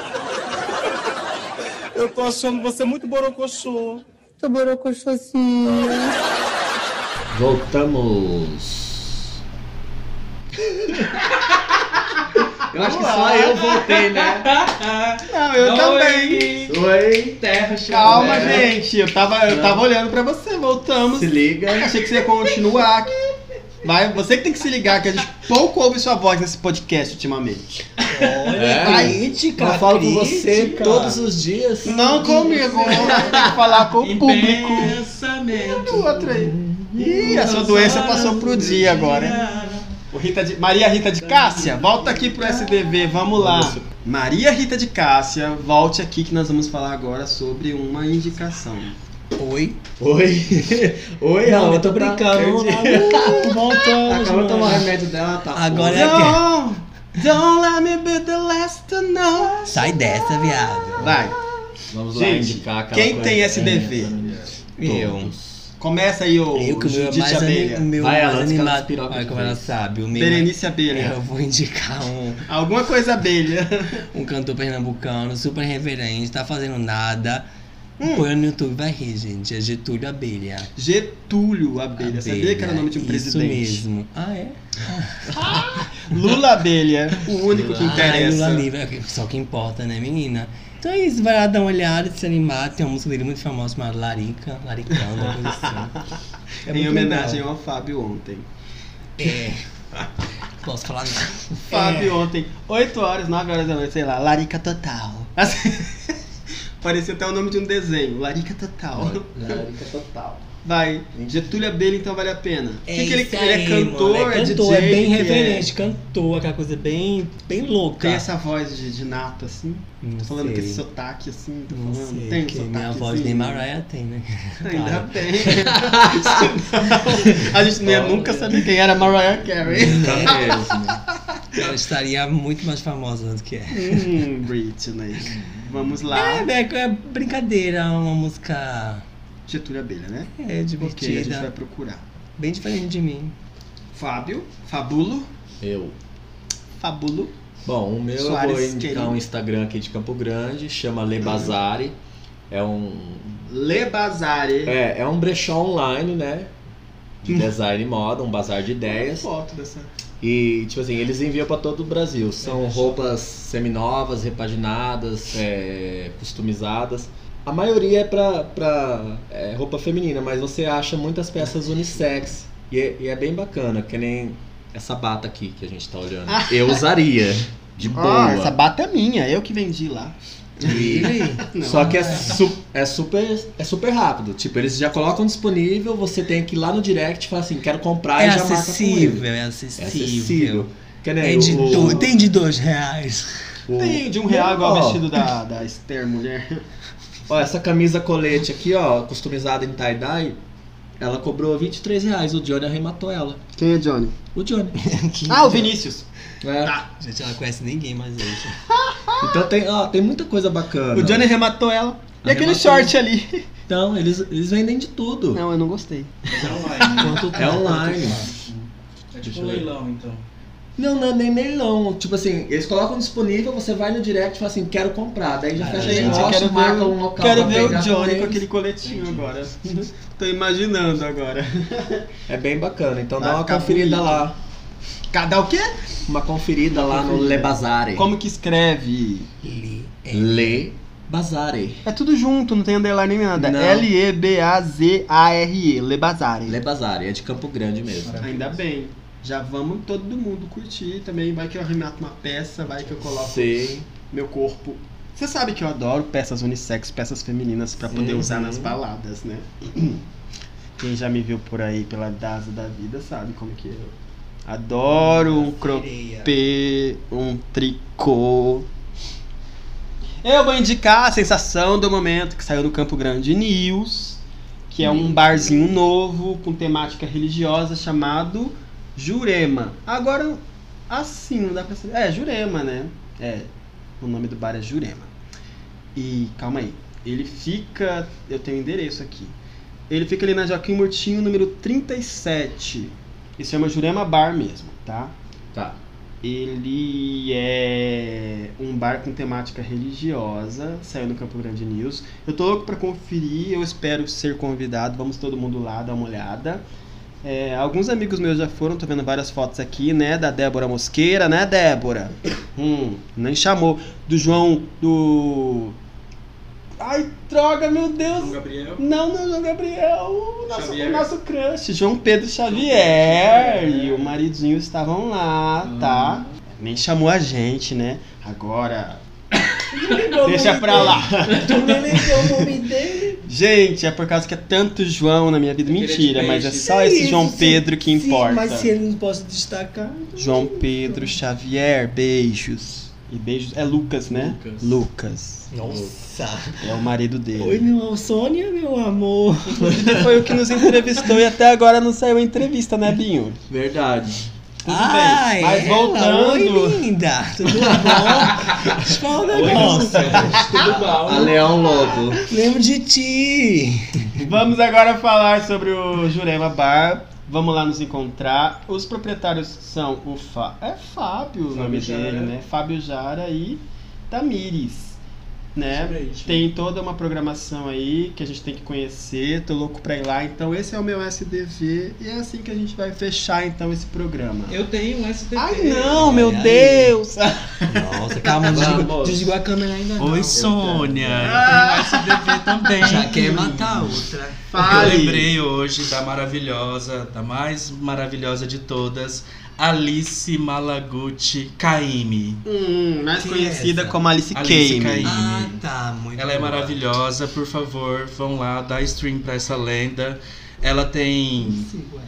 Speaker 5: Eu tô achando você muito borocochô.
Speaker 6: Tô borocochosinha.
Speaker 2: Voltamos. Eu acho que só eu voltei, né?
Speaker 4: Não, eu também.
Speaker 2: Oi.
Speaker 1: Terra
Speaker 4: Calma,
Speaker 1: Xavier.
Speaker 4: gente. Eu tava olhando pra você. Voltamos.
Speaker 2: Se liga.
Speaker 4: Achei que você ia continuar aqui. Vai, você que tem que se ligar, que a gente pouco ouve sua voz nesse podcast ultimamente.
Speaker 3: Olha, crítica,
Speaker 2: Eu falo com você
Speaker 3: crítica.
Speaker 2: todos os dias.
Speaker 4: Não comigo, tem que falar com o público.
Speaker 1: Pensamento.
Speaker 4: O outro aí. Ih, a sua doença passou pro dia agora, hein? Maria Rita de Cássia, volta aqui pro SDV, vamos lá. Maria Rita de Cássia, volte aqui que nós vamos falar agora sobre uma indicação.
Speaker 3: Oi.
Speaker 2: Oi. Oi,
Speaker 3: Não,
Speaker 2: Raul,
Speaker 3: eu tô brincando. Voltamos.
Speaker 2: Acabou de tomar o remédio dela, tá?
Speaker 3: Agora
Speaker 4: Don't let me be the last to know.
Speaker 3: Sai dessa, viado.
Speaker 4: Vai,
Speaker 2: Vamos lá
Speaker 4: gente,
Speaker 2: indicar aquela
Speaker 4: quem
Speaker 2: coisa.
Speaker 4: tem SDV?
Speaker 3: Eu.
Speaker 4: Começa aí o
Speaker 3: Eu que o meu é
Speaker 4: Judite
Speaker 3: mais,
Speaker 4: Abelha.
Speaker 3: o meu
Speaker 2: Vai,
Speaker 3: mais
Speaker 2: ela diz que ela
Speaker 3: animado.
Speaker 2: despiroca
Speaker 3: Olha
Speaker 2: de
Speaker 3: como ela
Speaker 2: vez.
Speaker 3: sabe. O meu
Speaker 4: Berenice Abelha.
Speaker 3: Eu vou indicar
Speaker 4: Alguma coisa abelha.
Speaker 3: um cantor pernambucano super reverente, tá fazendo nada. Põe no YouTube, vai rir, gente. É Getúlio Abelha.
Speaker 4: Getúlio Abelha. Sabia que era o nome de um presidente?
Speaker 3: Isso mesmo. Ah, é?
Speaker 4: Lula Abelha, o único que
Speaker 3: Ah,
Speaker 4: interessa.
Speaker 3: Lula livre. Só que importa, né, menina? Então é isso, vai lá dar uma olhada, se animar. Tem uma música dele muito famosa chamada Larica, Laricando, uma coisa assim. É
Speaker 4: Em
Speaker 3: muito
Speaker 4: homenagem
Speaker 3: legal.
Speaker 4: ao Fábio ontem.
Speaker 3: É. Posso falar nada.
Speaker 4: Fábio ontem, 8 horas, 9 horas da noite, sei lá, Larica Total. Assim, parecia até o nome de um desenho, Larica Total.
Speaker 2: Larica total.
Speaker 4: Vai, Getúlio Abelha então vale a pena.
Speaker 3: É
Speaker 4: Que ele
Speaker 3: isso
Speaker 4: é
Speaker 3: aí,
Speaker 4: cantor,
Speaker 3: mano,
Speaker 4: é
Speaker 3: cantor,
Speaker 4: DJ?
Speaker 3: é bem
Speaker 4: que
Speaker 3: reverente, cantor, aquela coisa bem louca.
Speaker 4: Tem essa voz de nato assim,
Speaker 3: Não
Speaker 4: falando
Speaker 3: sei.
Speaker 4: com esse sotaque assim, tô
Speaker 3: Não
Speaker 4: falando.
Speaker 3: sei,
Speaker 4: Tem
Speaker 3: porque
Speaker 4: sotaque
Speaker 3: minha voz
Speaker 4: assim?
Speaker 3: nem Mariah tem, né?
Speaker 4: Ainda
Speaker 3: Para.
Speaker 4: bem. Senão, a gente não ia nunca saber quem era Mariah Carey.
Speaker 2: Tá mesmo.
Speaker 3: Ela estaria muito mais famosa do que é.
Speaker 4: Britney. Vamos lá.
Speaker 3: É brincadeira, uma música
Speaker 4: Getúlio Abelha, né?
Speaker 3: é
Speaker 4: Ok, a gente vai
Speaker 3: divertida,
Speaker 4: procurar.
Speaker 3: bem diferente de mim.
Speaker 4: Fábio, Fabulo,
Speaker 2: Bom, o meu
Speaker 4: Soares,
Speaker 2: eu vou indicar
Speaker 4: querido.
Speaker 2: um Instagram aqui de Campo Grande, chama Le Bazare. É um
Speaker 4: Le Bazare.
Speaker 2: é um brechó online, né? De design e moda, um bazar de ideias.
Speaker 4: Foto dessa.
Speaker 2: E, tipo assim, eles enviam pra todo o Brasil. São roupas seminovas, repaginadas, customizadas. A maioria é pra roupa feminina, mas você acha muitas peças unissex. E é bem bacana, que nem essa bata aqui que a gente tá olhando. Eu usaria, de boa.
Speaker 4: Ah, essa bata é minha, eu que vendi lá. Não.
Speaker 2: Só que é super rápido. Tipo, eles já colocam disponível, você tem que ir lá no direct e falar assim, quero comprar
Speaker 3: É
Speaker 2: e já marca com
Speaker 3: acessível,
Speaker 2: ele.
Speaker 3: é
Speaker 2: É
Speaker 3: acessível.
Speaker 2: acessível. Que nem
Speaker 3: É de
Speaker 2: o-
Speaker 3: tem de R$2.
Speaker 4: Tem de R$1 igual o
Speaker 2: Ó,
Speaker 4: vestido da Esther Mulher.
Speaker 2: Ó, essa camisa colete aqui, ó, customizada em tie-dye, ela cobrou R$23. O Johnny arrematou ela.
Speaker 4: Quem é Johnny?
Speaker 2: O Johnny.
Speaker 4: Ah, o Vinícius.
Speaker 2: É.
Speaker 4: Tá.
Speaker 3: Gente, ela não conhece ninguém mais hoje.
Speaker 2: Então tem muita coisa bacana.
Speaker 4: O Johnny arrematou ela. E aquele
Speaker 2: Arrematou.
Speaker 4: short ali?
Speaker 2: Então, eles vendem de tudo.
Speaker 4: Não, eu não gostei.
Speaker 1: Mas é online.
Speaker 3: Quanto
Speaker 2: É online.
Speaker 1: É tipo um leilão, então.
Speaker 2: Não é nem leilão. Tipo assim, eles colocam disponível, você vai no direct e fala assim, quero comprar. Daí já fecha
Speaker 4: Gente,
Speaker 2: o negócio,
Speaker 4: quero
Speaker 2: marca
Speaker 4: ver,
Speaker 2: um local
Speaker 4: quero
Speaker 2: pra
Speaker 4: ver o
Speaker 2: pegar
Speaker 4: Johnny
Speaker 2: eles.
Speaker 4: com aquele coletinho agora. Tô imaginando agora.
Speaker 2: É bem bacana, então
Speaker 4: Vai
Speaker 2: dá uma
Speaker 4: ficar
Speaker 2: conferida
Speaker 4: bonito.
Speaker 2: lá.
Speaker 4: Cada o quê?
Speaker 2: Uma conferida lá no Le Bazare.
Speaker 4: Como que escreve?
Speaker 2: Le Bazare.
Speaker 4: É tudo junto, não tem underline nem nada.
Speaker 2: Não.
Speaker 4: Lebazare. Le Bazare.
Speaker 2: Le Bazare, é de Campo Grande mesmo.
Speaker 4: Ainda bem. Já vamos todo mundo curtir também. Vai que eu arremato uma peça, vai que eu coloco
Speaker 2: Sei.
Speaker 4: meu corpo. Você sabe que eu adoro peças unissex, peças femininas pra poder usar nas baladas, né? Quem já me viu por aí pela Daza da vida sabe como que eu adoro um croppé, um tricô. Eu vou indicar a sensação do momento que saiu no Campo Grande News, que é um barzinho novo com temática religiosa chamado Jurema. Agora, assim, não dá pra saber. É, Jurema, né? O nome do bar é Jurema. E, calma aí, ele fica... Eu tenho o endereço aqui. Ele fica ali na Joaquim Murtinho, número 37. Isso chama Jurema Bar mesmo, tá?
Speaker 2: Tá.
Speaker 4: Ele é um bar com temática religiosa, saiu no Campo Grande News. Eu tô louco pra conferir, eu espero ser convidado, vamos todo mundo lá dar uma olhada. Alguns amigos meus já foram, tô vendo várias fotos aqui, né, da Débora Mosqueira, né, Débora? Nem chamou. Do João, Ai, droga, meu Deus.
Speaker 1: João Gabriel.
Speaker 4: Não, João Gabriel. O nosso crush. João Pedro
Speaker 1: Xavier.
Speaker 4: E o maridinho estavam lá, tá? Nem chamou a gente, né? Agora... Deixa pra lá.
Speaker 3: Tu nem lembrou o nome dele?
Speaker 4: Gente, é por causa que é tanto João na minha vida. Mentira, mas é só esse João Pedro que importa.
Speaker 3: Mas se ele não posso destacar...
Speaker 4: João Pedro Xavier, beijos. E beijos... É Lucas, né? Lucas.
Speaker 3: Nossa.
Speaker 4: É o marido dele.
Speaker 3: Oi, meu Sônia, meu amor.
Speaker 4: Foi o que nos entrevistou e até agora não saiu a entrevista, né, Binho?
Speaker 2: Verdade.
Speaker 4: Tudo bem, mas voltando...
Speaker 3: Oi, linda. Tudo bom? Deixa eu falar um negócio.
Speaker 1: Tudo bom?
Speaker 2: A Leão Lobo.
Speaker 3: Lembro de ti.
Speaker 4: Vamos agora falar sobre o Jurema Bar. Vamos lá nos encontrar. Os proprietários são o Fábio, o nome dele, né? Fábio Jara e Tamires, né? Tem toda uma programação aí que a gente tem que conhecer. Tô louco pra ir lá. Então esse é o meu SDV e é assim que a gente vai fechar então esse programa.
Speaker 1: Eu tenho um STP.
Speaker 4: Ai não, meu
Speaker 3: Ai.
Speaker 4: Deus!
Speaker 3: Nossa, calma, desligou a câmera ainda não.
Speaker 1: Oi, Sônia. Eu tenho um SDV também.
Speaker 3: Já quer matar a outra.
Speaker 4: Fale.
Speaker 1: Eu lembrei hoje da maravilhosa, da mais maravilhosa de todas, Alice Malaguti Caymmi.
Speaker 4: Mais
Speaker 3: Quem
Speaker 4: conhecida
Speaker 3: é essa?
Speaker 4: como Alice
Speaker 1: Alice
Speaker 4: Caymmi.
Speaker 1: Caymmi.
Speaker 3: Ah, tá, muito
Speaker 1: Ela é
Speaker 3: boa.
Speaker 1: maravilhosa, por favor, vão lá, dá stream pra essa lenda. Ela tem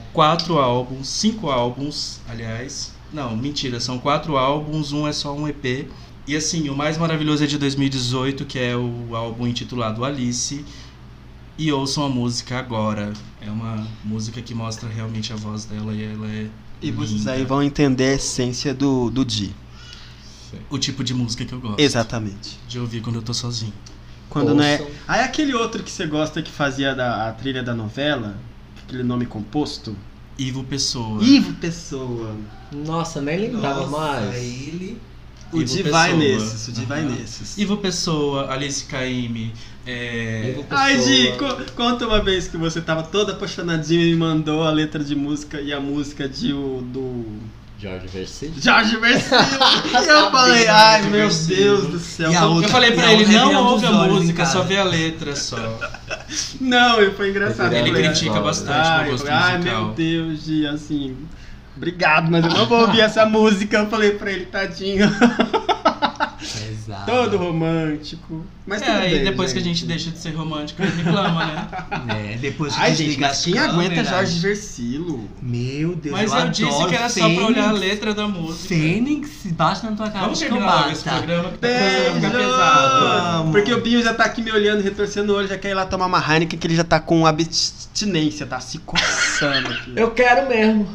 Speaker 1: 5 álbuns, aliás. Não, mentira, são 4 álbuns, um é só um EP. E assim, o mais maravilhoso é de 2018, que é o álbum intitulado Alice. E ouçam a música agora. É uma música que mostra realmente a voz dela e ela é
Speaker 4: E vocês
Speaker 1: linda.
Speaker 4: aí vão entender a essência do Di.
Speaker 1: O tipo de música que eu gosto
Speaker 4: Exatamente.
Speaker 1: de ouvir quando eu tô sozinho.
Speaker 4: Quando não é.
Speaker 3: Ouçam.
Speaker 4: Aí aquele outro que você gosta que fazia a trilha da novela, aquele nome composto?
Speaker 1: Ivo Pessoa.
Speaker 4: Ivo Pessoa.
Speaker 2: Nossa, nem lembrava mais.
Speaker 3: Ele...
Speaker 4: O
Speaker 1: Ivo
Speaker 4: Di vai
Speaker 1: Pessoa.
Speaker 4: nesses, o Di vai
Speaker 1: Aham.
Speaker 4: nesses.
Speaker 1: Ivo Pessoa, Alice Caymmi.
Speaker 2: Ivo
Speaker 4: Ai, Di,
Speaker 2: Pessoa.
Speaker 4: conta uma vez que você tava toda apaixonadinha e me mandou a letra de música e a música do
Speaker 2: Jorge Versilo.
Speaker 4: Jorge Versilo. E eu falei, ai meu Deus do céu.
Speaker 3: E a
Speaker 4: como-
Speaker 3: outra?
Speaker 1: Eu falei pra
Speaker 3: E a
Speaker 1: ele,
Speaker 3: outra
Speaker 1: não
Speaker 3: revirando
Speaker 1: ouve a
Speaker 3: os olhos em
Speaker 1: música,
Speaker 3: casa.
Speaker 1: só vê a letra só.
Speaker 4: Não, e foi engraçado.
Speaker 2: Ele
Speaker 4: Eu falei,
Speaker 1: critica bastante
Speaker 4: ai,
Speaker 1: meu gosto
Speaker 4: ai,
Speaker 1: musical.
Speaker 4: meu Deus, Gi, assim, obrigado, mas eu não vou ouvir essa música. Eu falei pra ele, tadinho,
Speaker 3: Exato.
Speaker 4: todo romântico. Mas tudo
Speaker 1: É,
Speaker 4: bem,
Speaker 1: e depois que a gente deixa de ser romântico, ele reclama, né?
Speaker 3: É, depois que
Speaker 4: Ai,
Speaker 3: desliga as
Speaker 4: gente, quem aguenta
Speaker 3: câmeras.
Speaker 4: Jorge Versilo?
Speaker 3: Meu Deus,
Speaker 1: Mas eu disse
Speaker 3: adoro
Speaker 1: que era só pra olhar a
Speaker 3: Fênix.
Speaker 1: letra da música.
Speaker 3: Fênix, bate na tua cara
Speaker 1: Vamos
Speaker 3: de
Speaker 1: terminar logo esse
Speaker 3: combata.
Speaker 1: programa que tá começando a ficar pesado.
Speaker 3: Vamos.
Speaker 4: Porque o Binho já tá aqui me olhando, retorcendo o olho, já quer ir lá tomar uma Heineken, que ele já tá com abstinência, tá se coçando aqui.
Speaker 2: Eu quero mesmo.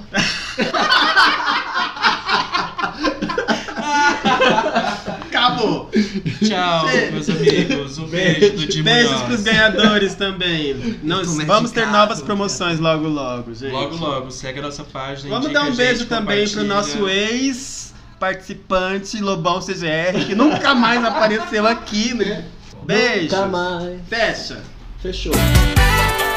Speaker 4: Acabou!
Speaker 1: Tchau, meus amigos. Um beijo do Di
Speaker 4: Beijos
Speaker 1: Munhoz.
Speaker 4: pros ganhadores também.
Speaker 3: Eu tô
Speaker 4: Vamos ter
Speaker 3: medicado,
Speaker 4: novas promoções logo logo, gente.
Speaker 1: Logo, logo. Segue a nossa página.
Speaker 4: Vamos
Speaker 1: indica
Speaker 4: dar um
Speaker 1: a
Speaker 4: beijo
Speaker 1: gente,
Speaker 4: também pro
Speaker 1: compartilha.
Speaker 4: nosso ex-participante, Lobão CGR, que nunca mais apareceu aqui, né? Beijos.
Speaker 2: Nunca mais.
Speaker 4: Fecha.
Speaker 2: Fechou.